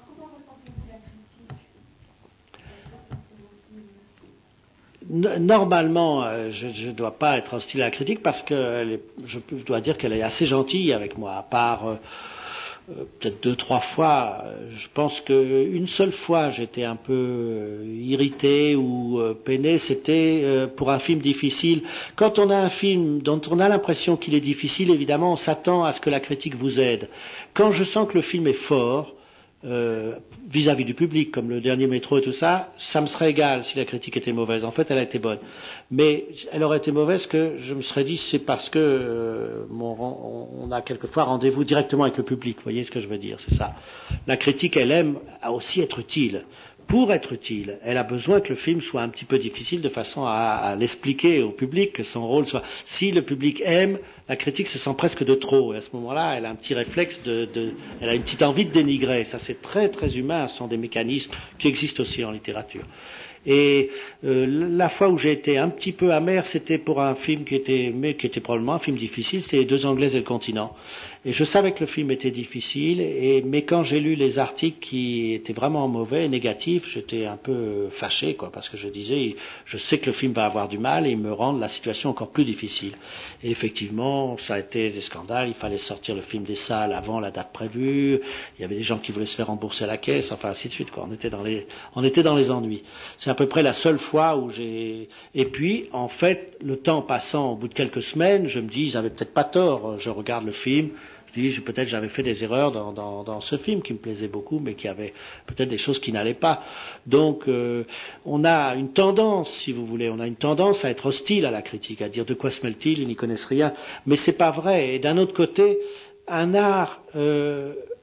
Normalement, euh, je ne dois pas être hostile à la critique parce que elle est, je, je dois dire qu'elle est assez gentille avec moi, à part euh, euh, peut-être deux, trois fois. Euh, je pense qu'une seule fois j'étais un peu euh, irrité ou euh, peiné, c'était euh, pour un film difficile. Quand on a un film dont on a l'impression qu'il est difficile, évidemment, on s'attend à ce que la critique vous aide. Quand je sens que le film est fort, Euh, vis-à-vis du public, comme le dernier métro et tout ça, ça me serait égal si la critique était mauvaise. En fait, elle a été bonne. Mais elle aurait été mauvaise que je me serais dit, c'est parce que euh, mon, on a quelquefois rendez-vous directement avec le public. Vous voyez ce que je veux dire, c'est ça. La critique, elle aime aussi être utile. Pour être utile, elle a besoin que le film soit un petit peu difficile de façon à, à l'expliquer au public, que son rôle soit... Si le public aime, la critique se sent presque de trop. Et à ce moment-là, elle a un petit réflexe de... de elle a une petite envie de dénigrer. Ça, c'est très, très humain. Ce sont des mécanismes qui existent aussi en littérature. Et euh, la fois où j'ai été un petit peu amer, c'était pour un film qui était, mais qui était probablement un film difficile, c'était Les Deux Anglaises et le continent. Et je savais que le film était difficile, et, mais quand j'ai lu les articles qui étaient vraiment mauvais, négatifs, j'étais un peu fâché, quoi, parce que je disais, je sais que le film va avoir du mal, et ils me rendent la situation encore plus difficile. Et effectivement, ça a été des scandales, il fallait sortir le film des salles avant la date prévue, il y avait des gens qui voulaient se faire rembourser à la caisse, enfin ainsi de suite, quoi. On était dans les, on était dans les ennuis. C'est à peu près la seule fois où j'ai... Et puis, en fait, le temps passant, au bout de quelques semaines, je me dis, ils avaient peut-être pas tort. Je regarde le film, je dis, peut-être j'avais fait des erreurs dans, dans, dans ce film qui me plaisait beaucoup, mais qui avait peut-être des choses qui n'allaient pas. Donc, euh, on a une tendance, si vous voulez, on a une tendance à être hostile à la critique, à dire de quoi se mêle-t-il, ils n'y connaissent rien. Mais c'est pas vrai. Et d'un autre côté, un art... Euh,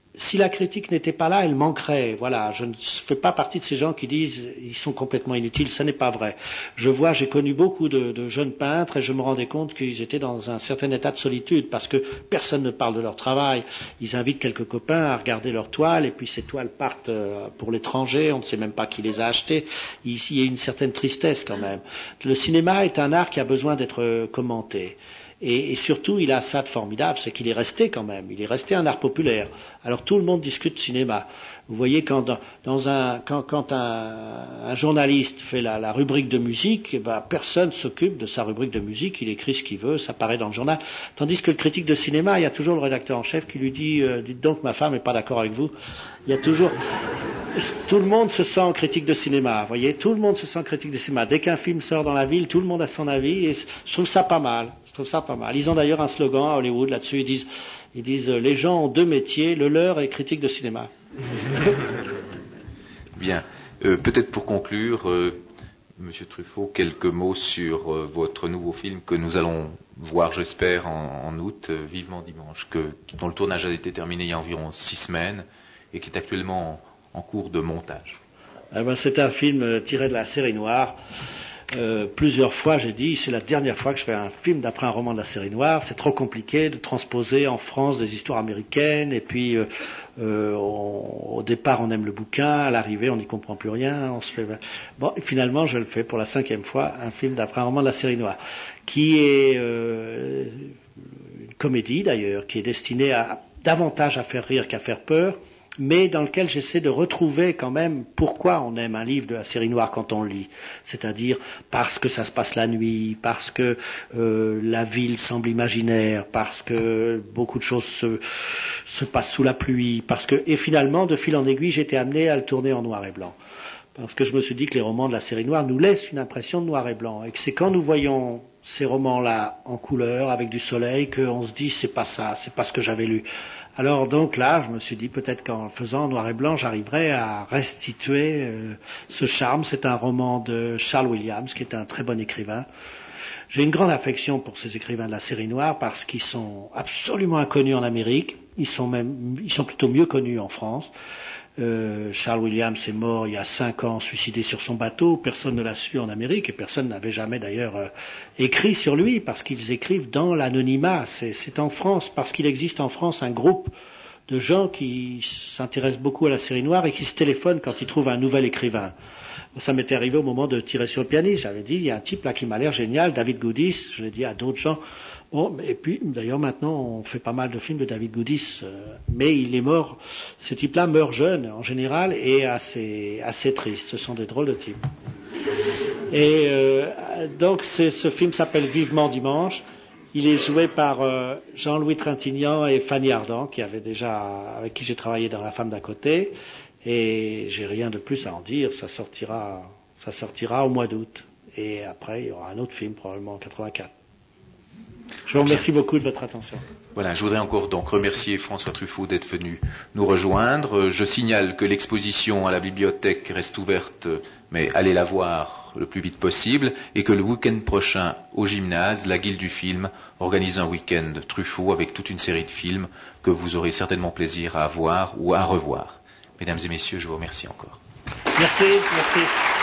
si la critique n'était pas là, elle manquerait. Voilà, je ne fais pas partie de ces gens qui disent ils sont complètement inutiles. Ce n'est pas vrai. Je vois, j'ai connu beaucoup de, de jeunes peintres et je me rendais compte qu'ils étaient dans un certain état de solitude parce que personne ne parle de leur travail. Ils invitent quelques copains à regarder leurs toiles et puis ces toiles partent pour l'étranger. On ne sait même pas qui les a achetées. Ici, il y a une certaine tristesse quand même. Le cinéma est un art qui a besoin d'être commenté. Et, et surtout, il a ça de formidable, c'est qu'il est resté quand même, il est resté un art populaire. Alors tout le monde discute cinéma. Vous voyez, quand, dans, dans un, quand, quand un, un journaliste fait la, la rubrique de musique, eh ben, personne s'occupe de sa rubrique de musique, il écrit ce qu'il veut, ça paraît dans le journal. Tandis que le critique de cinéma, il y a toujours le rédacteur en chef qui lui dit euh, « Dites donc, ma femme n'est pas d'accord avec vous ». Il y a toujours... Tout le monde se sent critique de cinéma, vous voyez, tout le monde se sent critique de cinéma. Dès qu'un film sort dans la ville, tout le monde a son avis et je trouve ça pas mal. Je trouve ça pas mal. Ils ont d'ailleurs un slogan à Hollywood là-dessus, ils disent, ils disent « Les gens ont deux métiers, le leur est critique de cinéma ». Bien. Euh, peut-être pour conclure, euh, Monsieur Truffaut, quelques mots sur euh, votre nouveau film que nous allons voir, j'espère, en, en août, euh, Vivement Dimanche, que, dont le tournage a été terminé il y a environ six semaines et qui est actuellement en, en cours de montage. Eh ben, c'est un film tiré de la série noire. Euh, plusieurs fois, j'ai dit, c'est la dernière fois que je fais un film d'après un roman de la série noire. C'est trop compliqué de transposer en France des histoires américaines. Et puis, euh, euh, on, au départ, on aime le bouquin. À l'arrivée, on n'y comprend plus rien. On se fait... Bon, et finalement, je le fais pour la cinquième fois, un film d'après un roman de la série noire, qui est euh, une comédie d'ailleurs, qui est destinée à davantage à faire rire qu'à faire peur, mais dans lequel j'essaie de retrouver quand même pourquoi on aime un livre de la série noire quand on le lit. C'est-à-dire parce que ça se passe la nuit, parce que euh, la ville semble imaginaire, parce que beaucoup de choses se, se passent sous la pluie, parce que, et finalement, de fil en aiguille, j'étais amené à le tourner en noir et blanc. Parce que je me suis dit que les romans de la série noire nous laissent une impression de noir et blanc, et que c'est quand nous voyons ces romans-là en couleur, avec du soleil, qu'on se dit c'est pas ça, c'est pas ce que j'avais lu. Alors donc là, je me suis dit peut-être qu'en le faisant en noir et blanc, j'arriverai à restituer euh, ce charme. C'est un roman de Charles Williams, qui est un très bon écrivain. J'ai une grande affection pour ces écrivains de la série noire parce qu'ils sont absolument inconnus en Amérique. Ils sont même, ils sont plutôt mieux connus en France. Euh, Charles Williams est mort il y a cinq ans, suicidé sur son bateau. Personne ne l'a su en Amérique et personne n'avait jamais d'ailleurs euh, écrit sur lui parce qu'ils écrivent dans l'anonymat. C'est, c'est en France, parce qu'il existe en France un groupe de gens qui s'intéressent beaucoup à la série noire et qui se téléphonent quand ils trouvent un nouvel écrivain. Ça m'était arrivé au moment de Tirer sur le pianiste. J'avais dit, il y a un type là qui m'a l'air génial, David Goudis. Je l'ai dit à d'autres gens. Bon, et puis, d'ailleurs, maintenant, on fait pas mal de films de David Goudis, euh, mais il est mort, ce type-là meurt jeune, en général, et assez, assez triste. Ce sont des drôles de types. Et euh, donc, c'est, ce film s'appelle Vivement Dimanche. Il est joué par euh, Jean-Louis Trintignant et Fanny Ardant, qui avait déjà, avec qui j'ai travaillé dans La femme d'à côté, et j'ai rien de plus à en dire. Ça sortira, ça sortira au mois d'août. Et après, il y aura un autre film, probablement en quatre-vingt-quatre. Je vous remercie beaucoup de votre attention. Voilà, je voudrais encore donc remercier François Truffaut d'être venu nous rejoindre. Je signale que l'exposition à la bibliothèque reste ouverte, mais allez la voir le plus vite possible, et que le week-end prochain, au gymnase, la Guilde du Film organise un week-end Truffaut avec toute une série de films que vous aurez certainement plaisir à voir ou à revoir. Mesdames et messieurs, je vous remercie encore. Merci, merci.